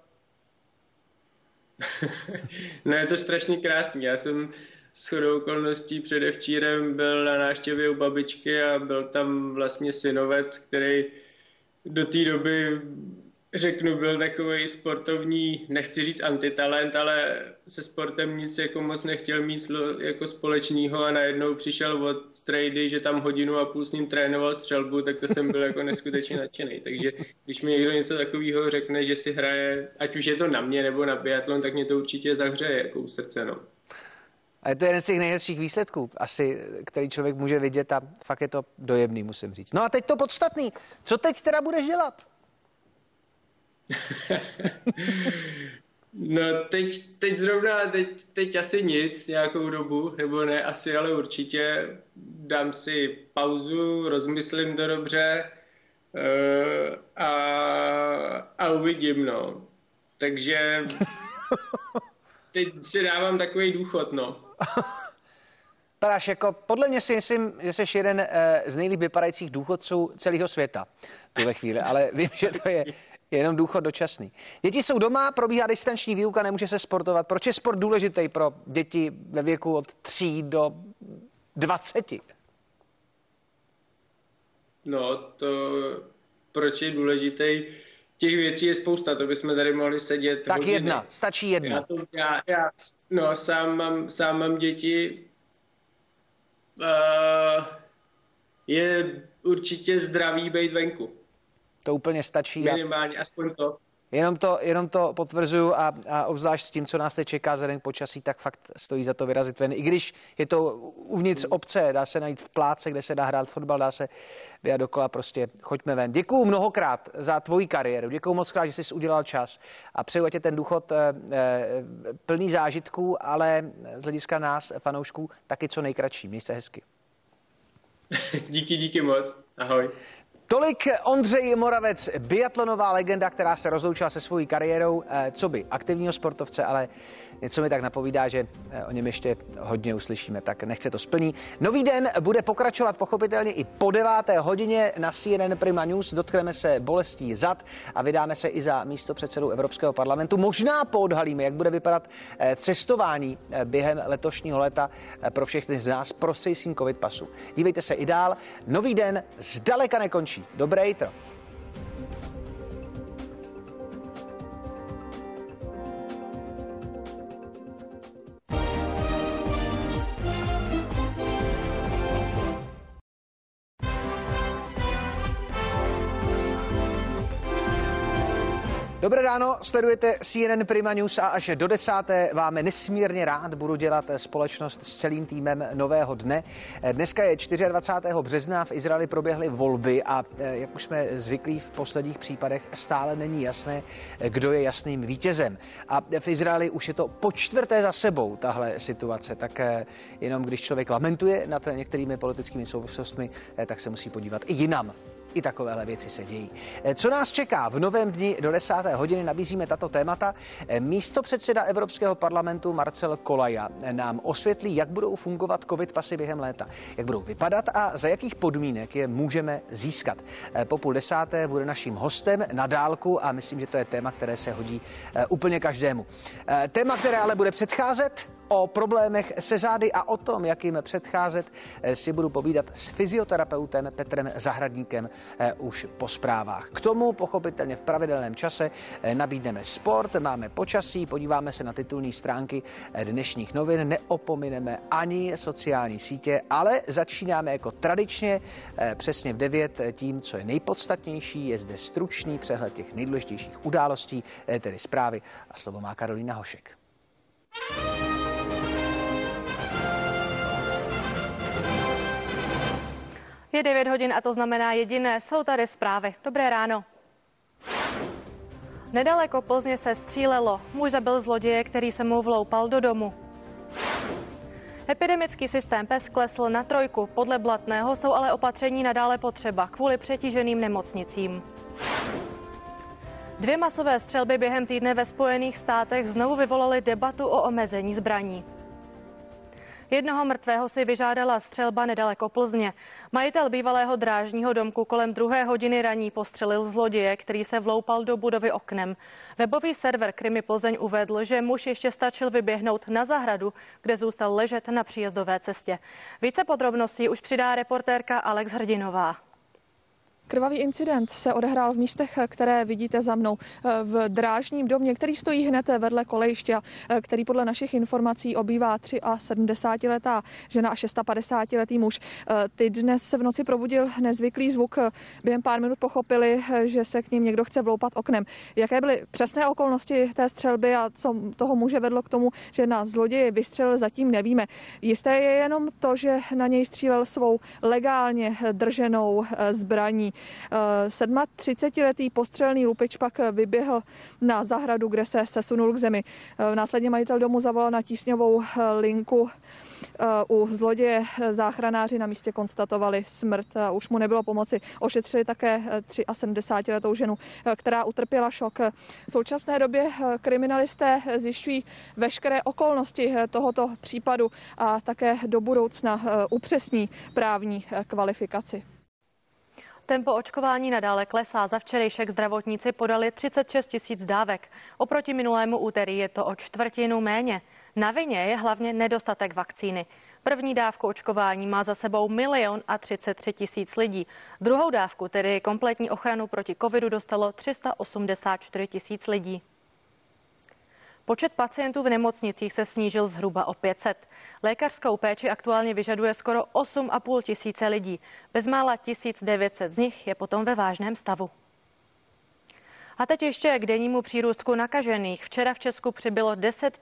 No, je to strašně krásný. Já jsem shodou okolností předevčírem byl na návštěvě u babičky a byl tam vlastně synovec, který do té doby, řeknu, byl takový sportovní, nechci říct antitalent, ale se sportem nic jako moc nechtěl mít jako společného, a najednou přišel od strejdy, že tam 1,5 hodiny s ním trénoval střelbu, tak to jsem byl jako neskutečně nadšený. Takže když mi někdo něco takového řekne, že si hraje, ať už je to na mě nebo na biatlon, tak mě to určitě zahřeje jako u srdce, no. A je to jeden z těch nejhezčích výsledků, asi, který člověk může vidět, a fakt je to dojemný, musím říct. No a teď to podstatný. Co teď teda budeš dělat? No teď zrovna, teď asi nic, nějakou dobu, nebo ne asi, ale určitě dám si pauzu, rozmyslím to dobře a uvidím, no. Takže teď si dávám takový důchod, no. Paráš, jako podle mě si myslím, že jsi jeden z nejlíp vypadajících důchodců celého světa v tuhle chvíli, ale vím, že to je jenom důchod dočasný. Děti jsou doma, probíhá distanční výuka, nemůže se sportovat. Proč je sport důležitý pro děti ve věku od 3 do 20? No, proč je důležitý? Těch věcí je spousta, to bychom tady mohli sedět. Tak hodiny. Jedna, stačí jedna. Já sám mám děti. Je určitě zdravý být venku. To úplně stačí. Minimálně, aspoň to. Jenom to potvrzuju, a obzvlášť s tím, co nás teď čeká vzhledem k počasí, tak fakt stojí za to vyrazit ven. I když je to uvnitř obce, dá se najít v pláce, kde se dá hrát fotbal, dá se běhat dokola, prostě choďme ven. Děkuju mnohokrát za tvoji kariéru, děkuju moc krát, že jsi udělal čas, a přeju, ať je ten důchod plný zážitků, ale z hlediska nás, fanoušků, taky co nejkratší. Měj se hezky. Díky moc. Ahoj. Tolik Ondřej Moravec, biatlonová legenda, která se rozloučila se svojí kariérou coby aktivního sportovce, ale něco mi tak napovídá, že o něm ještě hodně uslyšíme, tak nechce to splní. Nový den bude pokračovat pochopitelně i po 9. hodině na CNN Prima News. Dotkneme se bolestí zad a vydáme se i za místopředsedou Evropského parlamentu. Možná poodhalíme, jak bude vypadat cestování během letošního léta pro všechny z nás prostřednictvím covid pasu. Dívejte se i dál. Nový den zdaleka nekončí. Dobré jitro. Dobré ráno, sledujete CNN Prima News a až do 10. vám nesmírně rád budu dělat společnost s celým týmem Nového dne. Dneska je 24. března, v Izraeli proběhly volby a jak už jsme zvyklí v posledních případech, stále není jasné, kdo je jasným vítězem. A v Izraeli už je to po 4. za sebou tahle situace, tak jenom když člověk lamentuje nad některými politickými souvislostmi, tak se musí podívat i jinam. I takovéhle věci se dějí. Co nás čeká v novém dni do 10. hodiny, nabízíme tato témata. Místopředseda Evropského parlamentu Marcel Kolaja nám osvětlí, jak budou fungovat covid pasy během léta, jak budou vypadat a za jakých podmínek je můžeme získat. Po 9:30 bude naším hostem na dálku a myslím, že to je téma, které se hodí úplně každému. Téma, které ale bude předcházet, o problémech se zády a o tom, jak jim předcházet, si budu povídat s fyzioterapeutem Petrem Zahradníkem už po zprávách. K tomu pochopitelně v pravidelném čase nabídneme sport, máme počasí, podíváme se na titulní stránky dnešních novin, neopomineme ani sociální sítě, ale začínáme jako tradičně přesně v 9 tím, co je nejpodstatnější. Je zde stručný přehled těch nejdůležitějších událostí, tedy zprávy, a slovo má Karolína Hošek. Je 9 hodin a to znamená jediné, jsou tady zprávy. Dobré ráno. Nedaleko Plzně se střílelo. Muž zabil zloděje, který se mu vloupal do domu. Epidemický systém PES klesl na 3. Podle Blatného jsou ale opatření nadále potřeba kvůli přetíženým nemocnicím. 2 masové střelby během týdne ve Spojených státech znovu vyvolaly debatu o omezení zbraní. 1 mrtvého si vyžádala střelba nedaleko Plzně. Majitel bývalého drážního domku kolem 2. hodiny raní postřelil zloděje, který se vloupal do budovy oknem. Webový server Krimi Plzeň uvedl, že muž ještě stačil vyběhnout na zahradu, kde zůstal ležet na příjezdové cestě. Více podrobností už přidá reportérka Alex Hrdinová. Krvavý incident se odehrál v místech, které vidíte za mnou. V drážním domě, který stojí hned vedle kolejiště, který podle našich informací obývá 73letá žena a 56letý muž. Ty dnes se v noci probudil nezvyklý zvuk. Během pár minut pochopili, že se k ním někdo chce vloupat oknem. Jaké byly přesné okolnosti té střelby a co toho muže vedlo k tomu, že na zloděje vystřelil, zatím nevíme. Jisté je jenom to, že na něj střílel svou legálně drženou zbraní. 37letý postřelný lupič pak vyběhl na zahradu, kde se sesunul k zemi. Následně majitel domu zavolal na tísňovou linku. U zloděje záchranáři na místě konstatovali smrt. Už mu nebylo pomoci. Ošetřili také 73letou ženu, která utrpěla šok. V současné době kriminalisté zjišťují veškeré okolnosti tohoto případu a také do budoucna upřesní právní kvalifikaci. Tempo očkování nadále klesá. Za včerejšek zdravotníci podali 36 000 dávek. Oproti minulému úterý je to o 1/4 méně. Na vině je hlavně nedostatek vakcíny. První dávku očkování má za sebou 1 033 000 lidí. Druhou dávku, tedy kompletní ochranu proti covidu, dostalo 384 000 lidí. Počet pacientů v nemocnicích se snížil zhruba o 500. Lékařskou péči aktuálně vyžaduje skoro 8 500 lidí. Bezmála 1900 z nich je potom ve vážném stavu. A teď ještě k dennímu přírůstku nakažených. Včera v Česku přibylo 10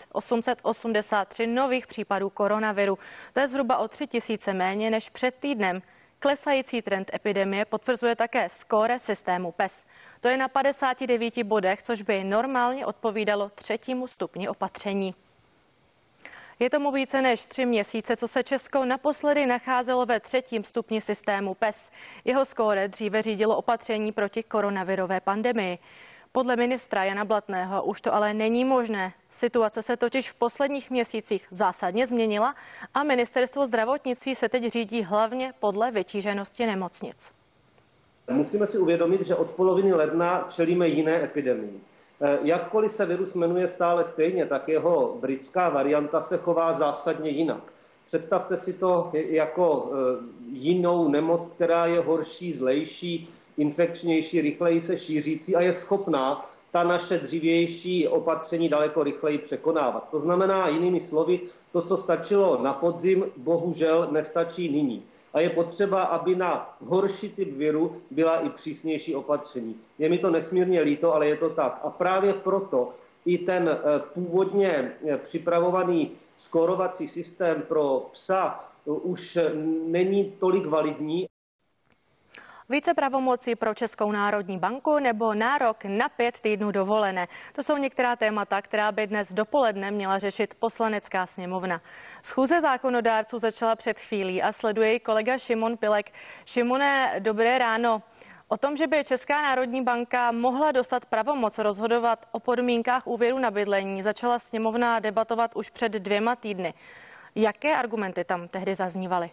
883 nových případů koronaviru. To je zhruba o 3 000 méně než před týdnem. Klesající trend epidemie potvrzuje také skóre systému PES. To je na 59 bodech, což by normálně odpovídalo 3. stupni opatření. Je tomu více než 3 měsíce, co se Česko naposledy nacházelo ve 3. stupni systému PES. Jeho skóre dříve řídilo opatření proti koronavirové pandemii. Podle ministra Jana Blatného už to ale není možné. Situace se totiž v posledních měsících zásadně změnila a ministerstvo zdravotnictví se teď řídí hlavně podle vytíženosti nemocnic. Musíme si uvědomit, že od poloviny ledna čelíme jiné epidemii. Jakkoliv se virus jmenuje stále stejně, tak jeho britská varianta se chová zásadně jinak. Představte si to jako jinou nemoc, která je horší, zlejší, infekčnější, rychleji se šířící a je schopná ta naše dřívější opatření daleko rychleji překonávat. To znamená, jinými slovy, to, co stačilo na podzim, bohužel nestačí nyní. A je potřeba, aby na horší typ viru byla i přísnější opatření. Je mi to nesmírně líto, ale je to tak. A právě proto i ten původně připravovaný skórovací systém pro psa už není tolik validní. Více pravomocí pro Českou národní banku nebo nárok na 5 týdnů dovolené. To jsou některá témata, která by dnes dopoledne měla řešit Poslanecká sněmovna. Schůze zákonodárců začala před chvílí a sleduje ji kolega Šimon Pilek. Šimone, dobré ráno. O tom, že by Česká národní banka mohla dostat pravomoc rozhodovat o podmínkách úvěru na bydlení, začala sněmovna debatovat už před 2 týdny. Jaké argumenty tam tehdy zaznívaly?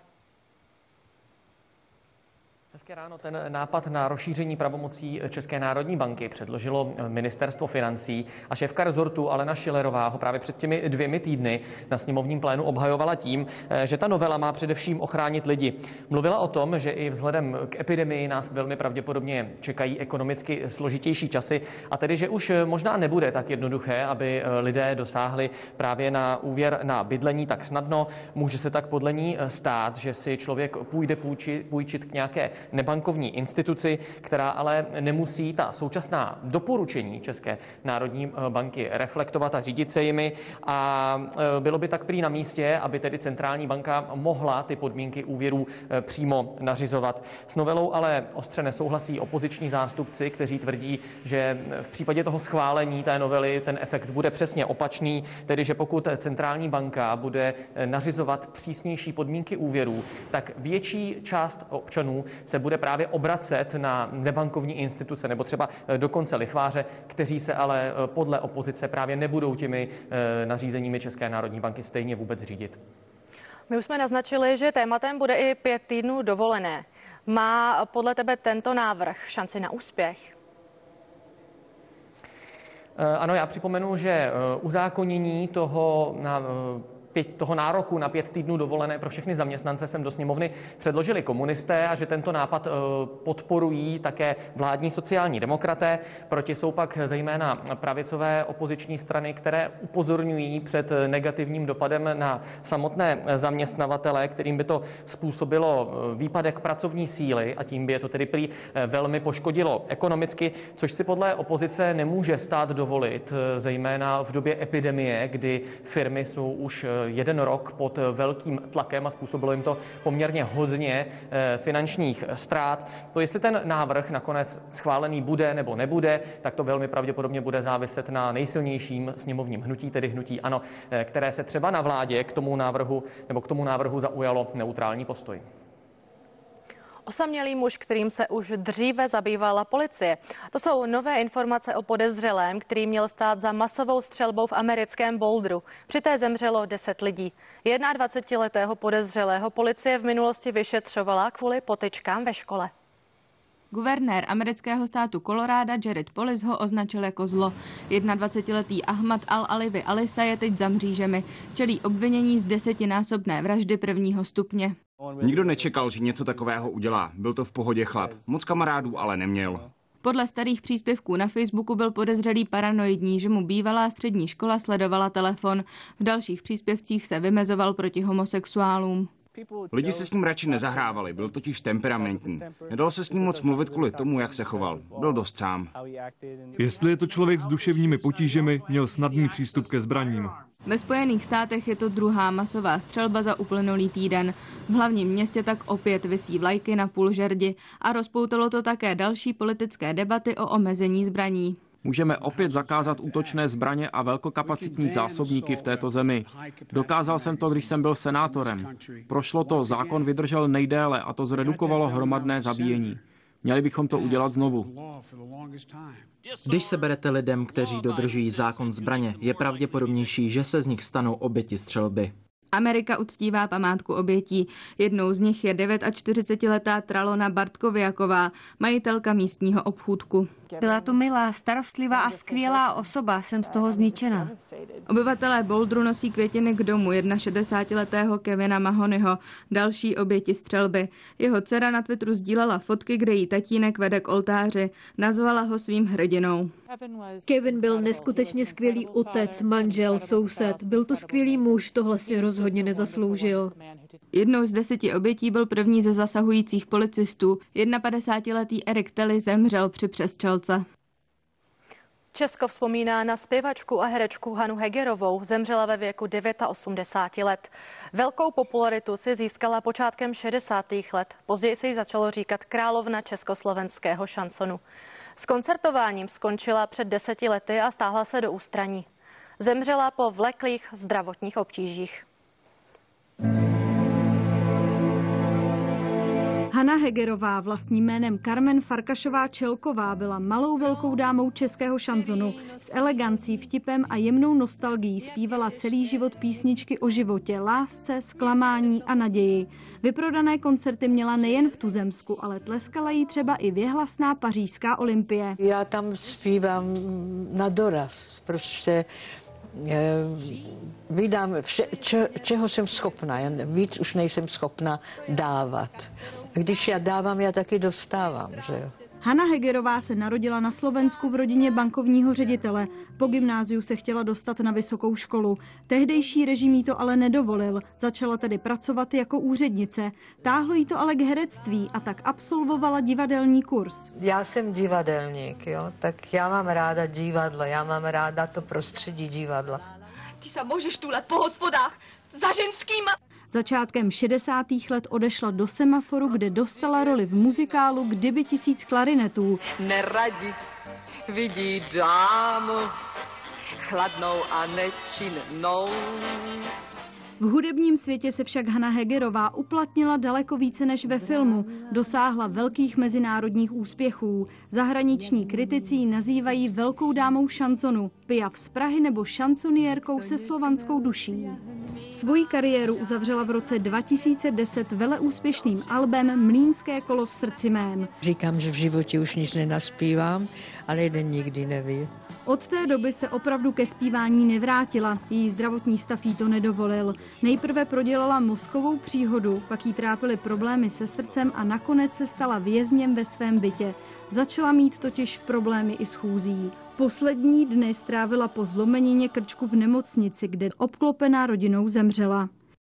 Hezké ráno. Ten nápad na rozšíření pravomocí České národní banky předložilo ministerstvo financí a šéfka rezortu Alena Schillerová ho právě před těmi 2 týdny na sněmovním plénu obhajovala tím, že ta novela má především ochránit lidi. Mluvila o tom, že i vzhledem k epidemii nás velmi pravděpodobně čekají ekonomicky složitější časy a tedy, že už možná nebude tak jednoduché, aby lidé dosáhli právě na úvěr na bydlení tak snadno. Může se tak podle ní stát, že si člověk půjde půjčit k nějaké nebankovní instituci, která ale nemusí ta současná doporučení České národní banky reflektovat a řídit se jimi a bylo by tak prý na místě, aby tedy centrální banka mohla ty podmínky úvěrů přímo nařizovat. S novelou ale ostře nesouhlasí opoziční zástupci, kteří tvrdí, že v případě toho schválení té novely ten efekt bude přesně opačný, tedy že pokud centrální banka bude nařizovat přísnější podmínky úvěrů, tak větší část občanů se bude právě obracet na nebankovní instituce nebo třeba dokonce lichváře, kteří se ale podle opozice právě nebudou těmi nařízeními České národní banky stejně vůbec řídit. My už jsme naznačili, že tématem bude i 5 týdnů dovolené. Má podle tebe tento návrh šanci na úspěch? Ano, já připomenu, že uzákonění toho nároku na 5 týdnů dovolené pro všechny zaměstnance sem do sněmovny předložili komunisté a že tento nápad podporují také vládní sociální demokraté. Proti jsou pak zejména pravicové opoziční strany, které upozorňují před negativním dopadem na samotné zaměstnavatele, kterým by to způsobilo výpadek pracovní síly a tím by je to tedy prý velmi poškodilo ekonomicky, což si podle opozice nemůže stát dovolit, zejména v době epidemie, kdy firmy jsou už 1 rok pod velkým tlakem a způsobilo jim to poměrně hodně finančních ztrát. To, jestli ten návrh nakonec schválený bude nebo nebude, tak to velmi pravděpodobně bude záviset na nejsilnějším sněmovním hnutí, tedy hnutí ANO, které se třeba na vládě k tomu návrhu zaujalo neutrální postoj. Osamělý muž, kterým se už dříve zabývala policie. To jsou nové informace o podezřelém, který měl stát za masovou střelbou v americkém Boulderu. Při té zemřelo 10 lidí. 21letého podezřelého policie v minulosti vyšetřovala kvůli potyčkám ve škole. Guvernér amerického státu Colorado Jared Polis ho označil jako zlo. 21letý Ahmad al-Alivi Alisa je teď za mřížemi. Čelí obvinění z 10násobné vraždy 1. stupně. Nikdo nečekal, že něco takového udělá. Byl to v pohodě chlap. Moc kamarádů ale neměl. Podle starých příspěvků na Facebooku byl podezřelý paranoidní, že mu bývalá střední škola sledovala telefon. V dalších příspěvcích se vymezoval proti homosexuálům. Lidi se s ním radši nezahrávali, byl totiž temperamentní. Nedalo se s ním moc mluvit kvůli tomu, jak se choval. Byl dost sám. Jestli je to člověk s duševními potížemi, měl snadný přístup ke zbraním. Ve Spojených státech je to druhá masová střelba za uplynulý týden. V hlavním městě tak opět visí vlajky na půl žerdi a rozpoutalo to také další politické debaty o omezení zbraní. Můžeme opět zakázat útočné zbraně a velkokapacitní zásobníky v této zemi. Dokázal jsem to, když jsem byl senátorem. Prošlo to, zákon vydržel nejdéle a to zredukovalo hromadné zabíjení. Měli bychom to udělat znovu. Když seberete lidem, kteří dodržují zákon zbraně, je pravděpodobnější, že se z nich stanou oběti střelby. Amerika uctívá památku obětí. Jednou z nich je 49letá Tralona Bartkoviaková, majitelka místního obchůdku. Byla to milá, starostlivá a skvělá osoba, jsem z toho zničena. Obyvatelé Boulderu nosí květiny k domu 61letého Kevina Mahonyho, další oběti střelby. Jeho dcera na Twitteru sdílela fotky, kde jí tatínek vede k oltáři. Nazvala ho svým hrdinou. Kevin byl neskutečně skvělý otec, manžel, soused. Byl to skvělý muž, tohle si rozhodně nezasloužil. Jednou z 10 obětí byl první ze zasahujících policistů. 51letý Eric Telly zemřel při přestřelce. Česko vzpomíná na zpěvačku a herečku Hanu Hegerovou. Zemřela ve věku 89 let. Velkou popularitu si získala počátkem 60. let. Později se jí začalo říkat královna československého šansonu. S koncertováním skončila před 10 lety a stáhla se do ústraní. Zemřela po vleklých zdravotních obtížích. Hana Hegerová, vlastním jménem Carmen Farkašová-Čelková, byla malou velkou dámou českého šanzonu. S elegancí, vtipem a jemnou nostalgií zpívala celý život písničky o životě, lásce, zklamání a naději. Vyprodané koncerty měla nejen v tuzemsku, ale tleskala jí třeba i věhlasná pařížská Olympie. Já tam zpívám na doraz, prostě vydám čeho jsem schopná, já víc už nejsem schopná dávat. Když já dávám, já taky dostávám, že jo. Hana Hegerová se narodila na Slovensku v rodině bankovního ředitele. Po gymnáziu se chtěla dostat na vysokou školu. Tehdejší režim jí to ale nedovolil. Začala tedy pracovat jako úřednice. Táhlo jí to ale k herectví a tak absolvovala divadelní kurz. Já jsem divadelník, jo, tak já mám ráda divadlo, já mám ráda to prostředí divadla. Ty se můžeš túlat po hospodách za ženským. Začátkem 60. let odešla do Semaforu, kde dostala roli v muzikálu Kdyby 1000 klarinetů. Neradi vidí dámu chladnou a nečinnou. V hudebním světě se však Hana Hegerová uplatnila daleko více než ve filmu. Dosáhla velkých mezinárodních úspěchů. Zahraniční kritici ji nazývají velkou dámou šansonu, pijav z Prahy nebo šansoniérkou se slovanskou duší. Svoji kariéru uzavřela v roce 2010 veleúspěšným albem Mlýnské kolo v srdci mém. Říkám, že v životě už nic nenaspívám, ale jeden nikdy neví. Od té doby se opravdu ke zpívání nevrátila. Její zdravotní stav jí to nedovolil. Nejprve prodělala mozkovou příhodu, pak jí trápily problémy se srdcem a nakonec se stala vězněm ve svém bytě. Začala mít totiž problémy i s chůzí. Poslední dny strávila po zlomenině krčku v nemocnici, kde obklopená rodinou zemřela.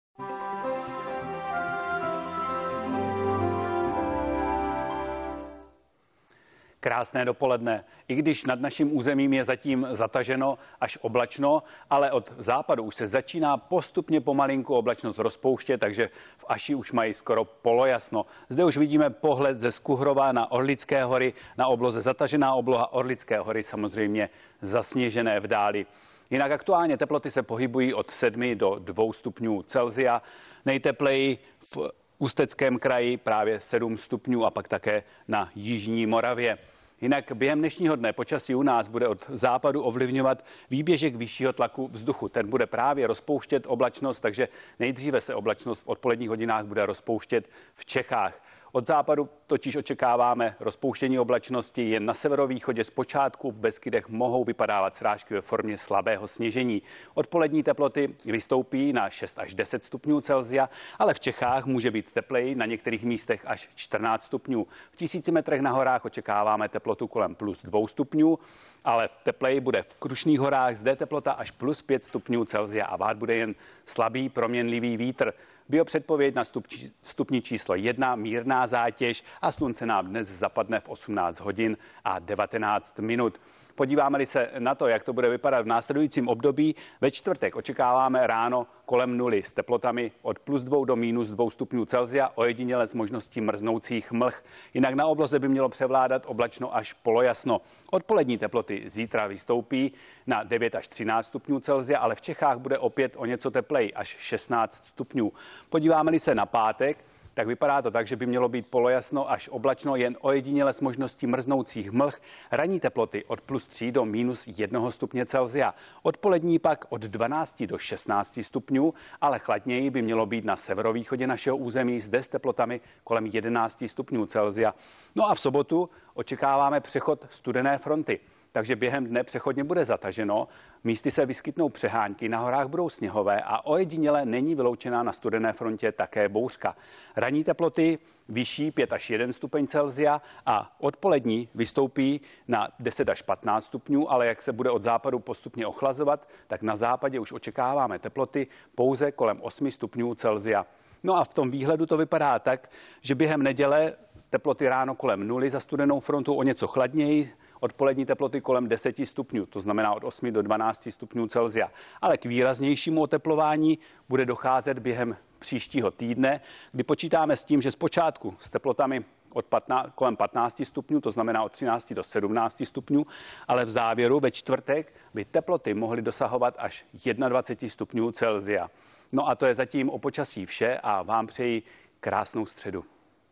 Krásné dopoledne. I když nad naším územím je zatím zataženo až oblačno, ale od západu už se začíná postupně pomalinku oblačnost rozpouštět, takže v Aši už mají skoro polojasno. Zde už vidíme pohled ze Skuhrova na Orlické hory, na obloze zatažená obloha Orlické hory, samozřejmě zasněžené v dáli. Jinak aktuálně teploty se pohybují od 7 do 2 stupňů Celsia. Nejtepleji v Ústeckém kraji právě 7 stupňů a pak také na jižní Moravě. Jinak během dnešního dne počasí u nás bude od západu ovlivňovat výběžek vyššího tlaku vzduchu. Ten bude právě rozpouštět oblačnost, takže nejdříve se oblačnost v odpoledních hodinách bude rozpouštět v Čechách. Od západu totiž očekáváme rozpouštění oblačnosti, jen na severovýchodě zpočátku v Beskydech mohou vypadávat srážky ve formě slabého sněžení. Odpolední teploty vystoupí na 6 až 10 stupňů Celsia, ale v Čechách může být tepleji, na některých místech až 14 stupňů. V 1000 metrech na horách očekáváme teplotu kolem +2 stupňů, ale v tepleji bude v Krušných horách, zde teplota až +5 stupňů Celsia a vát bude jen slabý proměnlivý vítr. Biopředpověď na stupni číslo 1, mírná zátěž a slunce nám dnes zapadne v 18 hodin a 19 minut. Podíváme-li se na to, jak to bude vypadat v následujícím období, ve čtvrtek očekáváme ráno kolem 0 s teplotami od +2 do -2 stupňů Celsia, ojediněle s možností mrznoucích mlh. Jinak na obloze by mělo převládat oblačno až polojasno. Odpolední teploty zítra vystoupí na 9 až 13 stupňů Celsia, ale v Čechách bude opět o něco tepleji, až 16 stupňů. Podíváme-li se na pátek, tak vypadá to tak, že by mělo být polojasno až oblačno, jen ojediněle s možností mrznoucích mlh. Ranní teploty od +3 do -1 stupně Celsia. Odpolední pak od 12 do 16 stupňů, ale chladněji by mělo být na severovýchodě našeho území, zde s teplotami kolem 11 stupňů Celsia. No a v sobotu očekáváme přechod studené fronty. Takže během dne přechodně bude zataženo, místy se vyskytnou přehánky, na horách budou sněhové a ojediněle není vyloučená na studené frontě také bouřka. Ranní teploty vyšší 5 až 1 stupeň Celsia a odpolední vystoupí na 10 až 15 stupňů, ale jak se bude od západu postupně ochlazovat, tak na západě už očekáváme teploty pouze kolem 8 stupňů Celsia. No a v tom výhledu to vypadá tak, že během neděle teploty ráno kolem 0 za studenou frontou, o něco chladněji, odpolední teploty kolem 10 stupňů, to znamená od 8 do 12 stupňů Celsia. Ale k výraznějšímu oteplování bude docházet během příštího týdne, kdy počítáme s tím, že zpočátku s teplotami kolem 15 stupňů, to znamená od 13 do 17 stupňů, ale v závěru ve čtvrtek by teploty mohly dosahovat až 21 stupňů Celsia. No a to je zatím o počasí vše a vám přeji krásnou středu.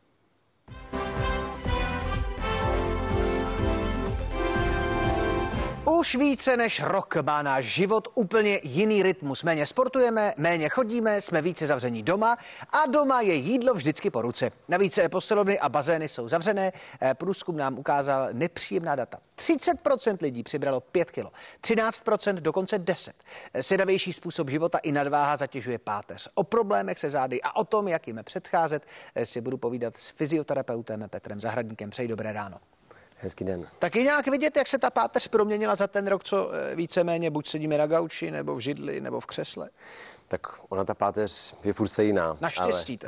Už více než rok má náš život úplně jiný rytmus. Méně sportujeme, méně chodíme, jsme více zavření doma a doma je jídlo vždycky po ruce. Navíc posilovny a bazény jsou zavřené. Průzkum nám ukázal nepříjemná data. 30% lidí přibralo 5 kilo, 13% dokonce 10. Sedavější způsob života i nadváha zatěžuje páteř. O problémech se zády a o tom, jak jim předcházet, si budu povídat s fyzioterapeutem Petrem Zahradníkem. Přeji dobré ráno. Hezký den. Tak je nějak vidět, jak se ta páteř proměnila za ten rok, co víceméně buď sedíme na gauči, nebo v židli, nebo v křesle? Tak ona ta páteř je furt stejná. Naštěstí.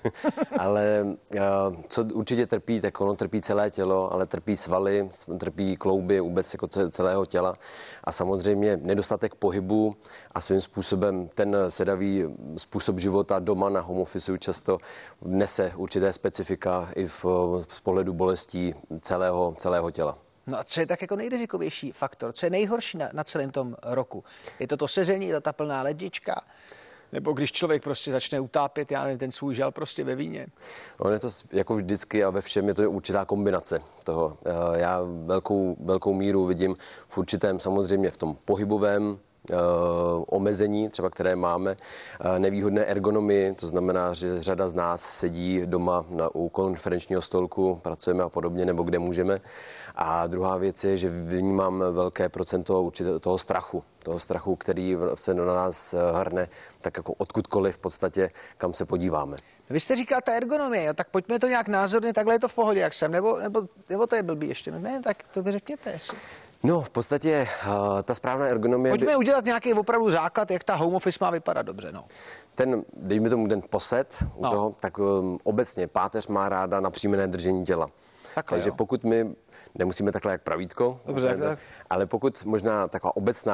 Ale co určitě trpí, tak ono trpí celé tělo, ale trpí svaly, trpí klouby vůbec jako celého těla. A samozřejmě nedostatek pohybu a svým způsobem ten sedavý způsob života doma na home office často nese určité specifika i z pohledu bolestí celého těla. No a co je tak jako nejrizikovější faktor? Co je nejhorší na celém tom roku? Je to sezení, je to ta plná lednička? Nebo když člověk prostě začne utápět, já nevím, ten svůj žal prostě ve víně? On je to jako vždycky a ve všem je to určitá kombinace toho. Já velkou míru vidím v určitém samozřejmě v tom pohybovém omezení, třeba které máme, nevýhodné ergonomii, to znamená, že řada z nás sedí doma u konferenčního stolku, pracujeme a podobně, nebo kde můžeme. A druhá věc je, že vnímám velké procento toho strachu, který se na nás hrne, tak jako odkudkoliv v podstatě, kam se podíváme. Vy jste říkal ta ergonomie, jo? Tak pojďme to nějak názorně, takhle je to v pohodě, jak jsem, nebo to je blbý ještě, ne, tak to vy řekněte, jestli. No, v podstatě ta správná ergonomie... Pojďme udělat nějaký opravdu základ, jak ta home office má vypadat dobře, no. Dejme tomu ten posed u toho, tak obecně páteř má ráda napřímené držení těla. Takže pokud my nemusíme takhle jak pravítko, ale pokud možná taková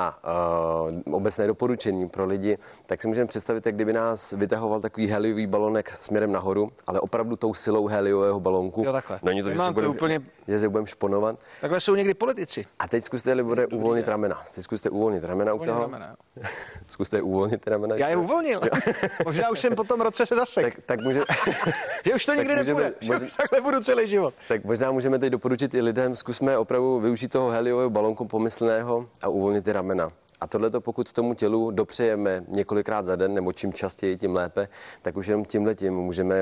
obecné doporučení pro lidi, tak si můžeme představit, jak kdyby nás vytahoval takový heliový balonek směrem nahoru, ale opravdu tou silou heliového balonku. Jo, takhle. Není to, že se budeme šponovat. Takhle jsou někdy politici. A teď zkuste, Libore, uvolnit ramena. Teď zkuste uvolnit ramena u toho. Zkuste uvolnit ramena. Já je uvolnil. Možná už jsem po tom roce se zasek. Tak můžeme... že už to nikdy nepůjde. Takhle budu celý život. Tak možná můžeme teď doporučit i lidem, zkusme opravdu využít toho heliového balonku pomyslného a uvolnit ty ramena. A tohleto, pokud tomu tělu dopřejeme několikrát za den, nebo čím častěji, tím lépe, tak už jenom tímhletím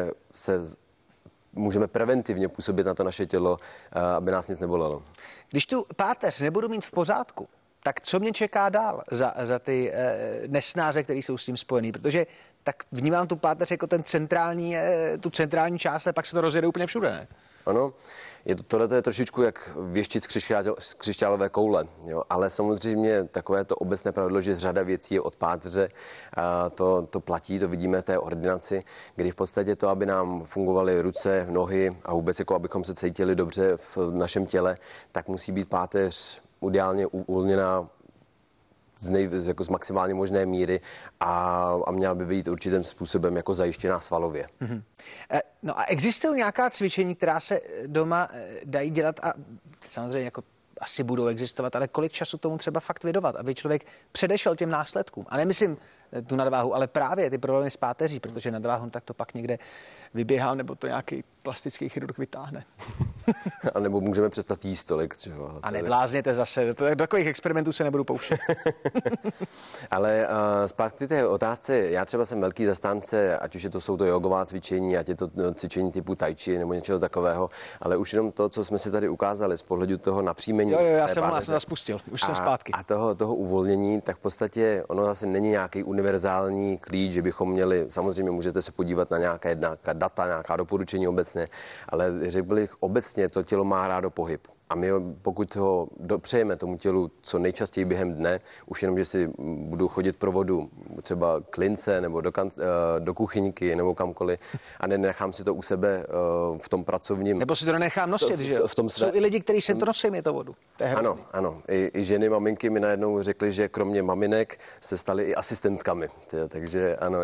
můžeme preventivně působit na to naše tělo, aby nás nic nebolelo. Když tu páteř nebudu mít v pořádku, tak co mě čeká dál za ty nesnáze, které jsou s tím spojený? Protože tak vnímám tu páteř jako tu centrální část, a pak se to rozjede úplně všude, ne? Ano, tohle je trošičku jak věštit z křišťálové koule, jo? Ale samozřejmě takové to obecné pravidlo, že řada věcí je od páteře, to platí, to vidíme v té ordinaci, kdy v podstatě to, aby nám fungovaly ruce, nohy a vůbec jako abychom se cítili dobře v našem těle, tak musí být páteř ideálně uvolněná z maximálně možné míry a měla by být určitým způsobem jako zajištěná svalově. No a existují nějaká cvičení, která se doma dají dělat a samozřejmě jako asi budou existovat, ale kolik času tomu třeba fakt věnovat, aby člověk předešel těm následkům? A nemyslím tu nadváhu, ale právě ty problémy s páteří, protože nadváhu tak to pak někde vyběhá, nebo to nějaký plastický chirurg vytáhne. A nebo můžeme přestat jíst tolik. A neblázněte zase, do takových experimentů se nebudu pouštět. Ale zpátky té otázce, já třeba jsem velký zastánce, ať už jsou to jogová cvičení, ať je to cvičení typu tai chi nebo něčeho takového, ale už jenom to, co jsme si tady ukázali z pohledu toho napříjmení. Jo, já jsem vás spustil, už jsem zpátky. A toho uvolnění, tak v podstatě ono zase není nějaký univerzální klíč, že bychom měli, samozřejmě můžete se podívat na nějaká data, nějaká doporučení obecně, ale řekl bych obecně to tělo má rádo pohyb. A my, pokud ho dopřejeme tomu tělu co nejčastěji během dne, už jenom, že si budu chodit pro vodu, třeba k lince nebo do kuchyňky nebo kamkoliv a nenechám si to u sebe v tom pracovním... Nebo si to nenechám nosit, že jo? Jsou i lidi, kteří se to nosí, je to vodu. To je ano. I ženy, maminky mi najednou řekly, že kromě maminek se staly i asistentkami. Takže ano,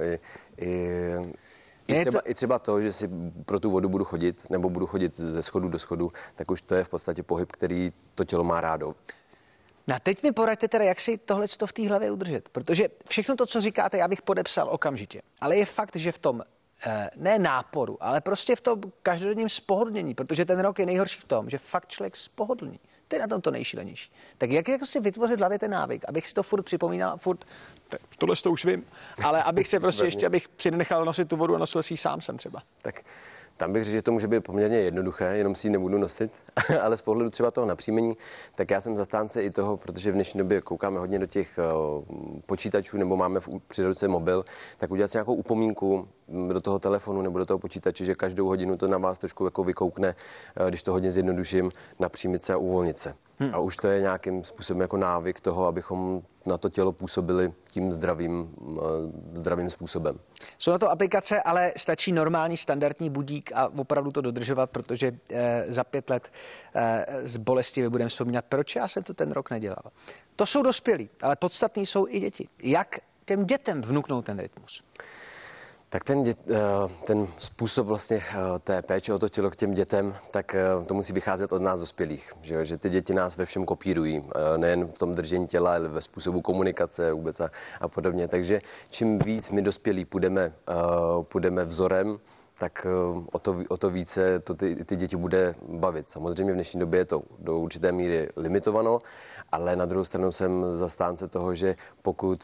I třeba to, že si pro tu vodu budu chodit, nebo budu chodit ze schodu do schodu, tak už to je v podstatě pohyb, který to tělo má rádo. No a teď mi poraďte teda, jak si tohleto v té hlavě udržet, protože všechno to, co říkáte, já bych podepsal okamžitě. Ale je fakt, že v tom ne náporu, ale prostě v tom každodenním spohodlnění, protože ten rok je nejhorší v tom, že fakt člověk spohodlní. To je na tom to nejšílenější. Tak jak si vytvořit v hlavě ten návyk, abych si to furt připomínal, tohle to už vím, ale abych se prostě ještě, abych si nenechal nosit tu vodu a nosil si ji sám sem třeba. Tak tam bych řekl, že to může být poměrně jednoduché, jenom si ji nebudu nosit, ale z pohledu třeba toho napříjmení, tak já jsem zastánce i toho, protože v dnešní době koukáme hodně do těch počítačů nebo máme při ruce mobil, tak udělat si nějakou upomínku do toho telefonu nebo do toho počítače, že každou hodinu to na vás trošku jako vykoukne, když to hodně zjednoduším, napřímit se a uvolnit se. A už to je nějakým způsobem jako návyk toho, abychom na to tělo působili tím zdravým způsobem. Jsou na to aplikace, ale stačí normální standardní budík a opravdu to dodržovat, protože za 5 let z bolesti budeme vzpomínat, proč já jsem to ten rok nedělal. To jsou dospělí, ale podstatní jsou i děti. Jak těm dětem vnuknout ten rytmus? Tak ten způsob vlastně té péče o to tělo k těm dětem, tak to musí vycházet od nás dospělých, že ty děti nás ve všem kopírují, nejen v tom držení těla, ale ve způsobu komunikace vůbec a podobně. Takže čím víc my dospělí půjdeme vzorem, tak o to více to ty děti bude bavit. Samozřejmě v dnešní době je to do určité míry limitované, ale na druhou stranu jsem zastánce toho, že pokud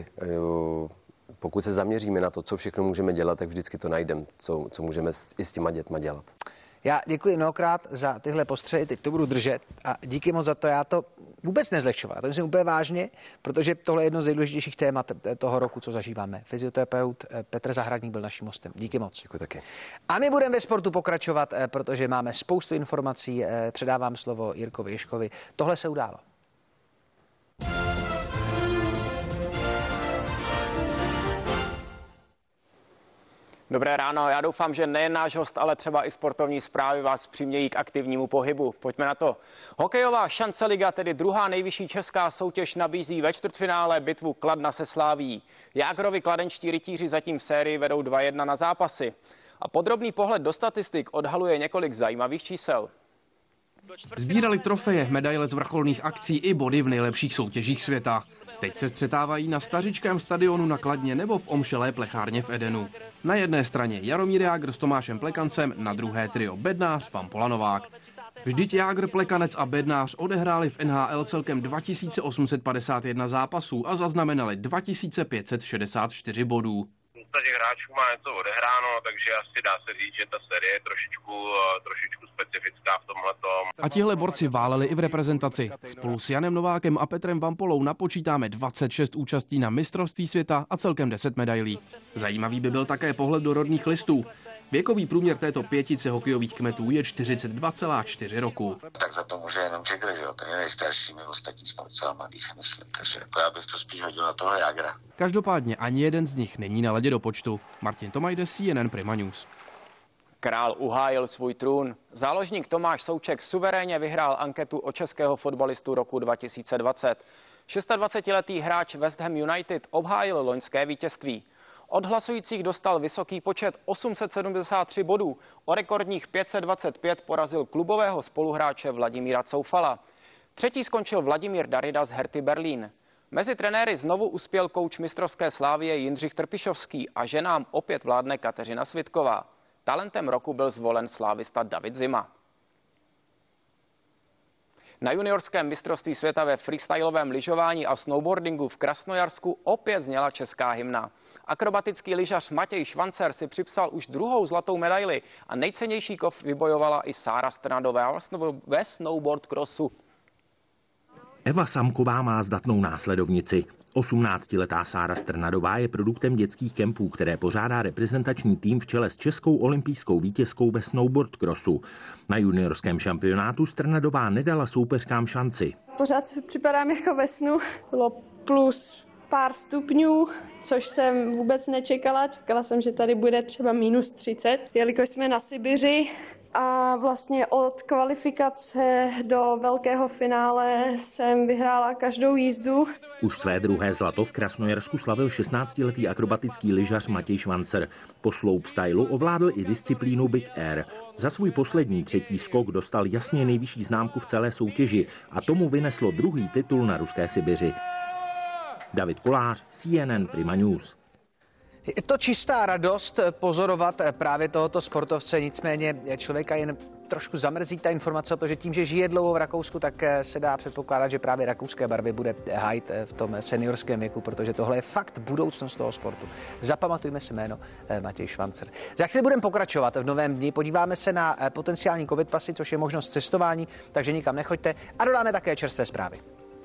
se zaměříme na to, co všechno můžeme dělat, tak vždycky to najdeme, co můžeme i s těma dětma dělat. Já děkuji mnohokrát za tyhle postřehy, teď to budu držet a díky moc za to, já to vůbec nezlehčoval, já to myslím úplně vážně, protože tohle je jedno z nejdůležitějších témat toho roku, co zažíváme. Fyzioterapeut Petr Zahradník byl naším hostem. Díky moc. Děkuji taky. A my budeme ve sportu pokračovat, protože máme spoustu informací, předávám slovo Jirkovi Ješkovi. Tohle se událo. Dobré ráno, já doufám, že nejen náš host, ale třeba i sportovní zprávy vás přimějí k aktivnímu pohybu. Pojďme na to. Hokejová šance liga, tedy druhá nejvyšší česká soutěž, nabízí ve čtvrtfinále bitvu Kladna se Slaví. Jágrovi kladenští rytíři zatím v sérii vedou 2-1 na zápasy. A podrobný pohled do statistik odhaluje několik zajímavých čísel. Sbírali trofeje, medaile z vrcholných akcí i body v nejlepších soutěžích světa. Teď se střetávají na stařičkém stadionu na Kladně nebo v omšelé plechárně v Edenu. Na jedné straně Jaromír Jágr s Tomášem Plekancem, na druhé trio Bednář, Vampola Novák. Vždyť Jágr, Plekanec a Bednář odehráli v NHL celkem 2851 zápasů a zaznamenali 2564 bodů. Těch hráčů má něco odehráno, takže asi dá se říct, že ta série je trošičku specifická v tomhletom. A tihle borci váleli i v reprezentaci. Spolu s Janem Novákem a Petrem Vampolou napočítáme 26 účastí na mistrovství světa a celkem 10 medailí. Zajímavý by byl také pohled do rodných listů. Věkový průměr této pětice hokejových kmetů je 42,4 roku. Tak za to může jenom Jágr, že jo, ten je nejstarší, my ostatní jsme docela mladý, si myslím, takže jako já bych to spíš hodil na toho Jágra. Každopádně ani jeden z nich není na ledě do počtu. Martin Tomajde, CNN Prima News. Král uhájil svůj trůn. Záložník Tomáš Souček suverénně vyhrál anketu o českého fotbalistu roku 2020. 26letý hráč West Ham United obhájil loňské vítězství. Od hlasujících dostal vysoký počet 873 bodů. O rekordních 525 porazil klubového spoluhráče Vladimíra Coufala. Třetí skončil Vladimír Darida z Herty Berlín. Mezi trenéry znovu uspěl kouč mistrovské Slávie Jindřich Trpišovský a ženám opět vládne Kateřina Svitková. Talentem roku byl zvolen slávista David Zima. Na juniorském mistrovství světa ve freestylovém lyžování a snowboardingu v Krasnojarsku opět zněla česká hymna. Akrobatický lyžař Matěj Švancer si připsal už druhou zlatou medaili a nejcennější kov vybojovala i Sára Strnadová ve snowboard crossu. Eva Samková má zdatnou následovnici. 18letá Sára Strnadová je produktem dětských kempů, které pořádá reprezentační tým v čele s českou olympijskou vítězkou ve snowboard crossu. Na juniorském šampionátu Strnadová nedala soupeřkám šanci. Pořád si připadám jako ve snu. Bylo plus pár stupňů, což jsem vůbec nečekala. Čekala jsem, že tady bude třeba -30, jelikož jsme na Sibiři. A vlastně od kvalifikace do velkého finále jsem vyhrála každou jízdu. Už své druhé zlato v Krasnojarsku slavil 16letý akrobatický lyžař Matěj Švancer. Po slopestylu ovládl i disciplínu Big Air. Za svůj poslední třetí skok dostal jasně nejvyšší známku v celé soutěži a tomu vyneslo druhý titul na ruské Sibiři. David Kolář, CNN Prima News. Je to čistá radost pozorovat právě tohoto sportovce, nicméně člověka jen trošku zamrzí ta informace o to, že tím, že žije dlouho v Rakousku, tak se dá předpokládat, že právě rakouské barvy bude hájit v tom seniorském věku, protože tohle je fakt budoucnost toho sportu. Zapamatujme si jméno Matěj Švancer. Za chvíli budeme pokračovat v novém dni, podíváme se na potenciální covid pasy, což je možnost cestování, takže nikam nechoďte a dodáme také čerstvé zprávy.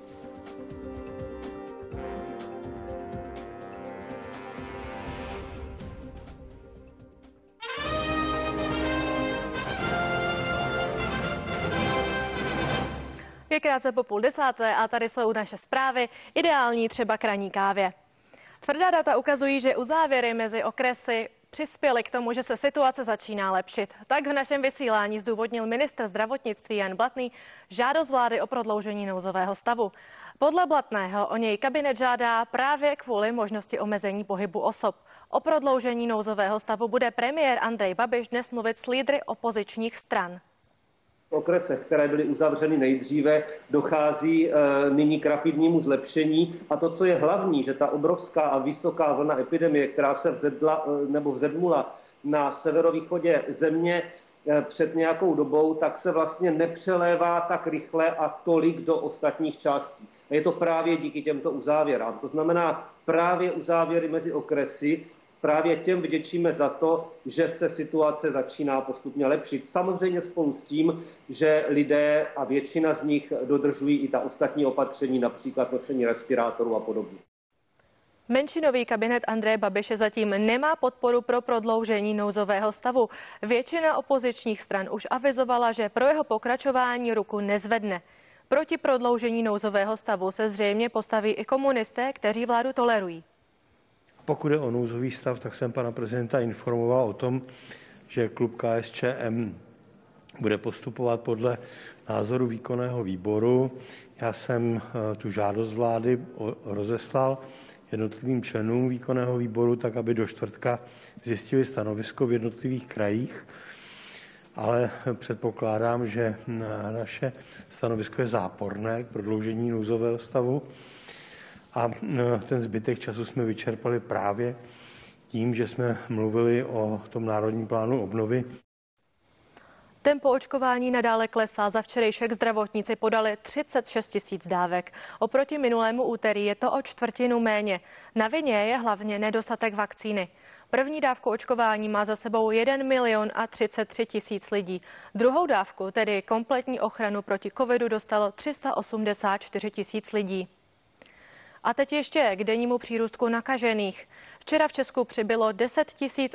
Je krátce po 9:30 a tady jsou naše zprávy, ideální třeba k ranní kávě. Tvrdá data ukazují, že uzávěry mezi okresy přispěly k tomu, že se situace začíná lepšit. Tak v našem vysílání zdůvodnil ministr zdravotnictví Jan Blatný žádost vlády o prodloužení nouzového stavu. Podle Blatného o něj kabinet žádá právě kvůli možnosti omezení pohybu osob. O prodloužení nouzového stavu bude premiér Andrej Babiš dnes mluvit s lídry opozičních stran. V okresech, které byly uzavřeny nejdříve, dochází nyní k rapidnímu zlepšení. A to, co je hlavní, že ta obrovská a vysoká vlna epidemie, která se vzedmula na severovýchodě země před nějakou dobou, tak se vlastně nepřelévá tak rychle a tolik do ostatních částí. A je to právě díky těmto uzávěrám. To znamená právě uzávěry mezi okresy, právě těm vděčíme za to, že se situace začíná postupně lepšit. Samozřejmě spolu s tím, že lidé a většina z nich dodržují i ta ostatní opatření, například nošení respirátorů a podobně. Menšinový kabinet Andreje Babiše zatím nemá podporu pro prodloužení nouzového stavu. Většina opozičních stran už avizovala, že pro jeho pokračování ruku nezvedne. Proti prodloužení nouzového stavu se zřejmě postaví i komunisté, kteří vládu tolerují. Pokud je o nouzový stav, tak jsem pana prezidenta informoval o tom, že klub KSČM bude postupovat podle názoru výkonného výboru. Já jsem tu žádost vlády rozeslal jednotlivým členům výkonného výboru, tak aby do čtvrtka zjistili stanovisko v jednotlivých krajích, ale předpokládám, že naše stanovisko je záporné k prodloužení nouzového stavu. A ten zbytek času jsme vyčerpali právě tím, že jsme mluvili o tom národním plánu obnovy. Tempo očkování nadále klesá. Za včerejšek zdravotníci podali 36 000 dávek. Oproti minulému úterý je to o čtvrtinu méně. Na vině je hlavně nedostatek vakcíny. První dávku očkování má za sebou 1 033 000 lidí. Druhou dávku, tedy kompletní ochranu proti covidu, dostalo 384 000 lidí. A teď ještě k dennímu přírůstku nakažených. Včera v Česku přibylo 10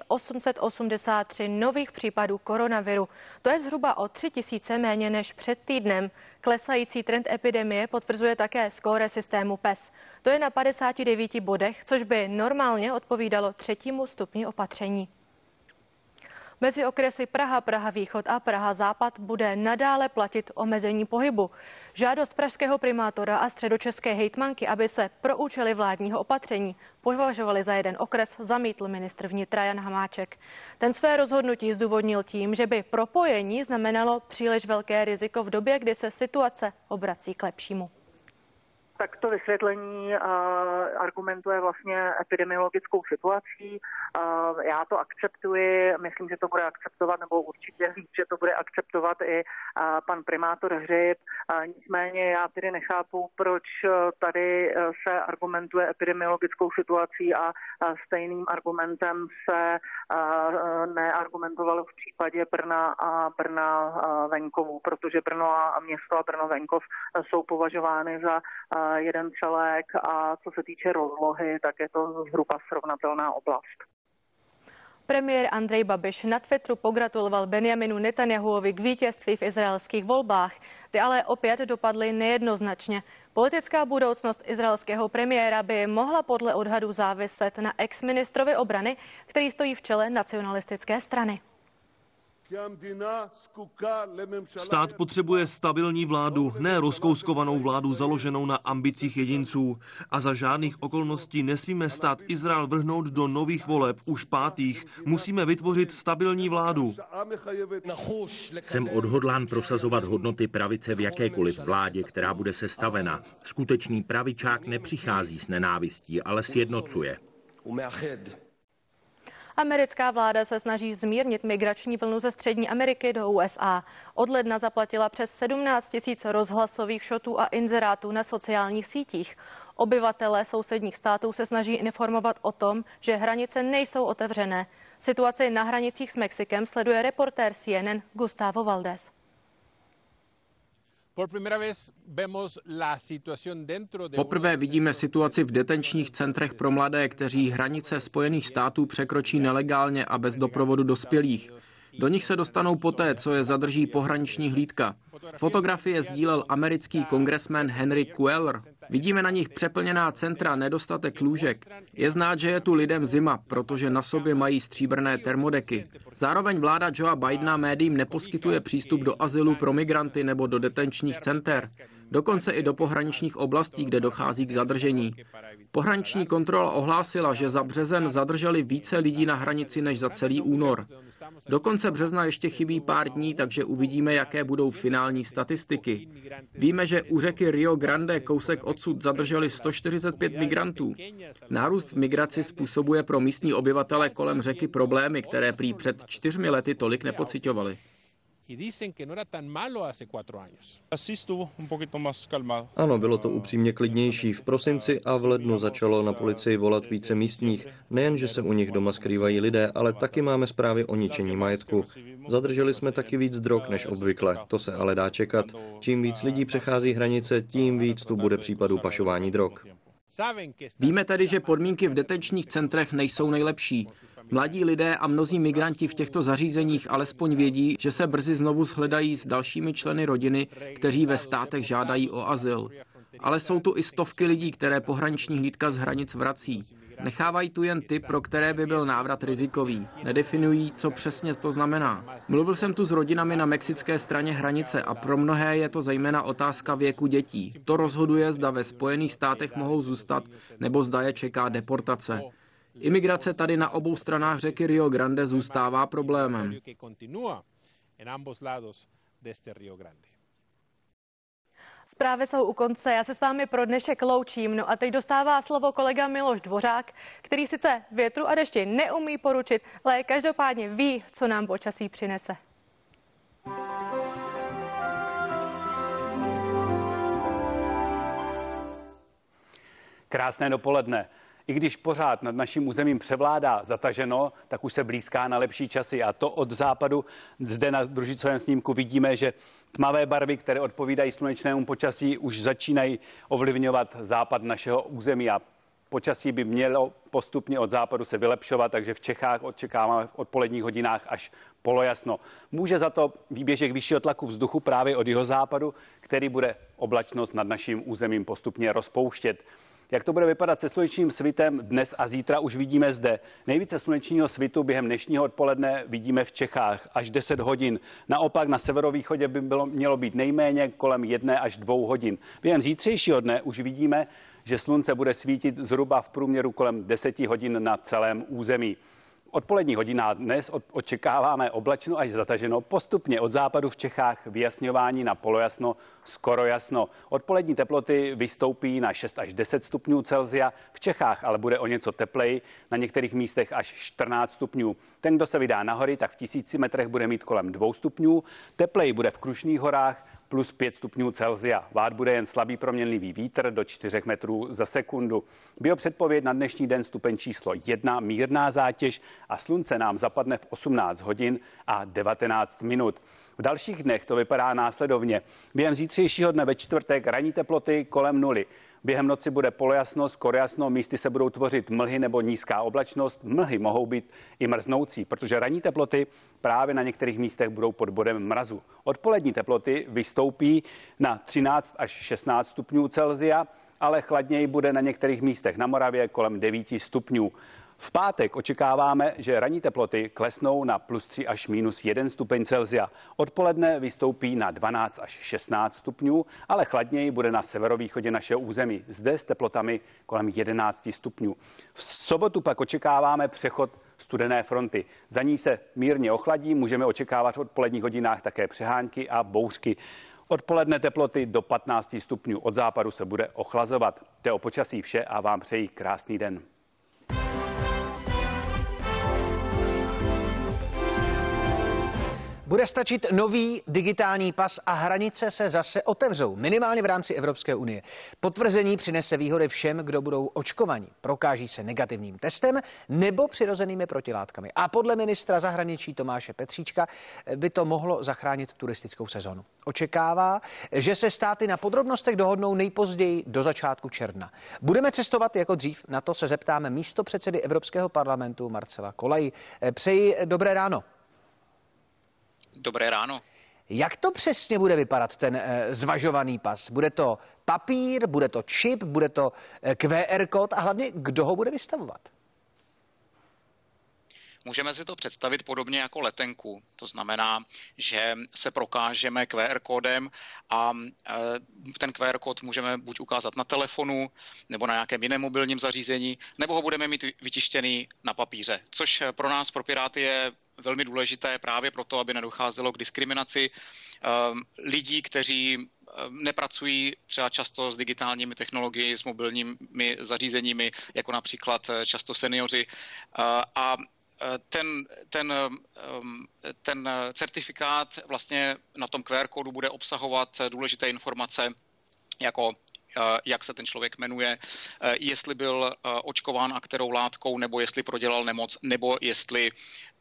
883 nových případů koronaviru. To je zhruba o 3 000 méně než před týdnem. Klesající trend epidemie potvrzuje také skóre systému PES. To je na 59 bodech, což by normálně odpovídalo 3. stupni opatření. Mezi okresy Praha, Praha východ a Praha západ bude nadále platit omezení pohybu. Žádost pražského primátora a středočeské hejtmanky, aby se pro účely vládního opatření považovali za jeden okres, zamítl ministr vnitra Jan Hamáček. Ten své rozhodnutí zdůvodnil tím, že by propojení znamenalo příliš velké riziko v době, kdy se situace obrací k lepšímu. Tak to vysvětlení argumentuje vlastně epidemiologickou situací. Já to akceptuji, myslím, že to bude akceptovat, nebo určitě víc, že to bude akceptovat i pan primátor Hřib. Nicméně já tedy nechápu, proč tady se argumentuje epidemiologickou situací a stejným argumentem se neargumentovalo v případě Brna a Brna venkovu, protože Brno a město a Brno venkov jsou považovány za jeden celek a co se týče rozlohy, tak je to zhruba srovnatelná oblast. Premiér Andrej Babiš na Twitteru pogratuloval Benjaminu Netanjahuovi k vítězství v izraelských volbách. Ty ale opět dopadly nejednoznačně. Politická budoucnost izraelského premiéra by mohla podle odhadů záviset na ex-ministrovi obrany, který stojí v čele nacionalistické strany. Stát potřebuje stabilní vládu, ne rozkouskovanou vládu založenou na ambicích jedinců. A za žádných okolností nesmíme stát Izrael vrhnout do nových voleb, už 5. Musíme vytvořit stabilní vládu. Jsem odhodlán prosazovat hodnoty pravice v jakékoliv vládě, která bude sestavena. Skutečný pravičák nepřichází s nenávistí, ale sjednocuje. Americká vláda se snaží zmírnit migrační vlnu ze Střední Ameriky do USA. Od ledna zaplatila přes 17 000 rozhlasových šotů a inzerátů na sociálních sítích. Obyvatelé sousedních států se snaží informovat o tom, že hranice nejsou otevřené. Situaci na hranicích s Mexikem sleduje reportér CNN Gustavo Valdés. Poprvé vidíme situaci v detenčních centrech pro mladé, kteří hranice Spojených států překročí nelegálně a bez doprovodu dospělých. Do nich se dostanou poté, co je zadrží pohraniční hlídka. Fotografie sdílel americký kongresmen Henry Cuellar. Vidíme na nich přeplněná centra, nedostatek lůžek. Je znát, že je tu lidem zima, protože na sobě mají stříbrné termodeky. Zároveň vláda Joea Bidena médiím neposkytuje přístup do azylu pro migranty nebo do detenčních center. Dokonce i do pohraničních oblastí, kde dochází k zadržení. Pohraniční kontrola ohlásila, že za březen zadrželi více lidí na hranici než za celý únor. Do konce března ještě chybí pár dní, takže uvidíme, jaké budou finální statistiky. Víme, že u řeky Rio Grande kousek odsud zadrželi 145 migrantů. Nárůst v migraci způsobuje pro místní obyvatele kolem řeky problémy, které prý před 4 lety tolik nepociťovali. Ano, bylo to upřímně klidnější. V prosinci a v lednu začalo na policii volat více místních. Nejen, že se u nich doma skrývají lidé, ale taky máme zprávy o ničení majetku. Zadrželi jsme taky víc drog než obvykle. To se ale dá čekat. Čím víc lidí přechází hranice, tím víc tu bude případů pašování drog. Víme tedy, že podmínky v detenčních centrech nejsou nejlepší. Mladí lidé a mnozí migranti v těchto zařízeních alespoň vědí, že se brzy znovu shledají s dalšími členy rodiny, kteří ve státech žádají o azyl. Ale jsou tu i stovky lidí, které pohraniční hlídka z hranic vrací. Nechávají tu jen ty, pro které by byl návrat rizikový. Nedefinují, co přesně to znamená. Mluvil jsem tu s rodinami na mexické straně hranice a pro mnohé je to zejména otázka věku dětí. To rozhoduje, zda ve Spojených státech mohou zůstat, nebo zda je čeká deportace. Imigrace tady na obou stranách řeky Rio Grande zůstává problémem. Zprávy jsou u konce, já se s vámi pro dnešek loučím. No a teď dostává slovo kolega Miloš Dvořák, který sice větru a dešti neumí poručit, ale každopádně ví, co nám počasí přinese. Krásné dopoledne. I když pořád nad naším územím převládá zataženo, tak už se blízká na lepší časy. A to od západu. Zde na družicovém snímku vidíme, že tmavé barvy, které odpovídají slunečnému počasí, už začínají ovlivňovat západ našeho území. A počasí by mělo postupně od západu se vylepšovat, takže v Čechách očekáváme v odpoledních hodinách až polojasno. Může za to výběžek vyššího tlaku vzduchu právě od jihozápadu, který bude oblačnost nad naším územím postupně rozpouštět. Jak to bude vypadat se slunečním svitem dnes a zítra, už vidíme zde. Nejvíce slunečního svitu během dnešního odpoledne vidíme v Čechách až 10 hodin. Naopak na severovýchodě by mělo být nejméně kolem 1 až 2 hodin. Během zítřejšího dne už vidíme, že slunce bude svítit zhruba v průměru kolem 10 hodin na celém území. Odpolední hodina dnes očekáváme oblačno až zataženo, postupně od západu v Čechách vyjasňování na polojasno, skoro jasno. Odpolední teploty vystoupí na 6 až 10 stupňů Celsia, v Čechách ale bude o něco tepleji, na některých místech až 14 stupňů. Ten, kdo se vydá na hory, tak v 1000 metrech bude mít kolem 2 stupňů, tepleji bude v Krušných horách, plus 5 stupňů Celsia. Vát bude jen slabý proměnlivý vítr do 4 metrů za sekundu. Biopředpověď na dnešní den stupeň číslo 1, mírná zátěž a slunce nám zapadne v 18 hodin a 19 minut. V dalších dnech to vypadá následovně. Během zítřejšího dne ve čtvrtek ranní teploty kolem 0. Během noci bude polojasno, skoro jasno, místy se budou tvořit mlhy nebo nízká oblačnost. Mlhy mohou být i mrznoucí, protože ranní teploty právě na některých místech budou pod bodem mrazu. Odpolední teploty vystoupí na 13 až 16 stupňů Celsia, ale chladněji bude na některých místech na Moravě kolem 9 stupňů. V pátek očekáváme, že ranní teploty klesnou na +3 až -1 stupeň Celsia. Odpoledne vystoupí na 12 až 16 stupňů, ale chladněji bude na severovýchodě našeho území. Zde s teplotami kolem 11 stupňů. V sobotu pak očekáváme přechod studené fronty. Za ní se mírně ochladí, můžeme očekávat v odpoledních hodinách také přehánky a bouřky. Odpoledne teploty do 15 stupňů. Od západu se bude ochlazovat. To je o počasí vše a vám přeji krásný den. Bude stačit nový digitální pas a hranice se zase otevřou, minimálně v rámci Evropské unie. Potvrzení přinese výhody všem, kdo budou očkovaní. Prokáží se negativním testem nebo přirozenými protilátkami. A podle ministra zahraničí Tomáše Petříčka by to mohlo zachránit turistickou sezonu. Očekává, že se státy na podrobnostech dohodnou nejpozději do začátku června. Budeme cestovat jako dřív? Na to se zeptáme místopředsedy Evropského parlamentu Marcela Kolaji. Přeji dobré ráno. Dobré ráno. Jak to přesně bude vypadat ten zvažovaný pas? Bude to papír, bude to čip, bude to QR kód a hlavně kdo ho bude vystavovat? Můžeme si to představit podobně jako letenku. To znamená, že se prokážeme QR kódem a ten QR kód můžeme buď ukázat na telefonu nebo na nějakém jiném mobilním zařízení, nebo ho budeme mít vytištěný na papíře, což pro nás, pro Piráty, je velmi důležité právě proto, aby nedocházelo k diskriminaci lidí, kteří nepracují třeba často s digitálními technologiemi, s mobilními zařízeními, jako například často seniori. A ten certifikát vlastně na tom QR kódu bude obsahovat důležité informace, jako jak se ten člověk jmenuje, jestli byl očkován a kterou látkou, nebo jestli prodělal nemoc, nebo jestli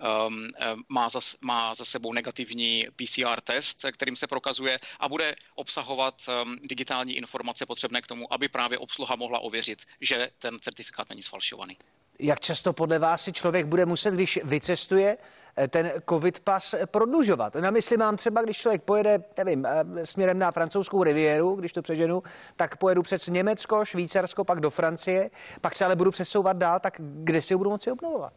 má za sebou negativní PCR test, kterým se prokazuje, a bude obsahovat digitální informace potřebné k tomu, aby právě obsluha mohla ověřit, že ten certifikát není sfalšovaný. Jak často podle vás si člověk bude muset, když vycestuje, ten covid pas prodlužovat? Na mysli mám třeba, když člověk pojede, nevím, směrem na francouzskou riviéru, když to přeženu, tak pojedu přes Německo, Švýcarsko, pak do Francie, pak se ale budu přesouvat dál, tak kde si ho budu moci obnovovat?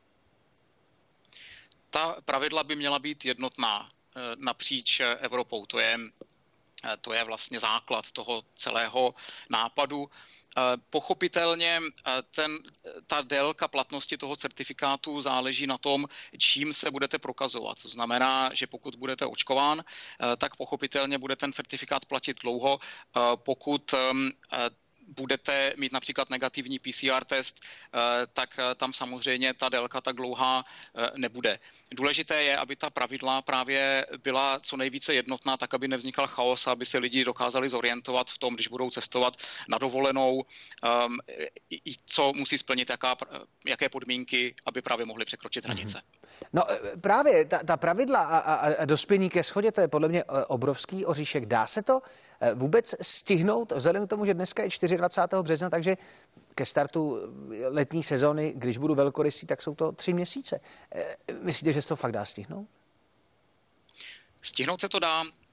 Ta pravidla by měla být jednotná napříč Evropou. To je vlastně základ toho celého nápadu. Pochopitelně ta délka platnosti toho certifikátu záleží na tom, čím se budete prokazovat. To znamená, že pokud budete očkován, tak pochopitelně bude ten certifikát platit dlouho. Pokud budete mít například negativní PCR test, tak tam samozřejmě ta délka tak dlouhá nebude. Důležité je, aby ta pravidla právě byla co nejvíce jednotná, tak aby nevznikal chaos, aby se lidi dokázali zorientovat v tom, když budou cestovat na dovolenou, co musí splnit, jaké podmínky, aby právě mohli překročit hranice. No právě ta pravidla a dospění ke shodě, to je podle mě obrovský oříšek. Dá se to vůbec stihnout, vzhledem k tomu, že dneska je 24. března, takže ke startu letní sezóny, když budu velkorysý, tak jsou to 3 měsíce. Myslíte, že se to fakt dá stihnout? Stihnout se to dá.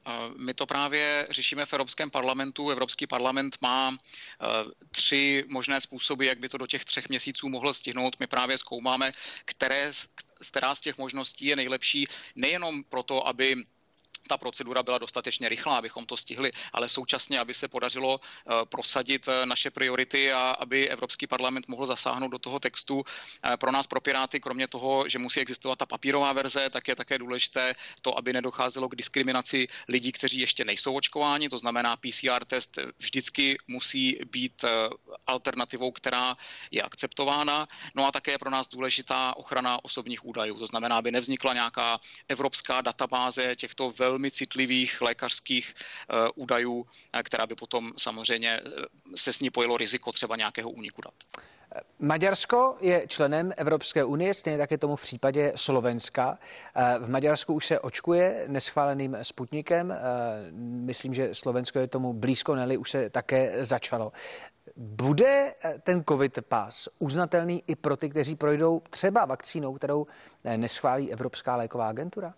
My to právě řešíme v Evropském parlamentu. Evropský parlament má 3 možné způsoby, jak by to do těch 3 měsíců mohl stihnout. My právě zkoumáme, která z těch možností je nejlepší, nejenom proto, aby ta procedura byla dostatečně rychlá, abychom to stihli, ale současně, aby se podařilo prosadit naše priority a aby Evropský parlament mohl zasáhnout do toho textu. Pro nás, pro Piráty, kromě toho, že musí existovat ta papírová verze, tak je také důležité to, aby nedocházelo k diskriminaci lidí, kteří ještě nejsou očkováni. To znamená, PCR test vždycky musí být alternativou, která je akceptována. No a také je pro nás důležitá ochrana osobních údajů. To znamená, aby nevznikla nějaká evropská databáze těchto velmi citlivých lékařských údajů, která by potom samozřejmě se s ní pojilo riziko třeba nějakého úniku dat. Maďarsko je členem Evropské unie, stejně tak je tomu v případě Slovenska. V Maďarsku už se očkuje neschváleným Sputnikem. Myslím, že Slovensko je tomu blízko, ne-li už se také začalo. Bude ten COVID pas uznatelný i pro ty, kteří projdou třeba vakcínou, kterou neschválí Evropská léková agentura?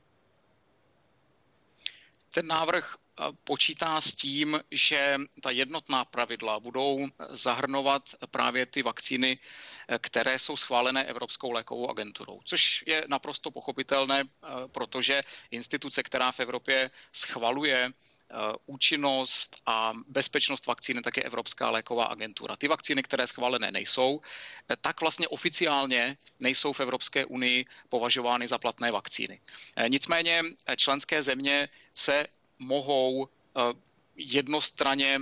Ten návrh počítá s tím, že ta jednotná pravidla budou zahrnovat právě ty vakcíny, které jsou schválené Evropskou lékovou agenturou, což je naprosto pochopitelné, protože instituce, která v Evropě schvaluje účinnost a bezpečnost vakcíny, tak je Evropská léková agentura. Ty vakcíny, které schválené nejsou, tak vlastně oficiálně nejsou v Evropské unii považovány za platné vakcíny. Nicméně členské země se mohou jednostranně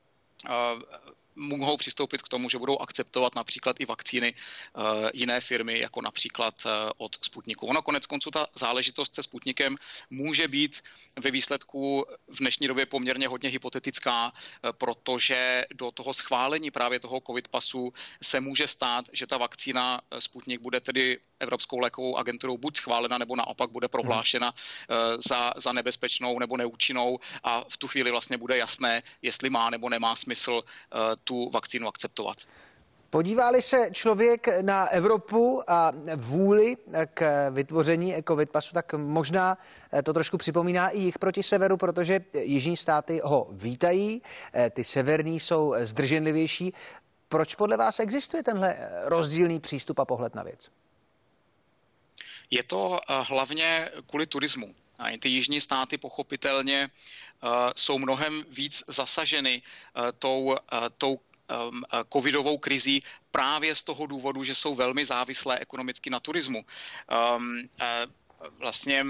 mohou přistoupit k tomu, že budou akceptovat například i vakcíny jiné firmy, jako například od Sputniku. Ono konec konců ta záležitost se Sputnikem může být ve výsledku v dnešní době poměrně hodně hypotetická, protože do toho schválení právě toho COVID pasu se může stát, že ta vakcína Sputnik bude tedy Evropskou lékovou agenturou buď schválena, nebo naopak bude prohlášena za nebezpečnou nebo neúčinnou a v tu chvíli vlastně bude jasné, jestli má nebo nemá smysl tu vakcínu akceptovat. Podívá-li se člověk na Evropu a vůli k vytvoření COVID pasu, tak možná to trošku připomíná i jih proti severu, protože jižní státy ho vítají, ty severní jsou zdrženlivější. Proč podle vás existuje tenhle rozdílný přístup a pohled na věc? Je to hlavně kvůli turismu. A ty jižní státy pochopitelně jsou mnohem víc zasaženy tou covidovou krizí právě z toho důvodu, že jsou velmi závislé ekonomicky na turismu. Vlastně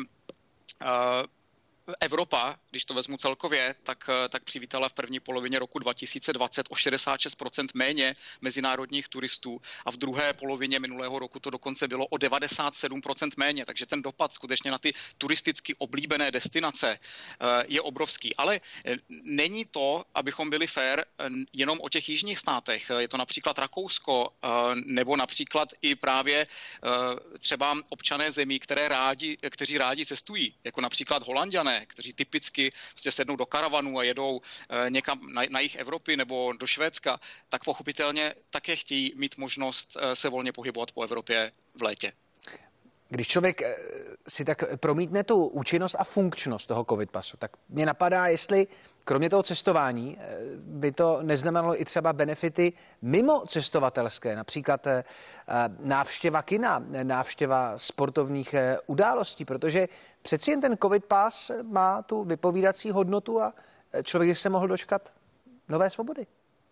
Evropa, když to vezmu celkově, tak přivítala v první polovině roku 2020 o 66% méně mezinárodních turistů a v druhé polovině minulého roku to dokonce bylo o 97% méně, takže ten dopad skutečně na ty turisticky oblíbené destinace je obrovský. Ale není to, abychom byli fair, jenom o těch jižních státech. Je to například Rakousko nebo například i právě třeba občané zemí, kteří rádi cestují, jako například Holanďané, kteří typicky sednou do karavanu a jedou někam na jih Evropy nebo do Švédska, tak pochopitelně také chtějí mít možnost se volně pohybovat po Evropě v létě. Když člověk si tak promítne tu účinnost a funkčnost toho COVID pasu, tak mě napadá, jestli kromě toho cestování by to neznamenalo i třeba benefity mimo cestovatelské, například návštěva kina, návštěva sportovních událostí, protože přeci jen ten COVID pas má tu vypovídací hodnotu a člověk se mohl dočkat nové svobody.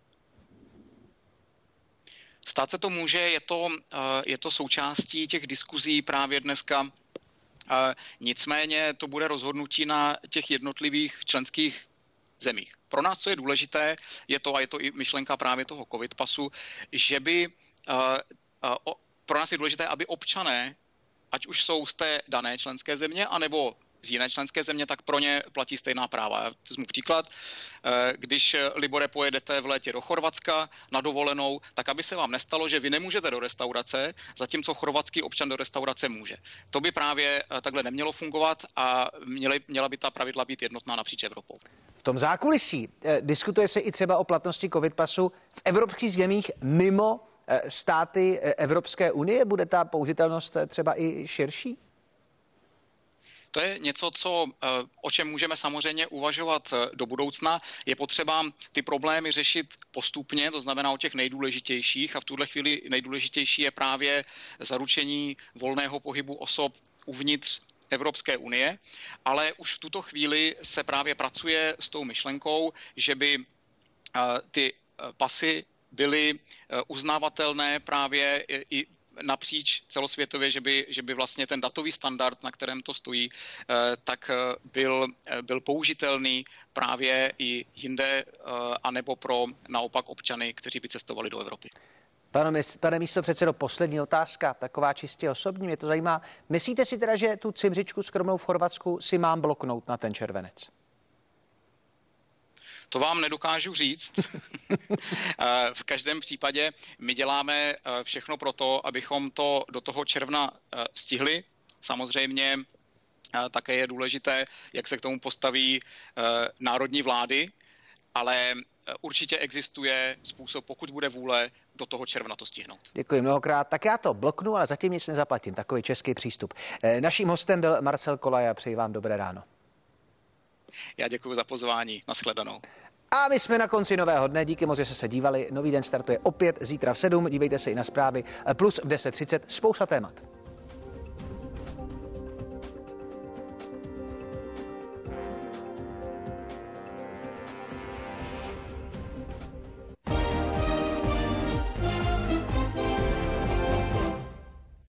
Stát se to může, je to součástí těch diskuzí právě dneska. Nicméně to bude rozhodnutí na těch jednotlivých členských zemích. Pro nás, co je důležité, je to, a je to i myšlenka právě toho COVID pasu, že by pro nás je důležité, aby občané, ať už jsou z té dané členské země, anebo z jiné členské země, tak pro ně platí stejná práva. Já vezmu příklad, když, Libore, pojedete v létě do Chorvatska na dovolenou, tak aby se vám nestalo, že vy nemůžete do restaurace, zatímco chorvatský občan do restaurace může. To by právě takhle nemělo fungovat a měla by ta pravidla být jednotná napříč Evropou. V tom zákulisí diskutuje se i třeba o platnosti COVID pasu v evropských zemích mimo státy Evropské unie. Bude ta použitelnost třeba i širší? To je něco, o čem můžeme samozřejmě uvažovat do budoucna. Je potřeba ty problémy řešit postupně, to znamená o těch nejdůležitějších, a v tuhle chvíli nejdůležitější je právě zaručení volného pohybu osob uvnitř Evropské unie, ale už v tuto chvíli se právě pracuje s tou myšlenkou, že by ty pasy byly uznávatelné právě i napříč celosvětově, že by vlastně ten datový standard, na kterém to stojí, tak byl použitelný právě i jinde, anebo pro naopak občany, kteří by cestovali do Evropy. Pane místopředsedo, poslední otázka, taková čistě osobní, mě to zajímá. Myslíte si teda, že tu cimřičku skromnou v Chorvatsku si mám bloknout na ten červenec? To vám nedokážu říct. V každém případě my děláme všechno pro to, abychom to do toho června stihli. Samozřejmě také je důležité, jak se k tomu postaví národní vlády, ale určitě existuje způsob, pokud bude vůle, do toho června to stihnout. Děkuji mnohokrát. Tak já to bloknu, ale zatím nic nezaplatím. Takový český přístup. Naším hostem byl Marcel Kolaj a přeji vám dobré ráno. Já děkuji za pozvání. Nashledanou. A my jsme na konci nového dne. Díky moc, že jste se dívali. Nový den startuje opět zítra v 7. Dívejte se i na zprávy plus v 10:30. Spousta témat.